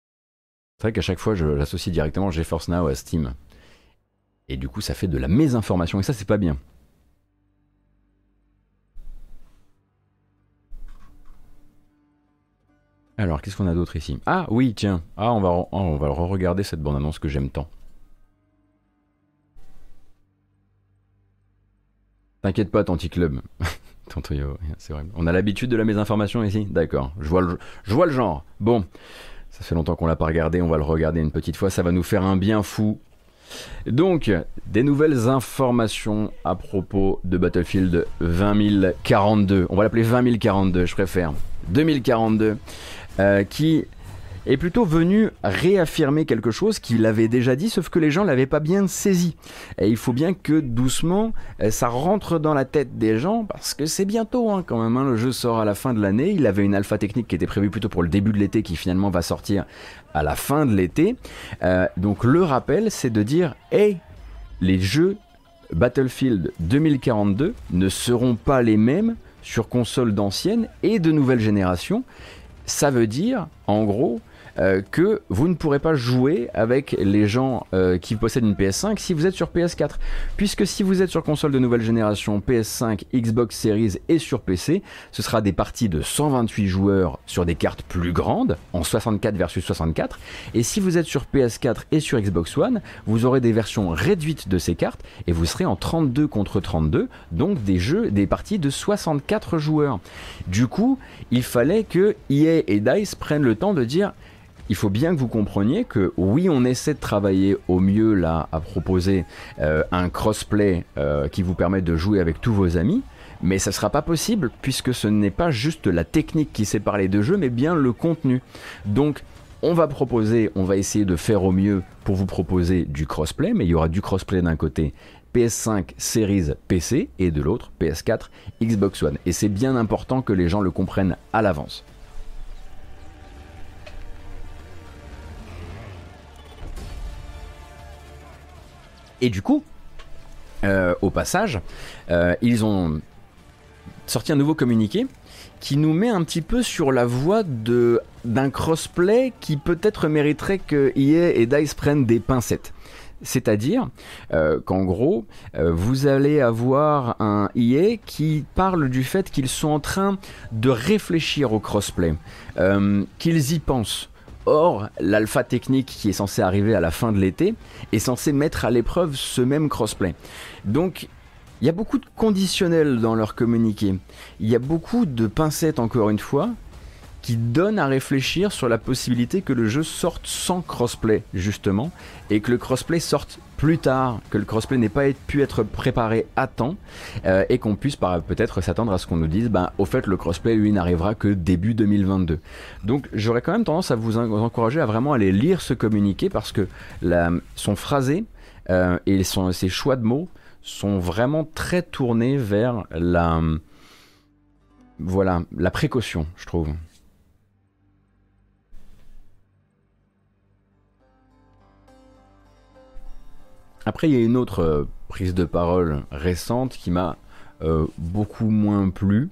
C'est vrai qu'à chaque fois, j'associe directement GeForce Now à Steam. Et du coup, ça fait de la mésinformation. Et ça, c'est pas bien. Alors, qu'est-ce qu'on a d'autre ici? Ah oui, tiens. Ah, on va re-regarder cette bande-annonce que j'aime tant. T'inquiète pas, Tanti-Club. C'est vrai. On a l'habitude de la mésinformation ici? D'accord. Je vois le genre. Bon. Ça fait longtemps qu'on l'a pas regardé. On va le regarder une petite fois. Ça va nous faire un bien fou. Donc, des nouvelles informations à propos de Battlefield 20042. On va l'appeler 20042, je préfère. 2042. Qui est plutôt venu réaffirmer quelque chose qu'il avait déjà dit, sauf que les gens l'avaient pas bien saisi. Et il faut bien que doucement, ça rentre dans la tête des gens, parce que c'est bientôt hein, quand même. Hein, le jeu sort à la fin de l'année. Il avait une alpha technique qui était prévue plutôt pour le début de l'été, qui finalement va sortir à la fin de l'été. Donc le rappel, c'est de dire, hey, les jeux Battlefield 2042 ne seront pas les mêmes sur consoles d'anciennes et de nouvelle génération. Ça veut dire, en gros, que vous ne pourrez pas jouer avec les gens qui possèdent une PS5 si vous êtes sur PS4. Puisque si vous êtes sur console de nouvelle génération, PS5, Xbox Series et sur PC, ce sera des parties de 128 joueurs sur des cartes plus grandes, en 64 versus 64. Et si vous êtes sur PS4 et sur Xbox One, vous aurez des versions réduites de ces cartes et vous serez en 32 contre 32, donc des parties de 64 joueurs. Du coup, il fallait que EA et DICE prennent le temps de dire... Il faut bien que vous compreniez que oui, on essaie de travailler au mieux là à proposer un crossplay qui vous permet de jouer avec tous vos amis, mais ça ne sera pas possible puisque ce n'est pas juste la technique qui sépare les deux jeux, mais bien le contenu. Donc on va essayer de faire au mieux pour vous proposer du crossplay, mais il y aura du crossplay d'un côté PS5, Series, PC et de l'autre PS4, Xbox One. Et c'est bien important que les gens le comprennent à l'avance. Et du coup, au passage, ils ont sorti un nouveau communiqué qui nous met un petit peu sur la voie d'un crossplay qui peut-être mériterait que EA et DICE prennent des pincettes. C'est-à-dire qu'en gros, vous allez avoir un EA qui parle du fait qu'ils sont en train de réfléchir au crossplay, qu'ils y pensent. Or, l'alpha technique qui est censée arriver à la fin de l'été est censée mettre à l'épreuve ce même crossplay. Donc, il y a beaucoup de conditionnels dans leur communiqué. Il y a beaucoup de pincettes, encore une fois, qui donnent à réfléchir sur la possibilité que le jeu sorte sans crossplay, justement, et que le crossplay sorte plus tard, que le crossplay n'ait pas pu être préparé à temps, et qu'on puisse peut-être s'attendre à ce qu'on nous dise, au fait, le crossplay, lui, n'arrivera que début 2022. Donc, j'aurais quand même tendance à vous encourager à vraiment aller lire ce communiqué, parce que son phrasé et ses choix de mots sont vraiment très tournés vers la précaution, je trouve. Après, il y a une autre prise de parole récente qui m'a beaucoup moins plu.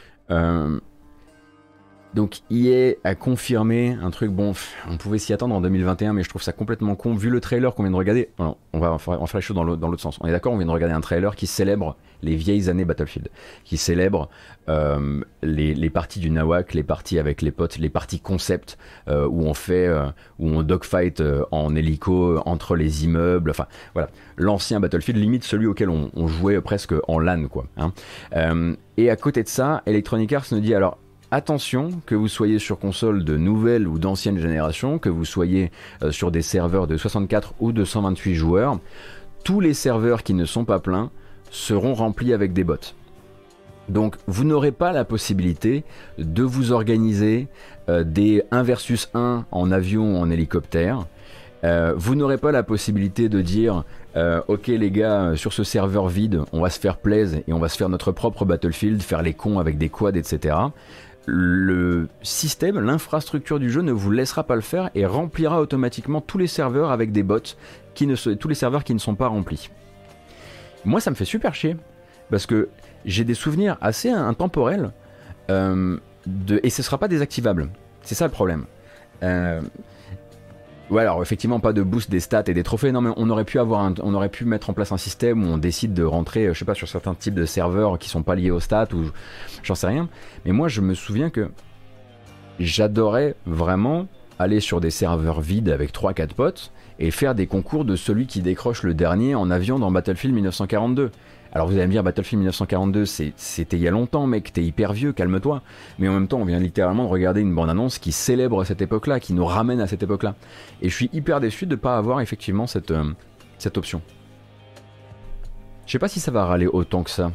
Donc, EA a confirmé un truc, bon, on pouvait s'y attendre en 2021, mais je trouve ça complètement con. Vu le trailer qu'on vient de regarder, non, on va faire les choses dans l'autre sens. On est d'accord, on vient de regarder un trailer qui célèbre les vieilles années Battlefield, qui célèbre les parties du Nawak, les parties avec les potes, les parties concept où on dogfight en hélico entre les immeubles, enfin voilà, l'ancien Battlefield, limite celui auquel on jouait presque en LAN, quoi. Hein. Et à côté de ça, Electronic Arts nous dit alors, attention, que vous soyez sur console de nouvelle ou d'ancienne génération, que vous soyez sur des serveurs de 64 ou de 128 joueurs, tous les serveurs qui ne sont pas pleins seront remplis avec des bots. Donc vous n'aurez pas la possibilité de vous organiser des 1 versus 1 en avion ou en hélicoptère. Vous n'aurez pas la possibilité de dire ok les gars, sur ce serveur vide, on va se faire plaisir et on va se faire notre propre Battlefield, faire les cons avec des quads, etc. Le système, l'infrastructure du jeu ne vous laissera pas le faire et remplira automatiquement tous les serveurs avec des bots, tous les serveurs qui ne sont pas remplis. Moi ça me fait super chier, parce que j'ai des souvenirs assez intemporels, et ce ne sera pas désactivable. C'est ça le problème. Ouais, alors effectivement pas de boost des stats et des trophées, non mais on aurait pu mettre en place un système où on décide de rentrer, je sais pas, sur certains types de serveurs qui sont pas liés aux stats ou j'en sais rien. Mais moi je me souviens que j'adorais vraiment aller sur des serveurs vides avec 3-4 potes et faire des concours de celui qui décroche le dernier en avion dans Battlefield 1942. Alors vous allez me dire, Battlefield 1942, c'était il y a longtemps, mec, t'es hyper vieux, calme-toi. Mais en même temps, on vient littéralement de regarder une bande-annonce qui célèbre cette époque-là, qui nous ramène à cette époque-là. Et je suis hyper déçu de ne pas avoir effectivement cette option. Je sais pas si ça va râler autant que ça.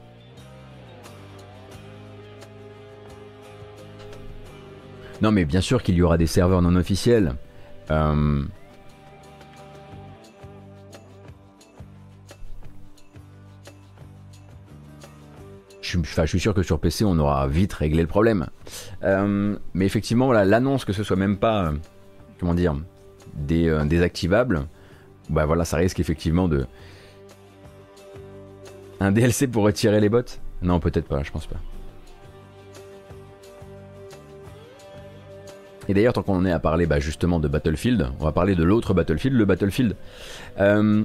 Non mais bien sûr qu'il y aura des serveurs non officiels. Je suis sûr que sur PC on aura vite réglé le problème. Mais effectivement, voilà, l'annonce que ce soit même pas, comment dire, désactivable, bah voilà, ça risque effectivement de... Un DLC pour retirer les bots? Non, peut-être pas, je pense pas. Et d'ailleurs, tant qu'on en est à parler justement de Battlefield, on va parler de l'autre Battlefield, le Battlefield. Le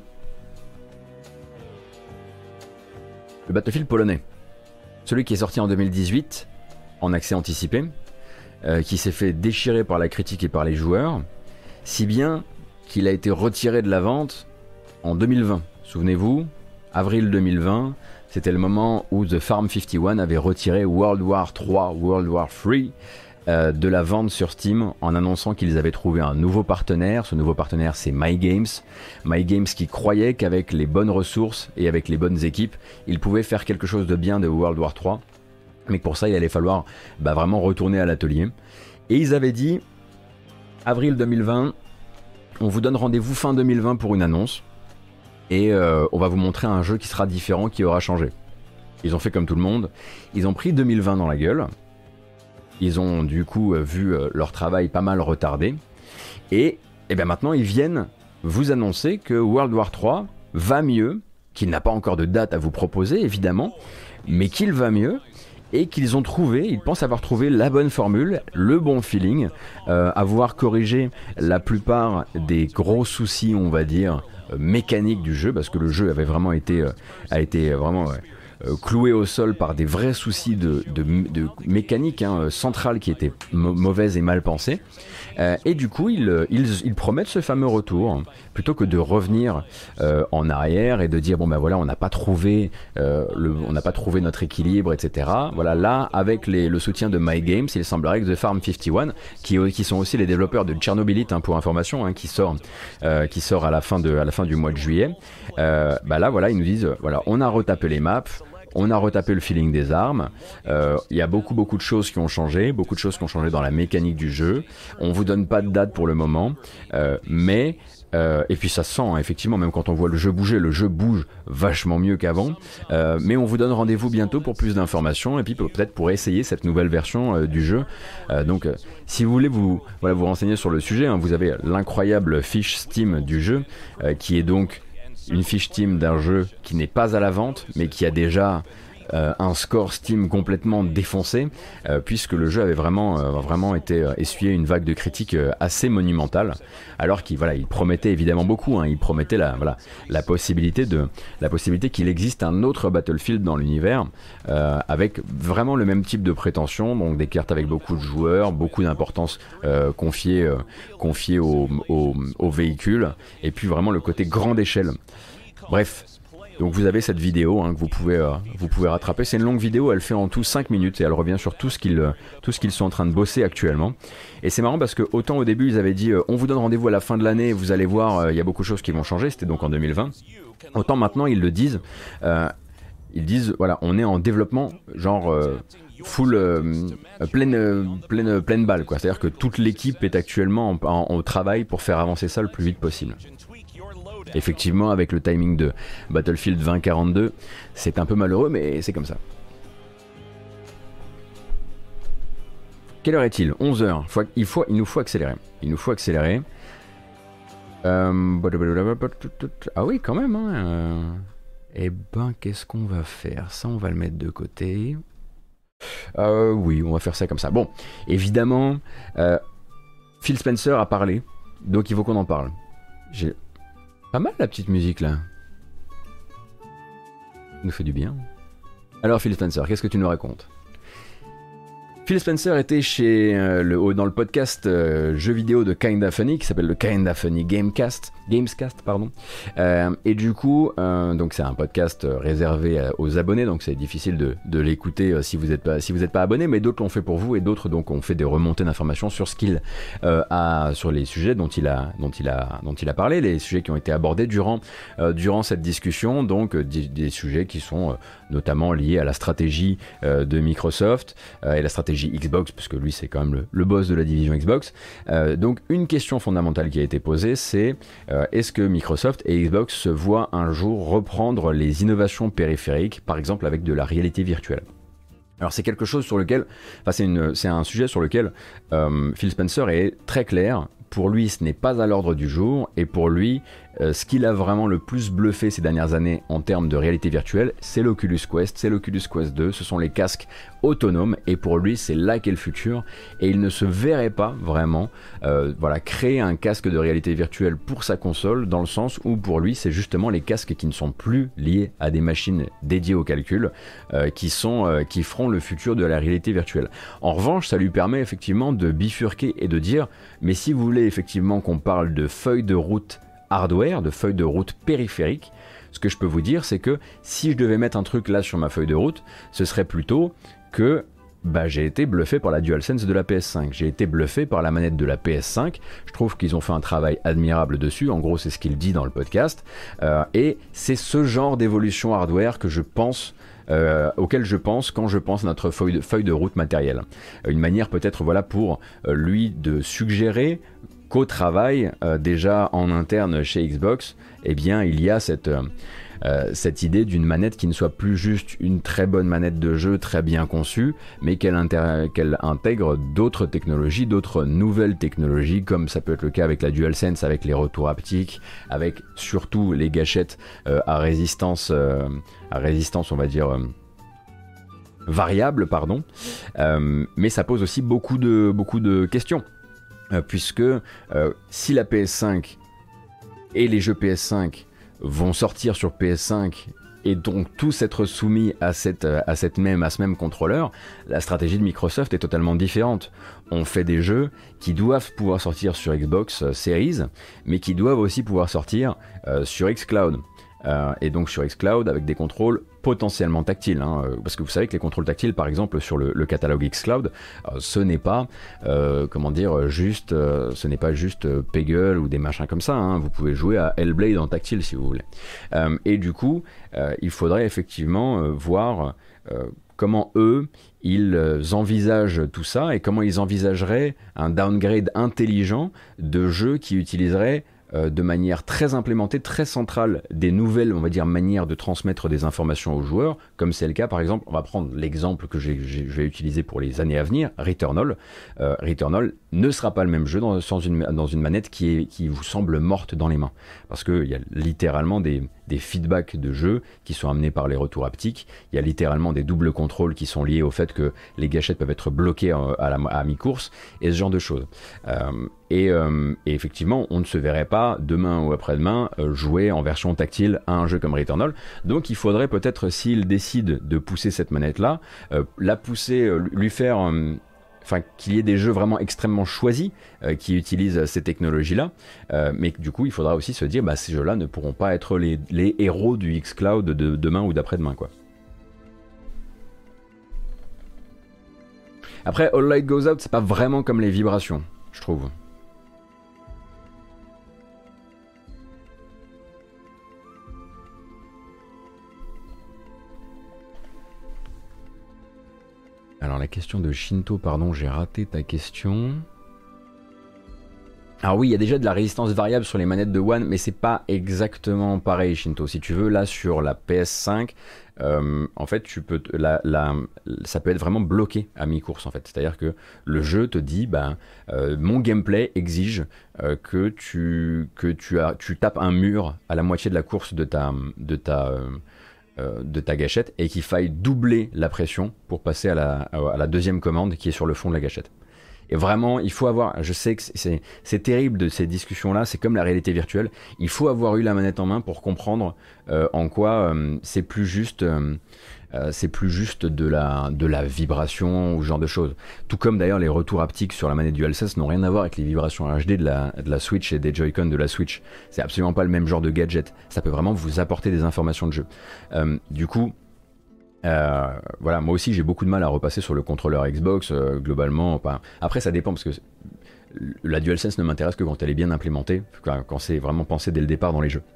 Battlefield polonais. Celui qui est sorti en 2018, en accès anticipé, qui s'est fait déchirer par la critique et par les joueurs, si bien qu'il a été retiré de la vente en 2020. Souvenez-vous, avril 2020, c'était le moment où The Farm 51 avait retiré World War 3, World War 3 de la vente sur Steam en annonçant qu'ils avaient trouvé un nouveau partenaire. Ce nouveau partenaire, c'est MyGames. MyGames qui croyait qu'avec les bonnes ressources et avec les bonnes équipes, ils pouvaient faire quelque chose de bien de World War 3. Mais pour ça, il allait falloir vraiment retourner à l'atelier. Et ils avaient dit, avril 2020, on vous donne rendez-vous fin 2020 pour une annonce. Et on va vous montrer un jeu qui sera différent, qui aura changé. Ils ont fait comme tout le monde. Ils ont pris 2020 dans la gueule. Ils ont du coup vu leur travail pas mal retardé. Et bien maintenant, ils viennent vous annoncer que World War 3 va mieux, qu'il n'a pas encore de date à vous proposer, évidemment, mais qu'il va mieux et qu'ils ont trouvé, ils pensent avoir trouvé la bonne formule, le bon feeling, avoir corrigé la plupart des gros soucis, on va dire, mécaniques du jeu, parce que le jeu avait vraiment été, cloué au sol par des vrais soucis de mécanique centrale qui étaient mauvaises et mal pensées. Et du coup, ils promettent ce fameux retour, plutôt que de revenir en arrière et de dire bon ben voilà, on n'a pas trouvé notre équilibre, etc. Voilà, là avec le soutien de MyGames, il semblerait que The Farm 51, qui sont aussi les développeurs de Tchernobylite, pour information, qui sort à la fin du mois de juillet. Là voilà, ils nous disent voilà, on a retapé les maps. On a retapé le feeling des armes, il y a beaucoup de choses qui ont changé, dans la mécanique du jeu. On vous donne pas de date pour le moment, mais et puis ça se sent, effectivement, même quand on voit le jeu bouge vachement mieux qu'avant, mais on vous donne rendez-vous bientôt pour plus d'informations et puis peut-être pour essayer cette nouvelle version du jeu. Donc si vous voulez vous renseigner sur le sujet, vous avez l'incroyable fiche Steam du jeu, qui est donc une fiche Steam d'un jeu qui n'est pas à la vente, mais qui a déjà un score Steam complètement défoncé, puisque le jeu avait vraiment été essuyé une vague de critiques assez monumentale, alors qu'il promettait évidemment beaucoup, il promettait la possibilité qu'il existe un autre Battlefield dans l'univers, avec vraiment le même type de prétention, donc des cartes avec beaucoup de joueurs, beaucoup d'importance confiée aux véhicules, et puis vraiment le côté grande échelle. Bref, donc vous avez cette vidéo que vous pouvez rattraper. C'est une longue vidéo, elle fait en tout 5 minutes et elle revient sur tout ce qu'ils sont en train de bosser actuellement. Et c'est marrant parce que autant au début ils avaient dit on vous donne rendez-vous à la fin de l'année, vous allez voir, il y a beaucoup de choses qui vont changer, c'était donc en 2020. Autant maintenant ils le disent, voilà, on est en développement genre full pleine balle, quoi. C'est-à-dire que toute l'équipe est actuellement au travail pour faire avancer ça le plus vite possible. Effectivement, avec le timing de Battlefield 2042, c'est un peu malheureux, mais c'est comme ça. Quelle heure est-il? 11h. Il nous faut accélérer. Ah oui, quand même. Eh ben, qu'est-ce qu'on va faire? Ça, on va le mettre de côté. Oui, on va faire ça comme ça. Bon, évidemment, Phil Spencer a parlé Donc il faut qu'on en parle. J'ai pas mal la petite musique là. Ça nous fait du bien. Alors Phil Spencer, qu'est-ce que tu nous racontes? Phil Spencer était chez dans le podcast jeux vidéo de Kinda Funny, qui s'appelle le Kinda Funny Gamescast, pardon. Et du coup, donc c'est un podcast réservé aux abonnés, donc c'est difficile de l'écouter si vous êtes pas abonné, mais d'autres l'ont fait pour vous et d'autres donc ont fait des remontées d'informations sur ce qu'il a, sur les sujets dont il a parlé, les sujets qui ont été abordés durant cette discussion, donc des sujets qui sont notamment liés à la stratégie de Microsoft et la stratégie Xbox, parce que lui c'est quand même le boss de la division Xbox. Donc une question fondamentale qui a été posée, c'est est-ce que Microsoft et Xbox se voient un jour reprendre les innovations périphériques, par exemple avec de la réalité virtuelle? Alors c'est quelque chose sur lequel, c'est un sujet sur lequel Phil Spencer est très clair. Pour lui, ce n'est pas à l'ordre du jour, et pour lui, ce qu'il a vraiment le plus bluffé ces dernières années en termes de réalité virtuelle, c'est l'Oculus Quest, c'est l'Oculus Quest 2, ce sont les casques autonomes, et pour lui, c'est là qu'est le futur, et il ne se verrait pas vraiment créer un casque de réalité virtuelle pour sa console, dans le sens où pour lui, c'est justement les casques qui ne sont plus liés à des machines dédiées au calcul, qui feront le futur de la réalité virtuelle. En revanche, ça lui permet effectivement de bifurquer et de dire, mais si vous voulez effectivement qu'on parle de feuille de route hardware, de feuille de route périphérique, ce que je peux vous dire, c'est que si je devais mettre un truc là sur ma feuille de route, ce serait plutôt que j'ai été bluffé par la DualSense de la PS5, j'ai été bluffé par la manette de la PS5, je trouve qu'ils ont fait un travail admirable dessus, en gros c'est ce qu'il dit dans le podcast, et c'est ce genre d'évolution hardware que je pense auquel je pense quand je pense à notre feuille de route matérielle. Une manière peut-être pour lui de suggérer qu'au travail, déjà en interne chez Xbox, eh bien il y a cette idée d'une manette qui ne soit plus juste une très bonne manette de jeu très bien conçue, mais qu'elle intègre d'autres technologies, d'autres nouvelles technologies, comme ça peut être le cas avec la DualSense, avec les retours haptiques, avec surtout les gâchettes à résistance on va dire variable, pardon. Mais ça pose aussi beaucoup de questions. Puisque si la PS5 et les jeux PS5 vont sortir sur PS5 et donc tous être soumis à ce même contrôleur, la stratégie de Microsoft est totalement différente. On fait des jeux qui doivent pouvoir sortir sur Xbox Series, mais qui doivent aussi pouvoir sortir sur xCloud. Et donc sur xCloud avec des contrôles potentiellement tactiles, parce que vous savez que les contrôles tactiles par exemple sur le catalogue xCloud, ce n'est pas juste Peggle ou des machins comme ça, vous pouvez jouer à Hellblade en tactile si vous voulez, et du coup il faudrait effectivement voir comment eux ils envisagent tout ça et comment ils envisageraient un downgrade intelligent de jeux qui utiliseraient de manière très implémentée, très centrale, des nouvelles, on va dire, manières de transmettre des informations aux joueurs, comme c'est le cas, par exemple, on va prendre l'exemple que je vais utiliser pour les années à venir, Returnal. Returnal ne sera pas le même jeu dans une manette qui vous semble morte dans les mains, parce qu'il y a littéralement des feedbacks de jeu qui sont amenés par les retours haptiques, il y a littéralement des doubles contrôles qui sont liés au fait que les gâchettes peuvent être bloquées à mi-course, et ce genre de choses. Et effectivement, on ne se verrait pas demain ou après-demain jouer en version tactile à un jeu comme Returnal. Donc il faudrait peut-être, s'il décide de pousser cette manette-là, la pousser, lui faire... qu'il y ait des jeux vraiment extrêmement choisis qui utilisent ces technologies-là, mais du coup il faudra aussi se dire ces jeux-là ne pourront pas être les héros du xCloud de demain ou d'après-demain, quoi. Après, All Light Goes Out, c'est pas vraiment comme les vibrations, je trouve. Alors la question de Shinto, pardon, j'ai raté ta question. Alors oui, il y a déjà de la résistance variable sur les manettes de One, mais c'est pas exactement pareil, Shinto. Si tu veux, là sur la PS5, en fait, ça peut être vraiment bloqué à mi-course, en fait. C'est-à-dire que le jeu te dit, mon gameplay exige que tu tapes un mur à la moitié de la course de ta gâchette et qu'il faille doubler la pression pour passer à la deuxième commande qui est sur le fond de la gâchette. Et vraiment, il faut avoir, je sais que c'est terrible de ces discussions-là, c'est comme la réalité virtuelle, il faut avoir eu la manette en main pour comprendre en quoi c'est plus juste de la vibration ou ce genre de choses. Tout comme d'ailleurs les retours haptiques sur la manette DualSense n'ont rien à voir avec les vibrations HD de la Switch et des Joy-Con de la Switch. C'est absolument pas le même genre de gadget. Ça peut vraiment vous apporter des informations de jeu. Du coup, voilà, moi aussi j'ai beaucoup de mal à repasser sur le contrôleur Xbox globalement. Après ça dépend parce que la DualSense ne m'intéresse que quand elle est bien implémentée, quand c'est vraiment pensé dès le départ dans les jeux.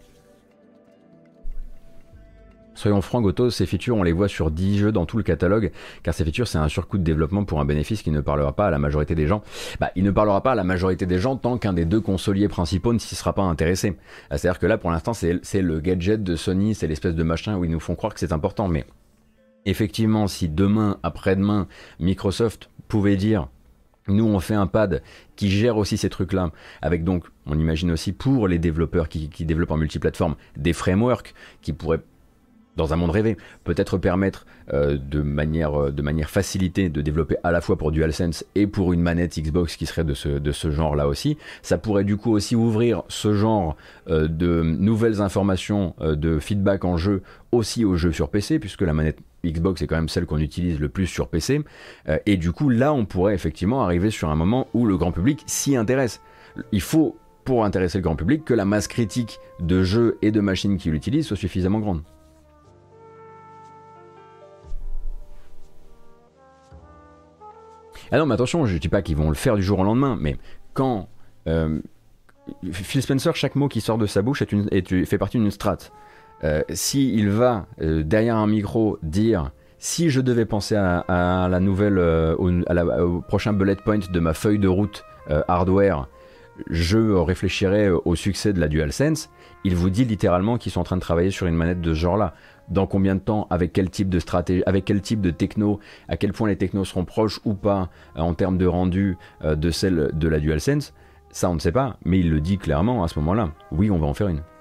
Soyons francs, Goto, ces features on les voit sur 10 jeux dans tout le catalogue, car ces features c'est un surcoût de développement pour un bénéfice qui ne parlera pas à la majorité des gens. Il ne parlera pas à la majorité des gens tant qu'un des deux consoliers principaux ne s'y sera pas intéressé. C'est-à-dire que là pour l'instant c'est le gadget de Sony, c'est l'espèce de machin où ils nous font croire que c'est important, mais effectivement si demain, après-demain, Microsoft pouvait dire nous on fait un pad qui gère aussi ces trucs là, avec donc on imagine aussi pour les développeurs qui développent en multiplateforme des frameworks qui pourraient dans un monde rêvé, peut-être permettre de manière facilitée de développer à la fois pour DualSense et pour une manette Xbox qui serait de ce genre-là aussi. Ça pourrait du coup aussi ouvrir ce genre de nouvelles informations, de feedback en jeu aussi aux jeux sur PC, puisque la manette Xbox est quand même celle qu'on utilise le plus sur PC. Et du coup, là, on pourrait effectivement arriver sur un moment où le grand public s'y intéresse. Il faut, pour intéresser le grand public, que la masse critique de jeux et de machines qui l'utilisent soit suffisamment grande. Ah non, mais attention, je ne dis pas qu'ils vont le faire du jour au lendemain, mais quand Phil Spencer, chaque mot qui sort de sa bouche fait partie d'une strate. S'il va derrière un micro dire « si je devais penser à la nouvelle, au prochain bullet point de ma feuille de route hardware, je réfléchirais au succès de la DualSense », il vous dit littéralement qu'ils sont en train de travailler sur une manette de ce genre-là. Dans combien de temps, avec quel type de stratégie, avec quel type de techno, à quel point les technos seront proches ou pas en termes de rendu de celle de la DualSense, ça on ne sait pas, mais il le dit clairement à ce moment-là. Oui, on va en faire une.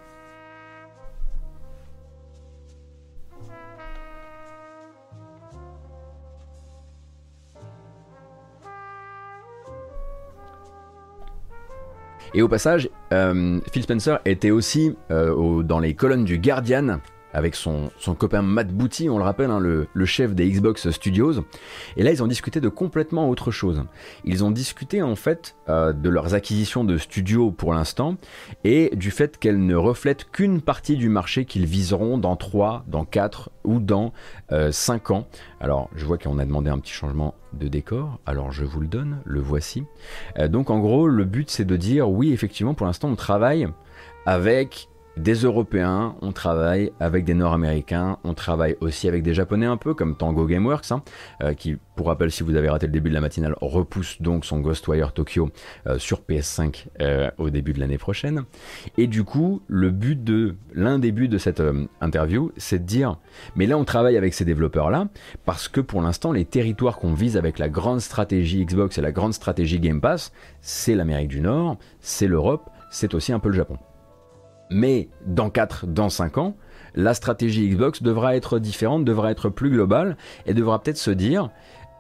Et au passage, Phil Spencer était aussi dans les colonnes du Guardian, avec son copain Matt Booty, on le rappelle, hein, le chef des Xbox Studios. Et là, ils ont discuté de complètement autre chose. Ils ont discuté en fait de leurs acquisitions de studios pour l'instant et du fait qu'elles ne reflètent qu'une partie du marché qu'ils viseront dans 3, dans 4 ou dans 5 ans. Alors, je vois qu'on a demandé un petit changement de décor, alors je vous le donne, le voici. Donc en gros, le but c'est de dire, oui, effectivement, pour l'instant, on travaille avec des Européens, on travaille avec des Nord-Américains, on travaille aussi avec des Japonais un peu, comme Tango Gameworks, hein, qui, pour rappel, si vous avez raté le début de la matinale, repousse donc son Ghostwire Tokyo sur PS5 au début de l'année prochaine. Et du coup, l'un des buts de cette interview, c'est de dire, mais là on travaille avec ces développeurs-là, parce que pour l'instant, les territoires qu'on vise avec la grande stratégie Xbox et la grande stratégie Game Pass, c'est l'Amérique du Nord, c'est l'Europe, c'est aussi un peu le Japon. Mais dans 4, dans 5 ans, la stratégie Xbox devra être différente, devra être plus globale et devra peut-être se dire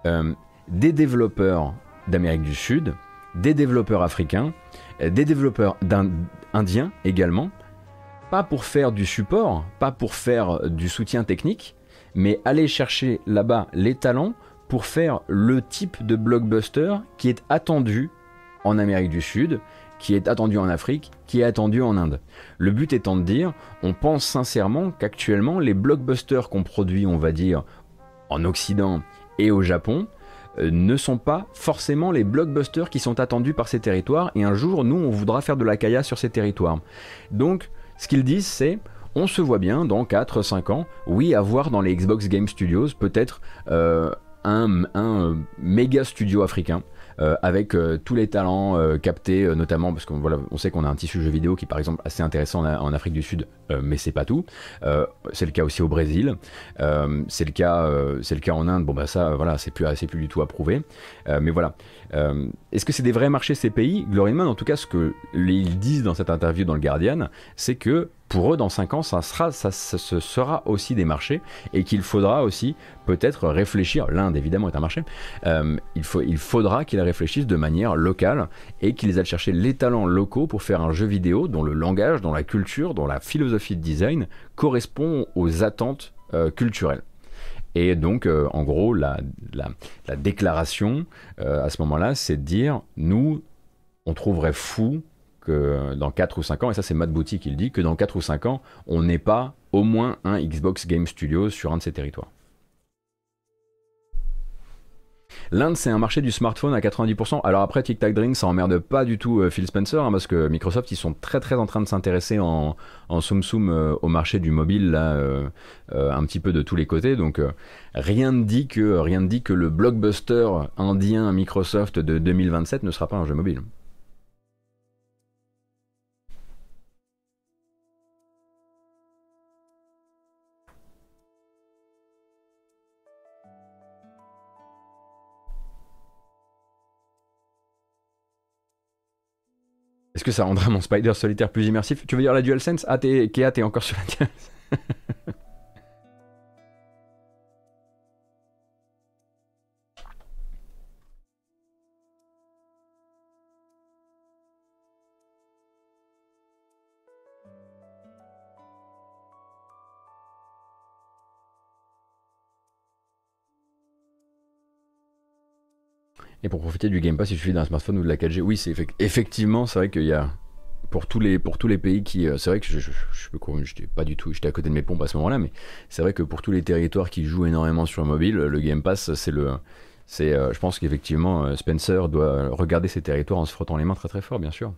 des développeurs d'Amérique du Sud, des développeurs africains, des développeurs indiens également, pas pour faire du support, pas pour faire du soutien technique, mais aller chercher là-bas les talents pour faire le type de blockbuster qui est attendu en Amérique du Sud, qui est attendu en Afrique, qui est attendu en Inde. Le but étant de dire, on pense sincèrement qu'actuellement, les blockbusters qu'on produit, on va dire, en Occident et au Japon, ne sont pas forcément les blockbusters qui sont attendus par ces territoires, et un jour, nous, on voudra faire de la caillasse sur ces territoires. Donc, ce qu'ils disent, c'est, on se voit bien, dans 4-5 ans, oui, avoir dans les Xbox Game Studios, peut-être un méga studio africain, avec tous les talents captés, notamment parce que voilà, on sait qu'on a un tissu jeu vidéo qui est par exemple assez intéressant en Afrique du Sud, mais c'est pas tout. C'est le cas aussi au Brésil, c'est le cas en Inde. Bon bah ça, voilà, c'est plus du tout approuvé. Mais voilà, est-ce que c'est des vrais marchés ces pays? Glorialement, en tout cas, ce que ils disent dans cette interview dans le Guardian, c'est que pour eux, dans 5 ans, ce sera aussi des marchés et qu'il faudra aussi peut-être réfléchir. L'Inde, évidemment, est un marché. Il faudra qu'ils réfléchissent de manière locale et qu'ils aillent chercher les talents locaux pour faire un jeu vidéo dont le langage, dont la culture, dont la philosophie de design correspond aux attentes culturelles. Et donc, en gros, la déclaration, à ce moment-là, c'est de dire, nous, on trouverait fou que dans 4 ou 5 ans, et ça c'est Matt Booty qui le dit, que dans 4 ou 5 ans, on n'ait pas au moins un Xbox Game Studios sur un de ces territoires. L'Inde, c'est un marché du smartphone à 90%. Alors après, Tic Tac Drink, ça emmerde pas du tout Phil Spencer, hein, parce que Microsoft, ils sont très très en train de s'intéresser en soum soum au marché du mobile, là, un petit peu de tous les côtés. Donc rien ne dit que le blockbuster indien Microsoft de 2027 ne sera pas un jeu mobile. Est-ce que ça rendra mon Spider solitaire plus immersif? Tu veux dire la DualSense? Ah, Kéa, t'es encore sur la DualSense. Et pour profiter du Game Pass, il suffit d'un smartphone ou de la 4G. Oui, c'est effectivement, c'est vrai qu'il y a pour tous les pays qui, c'est vrai que j'étais pas du tout, j'étais à côté de mes pompes à ce moment-là, mais c'est vrai que pour tous les territoires qui jouent énormément sur mobile, le Game Pass, je pense qu'effectivement Spencer doit regarder ces territoires en se frottant les mains très très fort, bien sûr.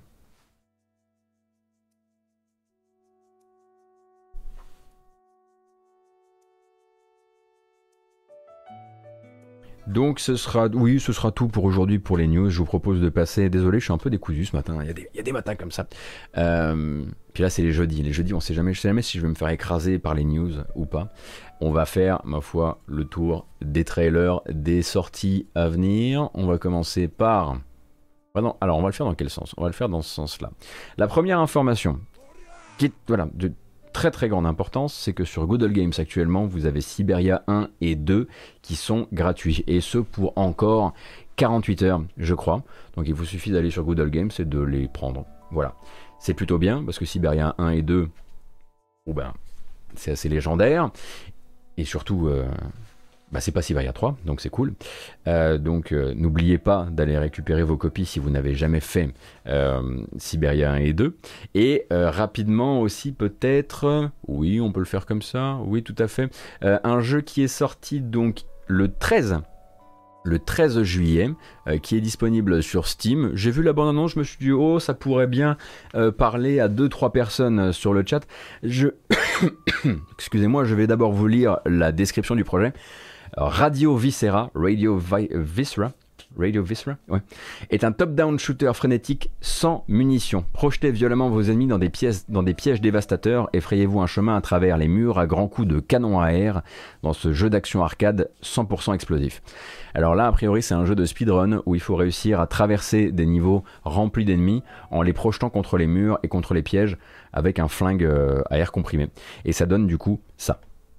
Donc ce sera tout pour aujourd'hui pour les news. Je vous propose de passer, désolé je suis un peu décousu ce matin, il y a des matins comme ça. Puis là c'est les jeudis, on sait jamais si je vais me faire écraser par les news ou pas. On va faire, ma foi, le tour des trailers, des sorties à venir. On va commencer par... Alors on va le faire dans quel sens? On va le faire dans ce sens-là. La première information, qui est de très très grande importance, c'est que sur Good Old Games actuellement, vous avez Siberia 1 et 2 qui sont gratuits, et ce pour encore 48 heures, je crois. Donc il vous suffit d'aller sur Good Old Games et de les prendre. Voilà. C'est plutôt bien, parce que Siberia 1 et 2, c'est assez légendaire, et surtout... c'est pas Siberia 3, donc c'est cool. N'oubliez pas d'aller récupérer vos copies si vous n'avez jamais fait Siberia 1 et 2. Et rapidement aussi peut-être, oui on peut le faire comme ça, oui tout à fait, un jeu qui est sorti donc le 13 juillet, qui est disponible sur Steam. J'ai vu la bande-annonce, je me suis dit oh ça pourrait bien parler à 2-3 personnes sur le chat. Excusez-moi, je vais d'abord vous lire la description du projet. Radio Viscera, est un top-down shooter frénétique sans munitions. Projetez violemment vos ennemis dans des pièges dévastateurs, effrayez-vous un chemin à travers les murs à grands coups de canon à air dans ce jeu d'action arcade 100% explosif. Alors là, a priori, c'est un jeu de speedrun où il faut réussir à traverser des niveaux remplis d'ennemis en les projetant contre les murs et contre les pièges avec un flingue à air comprimé. Et ça donne du coup ça.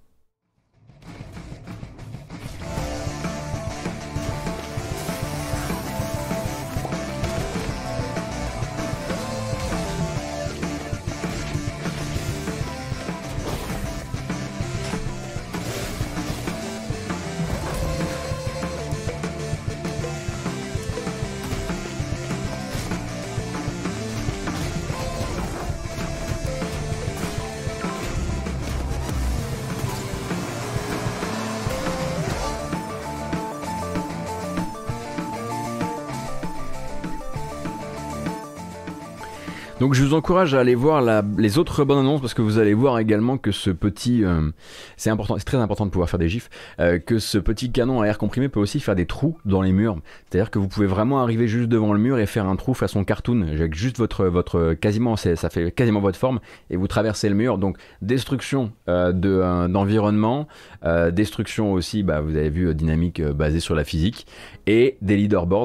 Donc je vous encourage à aller voir les autres bandes annonces, parce que vous allez voir également que ce petit... c'est très important de pouvoir faire des gifs, que ce petit canon à air comprimé peut aussi faire des trous dans les murs. C'est-à-dire que vous pouvez vraiment arriver juste devant le mur et faire un trou façon cartoon, avec juste votre quasiment, ça fait quasiment votre forme, et vous traversez le mur. Donc destruction d'environnement, destruction aussi, vous avez vu, dynamique basée sur la physique, et des leaderboards.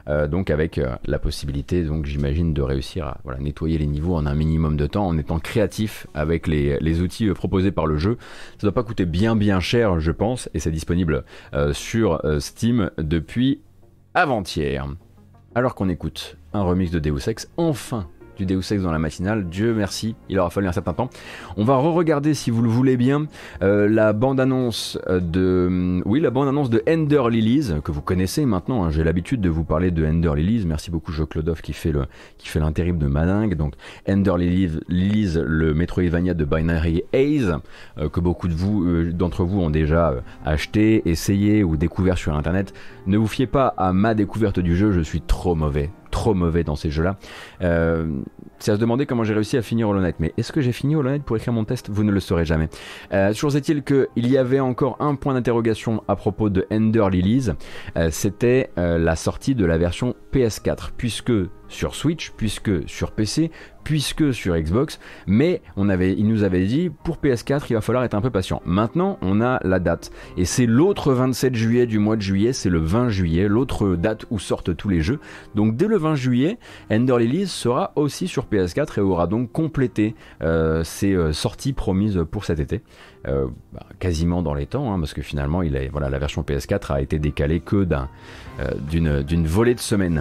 donc avec la possibilité, donc j'imagine, de réussir à nettoyer les niveaux en un minimum de temps en étant créatif avec les outils proposés par le jeu. Ça doit pas coûter bien cher, je pense, et c'est disponible sur Steam depuis avant-hier. Alors qu'on écoute un remix de Deus Ex, enfin du Deus Ex dans la matinale, Dieu merci, il aura fallu un certain temps. On va re-regarder, si vous le voulez bien, la bande-annonce de Ender Lilies, que vous connaissez maintenant, hein. J'ai l'habitude de vous parler de Ender Lilies, merci beaucoup Jo Clodov qui fait l'intérim de Madingue. Donc Ender Lilies, le Metroidvania de Binary Haze, que beaucoup d'entre vous ont déjà acheté, essayé ou découvert sur internet. Ne vous fiez pas à ma découverte du jeu, je suis trop mauvais dans ces jeux-là. C'est à se demander comment j'ai réussi à finir Hollow Knight. Mais est-ce que j'ai fini Hollow Knight pour écrire mon test? Vous ne le saurez jamais. Toujours est-il qu'il y avait encore un point d'interrogation à propos de Ender Lilies. C'était la sortie de la version PS4, puisque sur Switch, puisque sur PC, puisque sur Xbox, mais il nous avait dit pour PS4 il va falloir être un peu patient. Maintenant on a la date, et c'est l'autre 27 juillet du mois de juillet, c'est le 20 juillet, l'autre date où sortent tous les jeux. Donc dès le 20 juillet, Ender Lilies sera aussi sur PS4 et aura donc complété ses sorties promises pour cet été. Quasiment dans les temps, hein, parce que finalement la version PS4 a été décalée que d'une volée de semaines.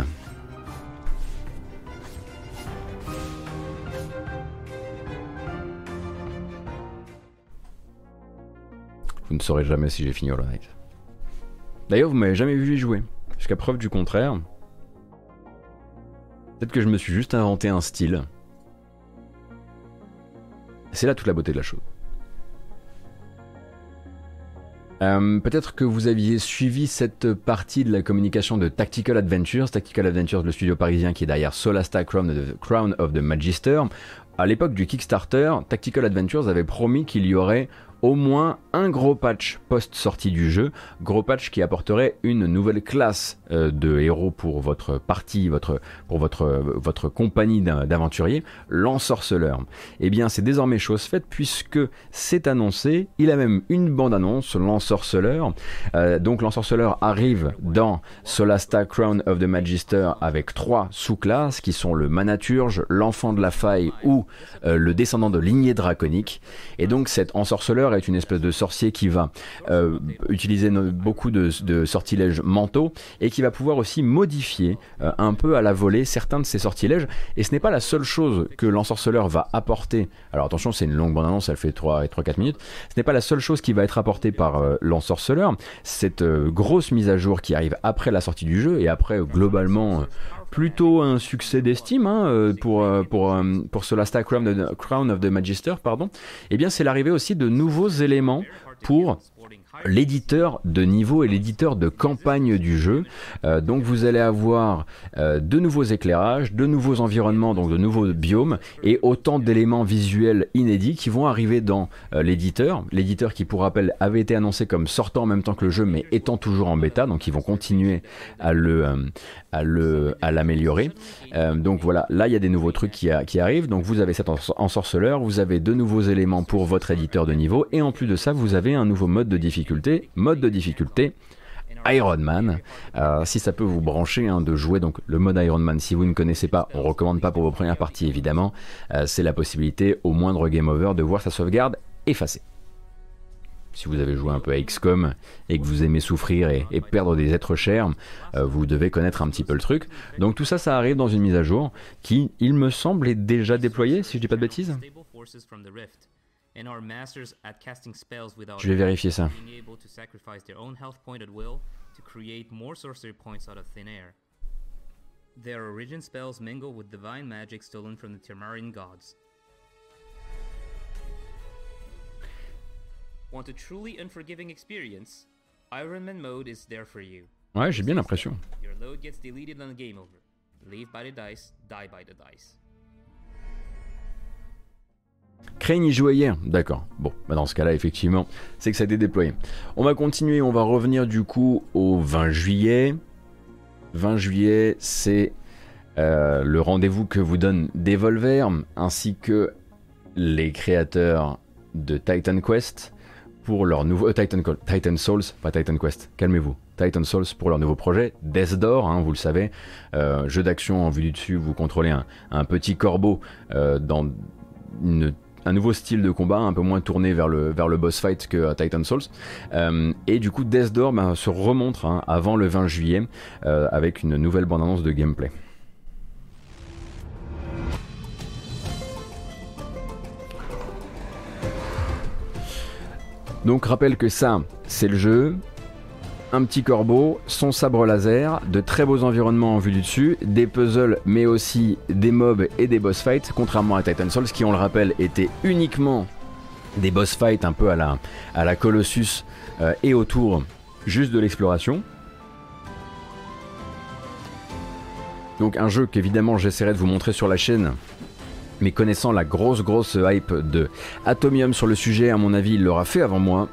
Vous ne saurez jamais si j'ai fini Hollow Knight. D'ailleurs, vous m'avez jamais vu y jouer. Jusqu'à preuve du contraire. Peut-être que je me suis juste inventé un style. C'est là toute la beauté de la chose. Peut-être que vous aviez suivi cette partie de la communication de Tactical Adventures. Tactical Adventures, le studio parisien qui est derrière Solasta Crown of the Magister. À l'époque du Kickstarter, Tactical Adventures avait promis qu'il y aurait au moins un gros patch post-sortie du jeu, gros patch qui apporterait une nouvelle classe de héros pour votre partie, pour votre compagnie d'aventuriers, l'ensorceleur. Eh bien, c'est désormais chose faite puisque c'est annoncé, il a même une bande-annonce, l'ensorceleur. Donc l'ensorceleur arrive dans Solasta Crown of the Magister avec 3 sous-classes qui sont le Manaturge, l'enfant de la faille ou le descendant de lignée draconique. Et donc cet ensorceleur est une espèce de sorcier qui va utiliser beaucoup de sortilèges mentaux et qui va pouvoir aussi modifier un peu à la volée certains de ces sortilèges. Et ce n'est pas la seule chose que l'ensorceleur va apporter. Alors attention, c'est une longue bande-annonce, elle fait 3-4 minutes. Ce n'est pas la seule chose qui va être apportée par l'ensorceleur. Cette grosse mise à jour qui arrive après la sortie du jeu et après globalement plutôt un succès d'estime pour Solasta Crown of the Magister, eh bien c'est l'arrivée aussi de nouveaux éléments pour l'éditeur de niveau et l'éditeur de campagne du jeu. Donc vous allez avoir de nouveaux éclairages, de nouveaux environnements, donc de nouveaux biomes et autant d'éléments visuels inédits qui vont arriver dans l'éditeur. L'éditeur qui, pour rappel, avait été annoncé comme sortant en même temps que le jeu mais étant toujours en bêta, donc ils vont continuer à l'améliorer. Donc voilà, là il y a des nouveaux trucs qui arrivent. Donc vous avez cet ensorceleur, vous avez de nouveaux éléments pour votre éditeur de niveau et en plus de ça vous avez un nouveau mode de difficulté Iron Man. Si ça peut vous brancher de jouer donc le mode Iron Man, si vous ne connaissez pas, on recommande pas pour vos premières parties évidemment, c'est la possibilité au moindre game over de voir sa sauvegarde effacée. Si vous avez joué un peu à XCOM et que vous aimez souffrir et perdre des êtres chers, vous devez connaître un petit peu le truc. Donc tout ça, ça arrive dans une mise à jour qui, il me semble, est déjà déployée, si je dis pas de bêtises. Je vais vérifier ça. Their origin spells mingle with divine magic stolen from the Temerian gods. Want a truly unforgiving experience? Iron Man mode is there for you. Ouais, j'ai bien l'impression. Your load gets deleted on the game over. Live by the dice, die by the dice. Crane y jouait hier, d'accord. Bon, dans ce cas-là, effectivement, c'est que ça a été déployé. On va continuer, on va revenir du coup au 20 juillet. 20 juillet, c'est le rendez-vous que vous donne Devolver, ainsi que les créateurs de Titan Quest, pour leur nouveau... Titan Souls, pas Titan Quest, calmez-vous. Titan Souls pour leur nouveau projet, Death Door, hein, vous le savez, jeu d'action en vue du dessus, vous contrôlez un petit corbeau dans un nouveau style de combat, un peu moins tourné vers le boss fight que Titan Souls. Et du coup, Death Door se remontre hein, avant le 20 juillet avec une nouvelle bande-annonce de gameplay. Donc rappelle que ça, c'est le jeu, un petit corbeau, son sabre laser, de très beaux environnements en vue du dessus, des puzzles mais aussi des mobs et des boss fights, contrairement à Titan Souls qui, on le rappelle, étaient uniquement des boss fights un peu à la Colossus et autour juste de l'exploration. Donc un jeu qu'évidemment j'essaierai de vous montrer sur la chaîne, mais connaissant la grosse hype de Atomium sur le sujet, à mon avis, il l'aura fait avant moi.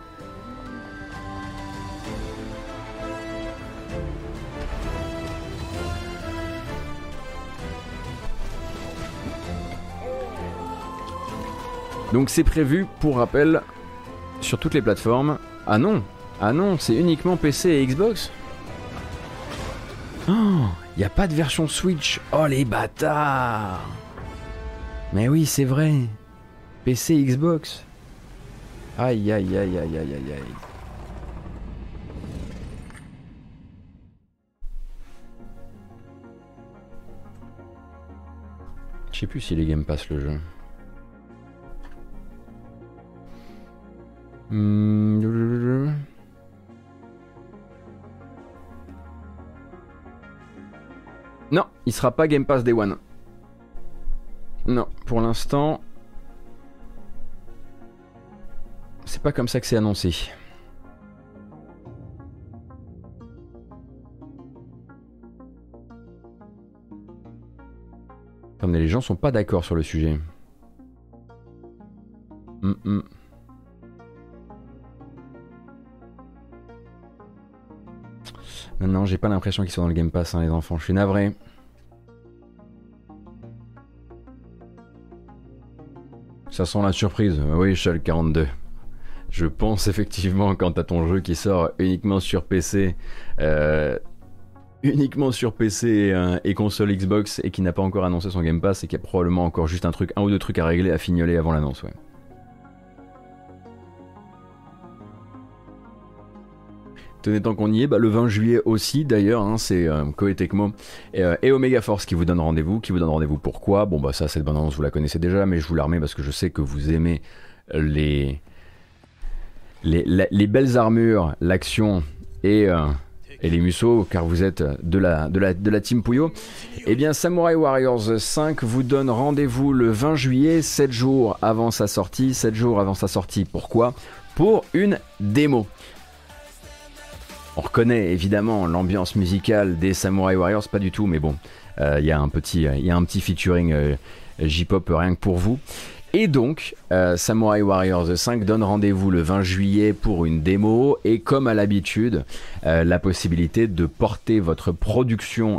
Donc c'est prévu, pour rappel, sur toutes les plateformes. Ah non, c'est uniquement PC et Xbox. Oh, il n'y a pas de version Switch. Oh les bâtards. Mais oui, c'est vrai. PC, Xbox. Aïe. Je sais plus s'il est Game Pass le jeu. Non, il sera pas Game Pass Day One. Non, pour l'instant, c'est pas comme ça que c'est annoncé. Comme les gens sont pas d'accord sur le sujet. Non, j'ai pas l'impression qu'ils sont dans le Game Pass, hein, les enfants. Je suis navré. Ça sent la surprise. Oui, Shell 42. Je pense effectivement, quand t'as ton jeu qui sort uniquement sur PC, et console Xbox, et qui n'a pas encore annoncé son Game Pass, et qui a probablement encore juste un ou deux trucs à régler, à fignoler avant l'annonce, ouais. Tenez, tant qu'on y est, le 20 juillet aussi d'ailleurs, hein, c'est Koei Tecmo et Omega Force qui vous donnent rendez-vous. Pourquoi? Bon ça, cette bande-annonce vous la connaissez déjà, mais je vous la remets parce que je sais que vous aimez les belles armures, l'action et les musos, car vous êtes de la team Puyo. Eh bien, Samurai Warriors 5 vous donne rendez-vous le 20 juillet, 7 jours avant sa sortie. Pourquoi? Pour une démo. On reconnaît évidemment l'ambiance musicale des Samurai Warriors, pas du tout, mais bon, il y a un petit featuring J-pop rien que pour vous. Et donc, Samurai Warriors 5 donne rendez-vous le 20 juillet pour une démo, et comme à l'habitude, la possibilité de porter votre progression,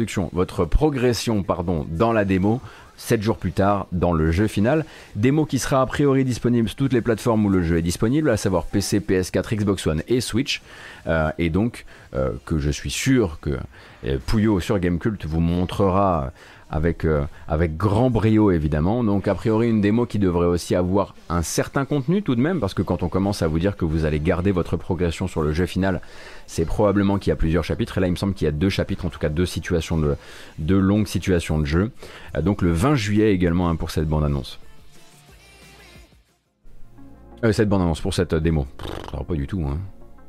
dans la démo, 7 jours plus tard dans le jeu final. Démo qui sera a priori disponible sur toutes les plateformes où le jeu est disponible, à savoir PC, PS4, Xbox One et Switch. Et donc, que je suis sûr que Puyo sur Gamecult vous montrera avec grand brio évidemment. Donc a priori une démo qui devrait aussi avoir un certain contenu tout de même, parce que quand on commence à vous dire que vous allez garder votre progression sur le jeu final, c'est probablement qu'il y a plusieurs chapitres, et là il me semble qu'il y a 2 chapitres, en tout cas 2 longues situations de jeu. Donc le 20 juillet également, hein, pour cette bande-annonce. Pour cette démo. Alors pas du tout, hein.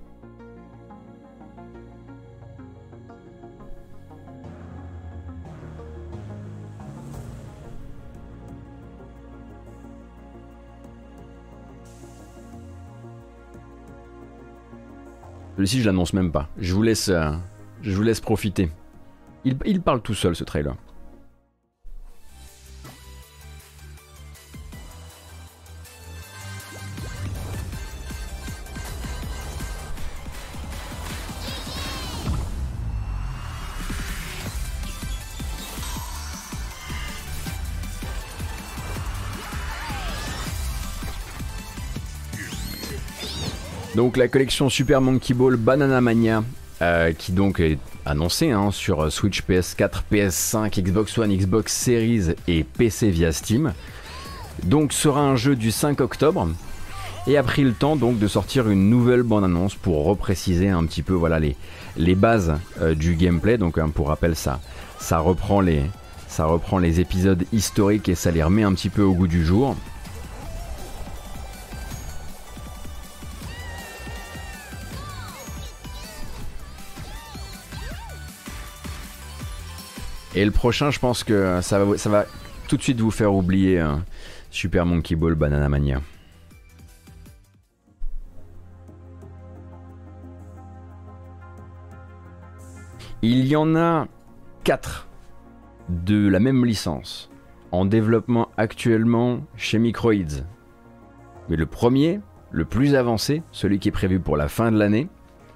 Celui-ci, je l'annonce même pas. Je vous laisse profiter. Il parle tout seul, ce trailer. Donc la collection Super Monkey Ball Banana Mania qui donc est annoncé sur Switch, PS4, PS5, Xbox One, Xbox Series et PC via Steam. Donc sera un jeu du 5 octobre et a pris le temps donc de sortir une nouvelle bande-annonce pour repréciser un petit peu voilà, les bases du gameplay. Donc pour rappel, ça reprend les épisodes historiques et ça les remet un petit peu au goût du jour. Et le prochain, je pense que ça va tout de suite vous faire oublier Super Monkey Ball Banana Mania. Il y en a 4 de la même licence en développement actuellement chez Microids. Mais le premier, le plus avancé, celui qui est prévu pour la fin de l'année,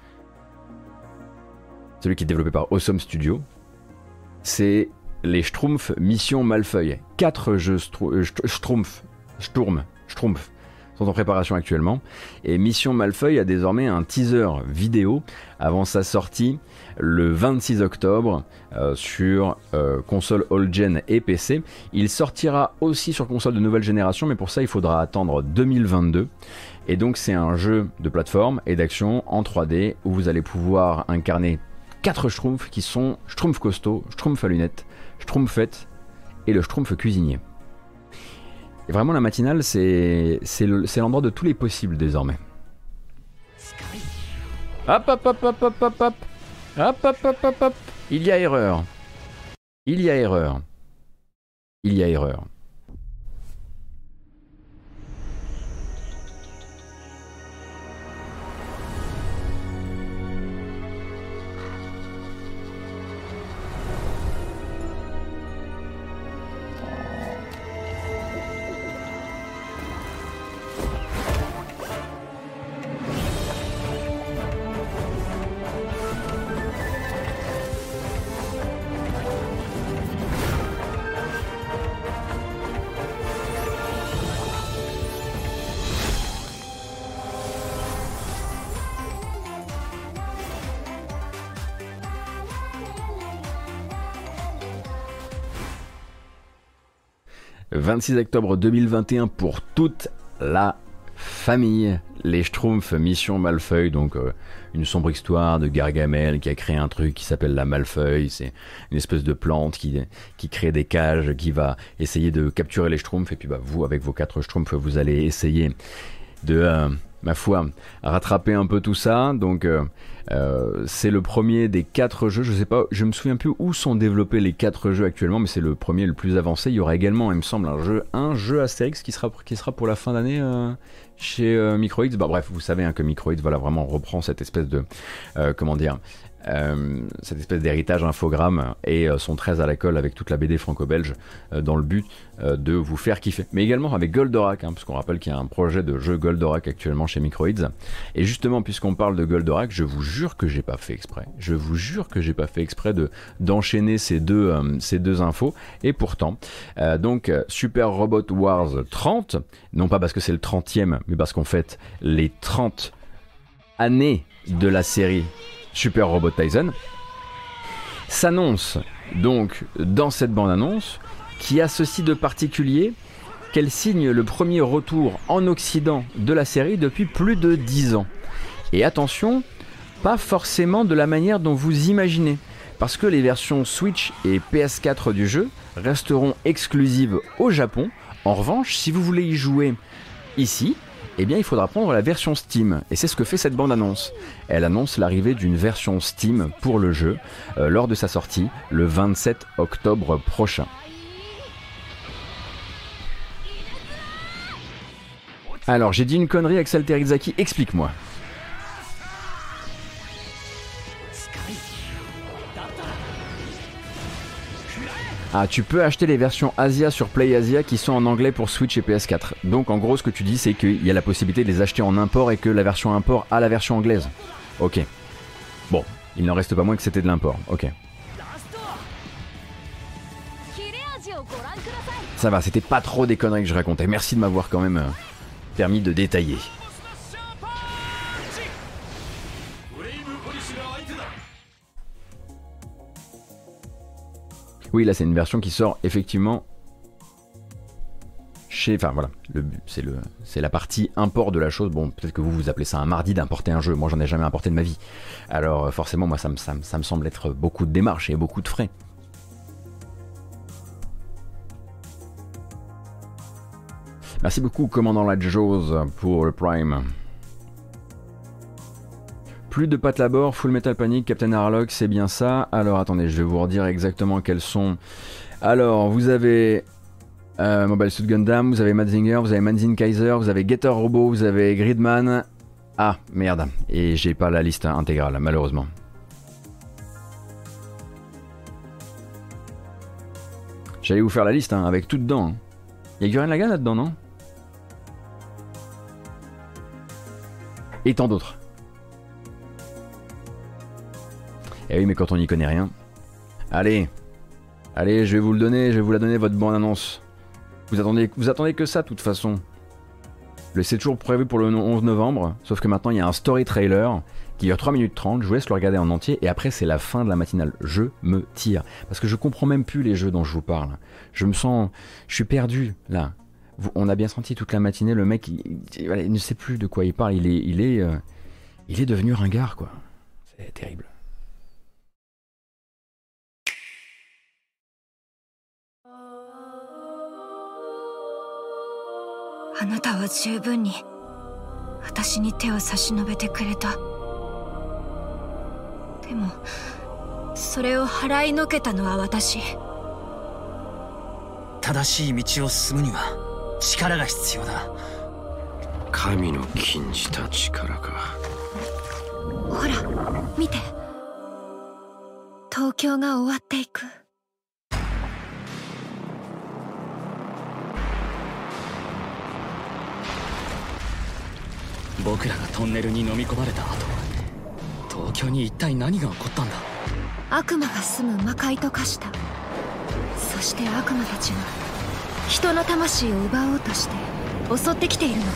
celui qui est développé par Awesome Studio, c'est les Schtroumpfs Mission Malfeuille. 4 jeux Schtroumpfs sont en préparation actuellement. Et Mission Malfeuille a désormais un teaser vidéo avant sa sortie le 26 octobre sur console all-gen et PC. Il sortira aussi sur console de nouvelle génération, mais pour ça il faudra attendre 2022. Et donc c'est un jeu de plateforme et d'action en 3D où vous allez pouvoir incarner 4 Schtroumpfs qui sont Schtroumpf costaud, Schtroumpf à lunettes, Schtroumpfette et le Schtroumpf cuisinier. Et vraiment la matinale c'est l'endroit de tous les possibles désormais. Hop hop hop hop hop hop hop hop hop hop hop hop. Il y a erreur. Il y a erreur. Il y a erreur. Le 26 octobre 2021 pour toute la famille, les Schtroumpfs Mission Malfeuille, donc une sombre histoire de Gargamel qui a créé un truc qui s'appelle la Malfeuille. C'est une espèce de plante qui crée des cages, qui va essayer de capturer les Schtroumpfs, et puis vous avec vos 4 Schtroumpfs vous allez essayer de ma foi rattraper un peu tout ça. Donc c'est le premier des 4 jeux, je sais pas, je me souviens plus où sont développés les 4 jeux actuellement, mais c'est le premier le plus avancé. Il y aura également, il me semble, un jeu Astérix qui sera pour la fin d'année chez Microids. Bah bref, vous savez que Microids voilà, vraiment reprend cette espèce de cette espèce d'héritage infogramme et sont très à la colle avec toute la BD franco-belge dans le but de vous faire kiffer. Mais également avec Goldorak, parce qu'on rappelle qu'il y a un projet de jeu Goldorak actuellement chez Microids. Et justement, puisqu'on parle de Goldorak, je vous jure que j'ai pas fait exprès. Je vous jure que j'ai pas fait exprès d'enchaîner ces deux infos. Et pourtant, donc Super Robot Wars 30, non pas parce que c'est le 30e, mais parce qu'on fête les 30 années de la série Super Robot Taisen, s'annonce donc dans cette bande-annonce qui a ceci de particulier qu'elle signe le premier retour en Occident de la série depuis plus de 10 ans. Et attention, pas forcément de la manière dont vous imaginez, parce que les versions Switch et PS4 du jeu resteront exclusives au Japon. En revanche, si vous voulez y jouer ici, eh bien il faudra prendre la version Steam, et c'est ce que fait cette bande-annonce. Elle annonce l'arrivée d'une version Steam pour le jeu lors de sa sortie le 27 octobre prochain. Alors j'ai dit une connerie, Axel Terizaki, explique-moi. Ah, tu peux acheter les versions Asia sur PlayAsia qui sont en anglais pour Switch et PS4. Donc en gros ce que tu dis c'est qu'il y a la possibilité de les acheter en import et que la version import a la version anglaise. Ok. Bon, il n'en reste pas moins que c'était de l'import. Ok. Ça va, c'était pas trop des conneries que je racontais. Merci de m'avoir quand même permis de détailler. Oui, là c'est une version qui sort effectivement chez... Enfin voilà, c'est la partie import de la chose. Bon, peut-être que vous appelez ça un mardi d'importer un jeu. Moi j'en ai jamais importé de ma vie. Alors forcément, moi ça me semble être beaucoup de démarches et beaucoup de frais. Merci beaucoup, commandant la Jaws, pour le Prime. Plus de pattes Labor, Full Metal Panic, Captain Harlock, c'est bien ça. Alors attendez, je vais vous redire exactement quels sont. Alors, vous avez Mobile Suit Gundam, vous avez Mazinger, vous avez Manzin Kaiser, vous avez Getter Robot, vous avez Gridman. Ah, merde. Et j'ai pas la liste intégrale, malheureusement. J'allais vous faire la liste, hein, avec tout dedans. Il y a Gurren Lagann là-dedans, non? Et tant d'autres. Eh oui, mais quand on n'y connaît rien. Allez, je vais vous le donner, je vais vous la donner, votre bande-annonce. Vous attendez que ça, de toute façon. C'est toujours prévu pour le 11 novembre, sauf que maintenant il y a un story trailer qui dure 3 minutes 30, je vous laisse le regarder en entier, et après c'est la fin de la matinale. Je me tire. Parce que je comprends même plus les jeux dont je vous parle. Je suis perdu, là. On a bien senti toute la matinée, le mec, il ne sait plus de quoi il parle, il est devenu ringard, quoi. C'est terrible. Anata wa jubun ni watashi ni te o sashinobete kureta. Demo, sore o harai noketa no wa watashi. 正しい道を進むには力が必要だ。 神の禁じた力か。 ほら、見て。東京が終わっていく。 僕らがトンネルに飲み込まれた後、東京に一体何が起こったんだ。 悪魔が住む魔界と化した。そして悪魔たちが人の魂を奪おうとして襲ってきているの。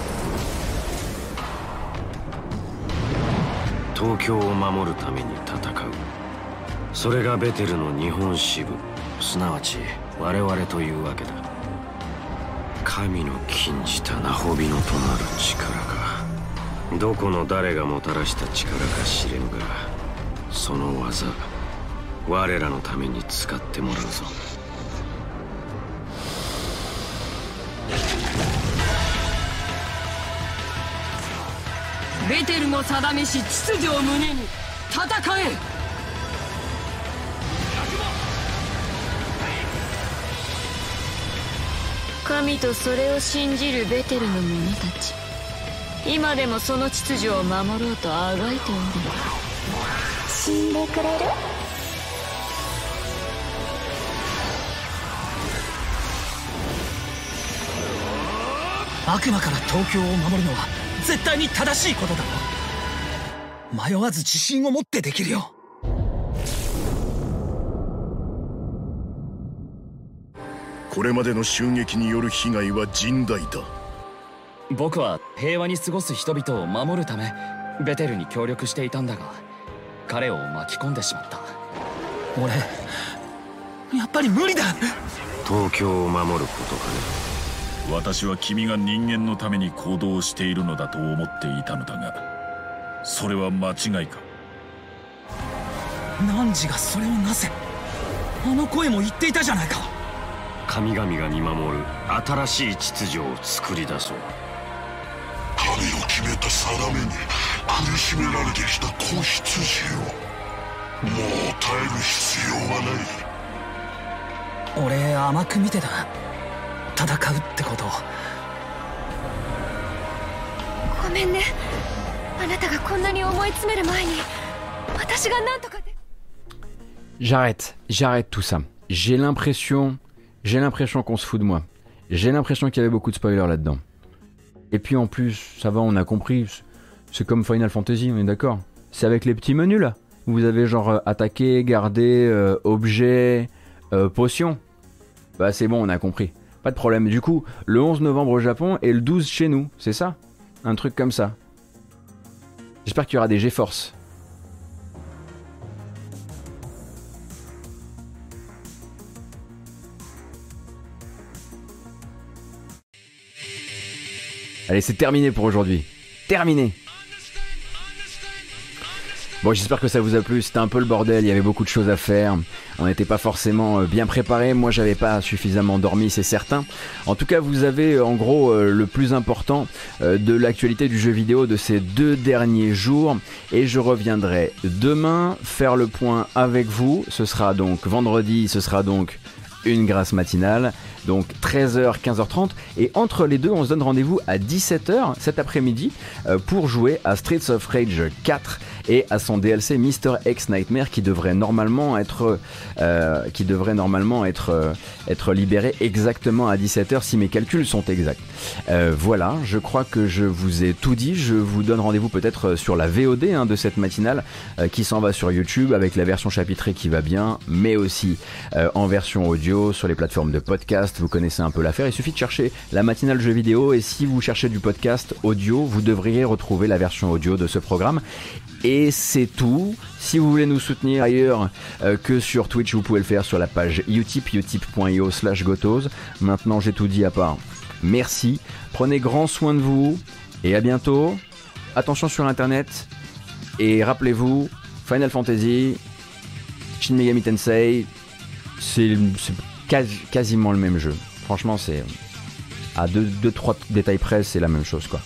東京を守るために戦う。それがベテルの日本支部、すなわち我々というわけだ。神の禁じたナホビノとなる力か。どこの誰がもたらした力か知れぬが、その技我らのために使ってもらうぞ。 ベテルの定めし秩序を胸に戦え。神とそれを信じるベテルの者たち、今でもその秩序を守ろうとあがいておる。死んでくれる？ 悪魔から東京を守るのは絶対に正しいことだろ。迷わず自信を持ってできるよ。 これまでの襲撃による被害は甚大だ。 僕は平和に過ごす人々を守るためベテルに協力していたんだが、彼を巻き込んでしまった。俺やっぱり無理だ。 東京を守ることかね。 私は君が人間のために行動しているのだと思っていたのだが、それは間違いか。 汝がそれをなぜ。あの声も言っていたじゃないか。 神々が見守る新しい秩序を作り出そう。 神を決めた定めに苦しめられてきた子羊をもう耐える必要はない。 俺甘く見てた。戦うってことを。 ごめんね。あなたがこんなに思い詰める前に私が何とかで。 J'arrête tout ça. J'ai l'impression qu'on se fout de moi. J'ai l'impression qu'il y avait beaucoup de spoilers là-dedans. Et puis en plus, ça va, on a compris. C'est comme Final Fantasy, on est d'accord. C'est avec les petits menus là. Vous avez genre attaquer, garder, objet, potion. Bah c'est bon, on a compris. Pas de problème. Du coup, le 11 novembre au Japon et le 12 chez nous, c'est ça? Un truc comme ça. J'espère qu'il y aura des GeForce. Allez, c'est terminé pour aujourd'hui. Terminé. Bon, j'espère que ça vous a plu, c'était un peu le bordel, il y avait beaucoup de choses à faire, on n'était pas forcément bien préparés, moi j'avais pas suffisamment dormi, c'est certain. En tout cas, vous avez en gros le plus important de l'actualité du jeu vidéo de ces 2 derniers jours, et je reviendrai demain faire le point avec vous. Ce sera donc vendredi, ce sera donc une grasse matinale, donc 13h, 15h30, et entre les deux on se donne rendez-vous à 17h cet après-midi pour jouer à Streets of Rage 4 et à son DLC Mr. X Nightmare qui devrait normalement être libéré exactement à 17h si mes calculs sont exacts. Voilà, je crois que je vous ai tout dit. Je vous donne rendez-vous peut-être sur la VOD de cette matinale qui s'en va sur YouTube avec la version chapitrée qui va bien, mais aussi en version audio sur les plateformes de podcast. Vous connaissez un peu l'affaire, il suffit de chercher la matinale jeux vidéo, et si vous cherchez du podcast audio, vous devriez retrouver la version audio de ce programme. Et c'est tout. Si vous voulez nous soutenir ailleurs que sur Twitch, vous pouvez le faire sur la page Utip, utip.io/gotos. Maintenant j'ai tout dit à part. Merci, prenez grand soin de vous et à bientôt. Attention sur internet et rappelez-vous, Final Fantasy, Shin Megami Tensei, c'est quasiment le même jeu. Franchement, c'est à 2-3 détails près, c'est la même chose quoi.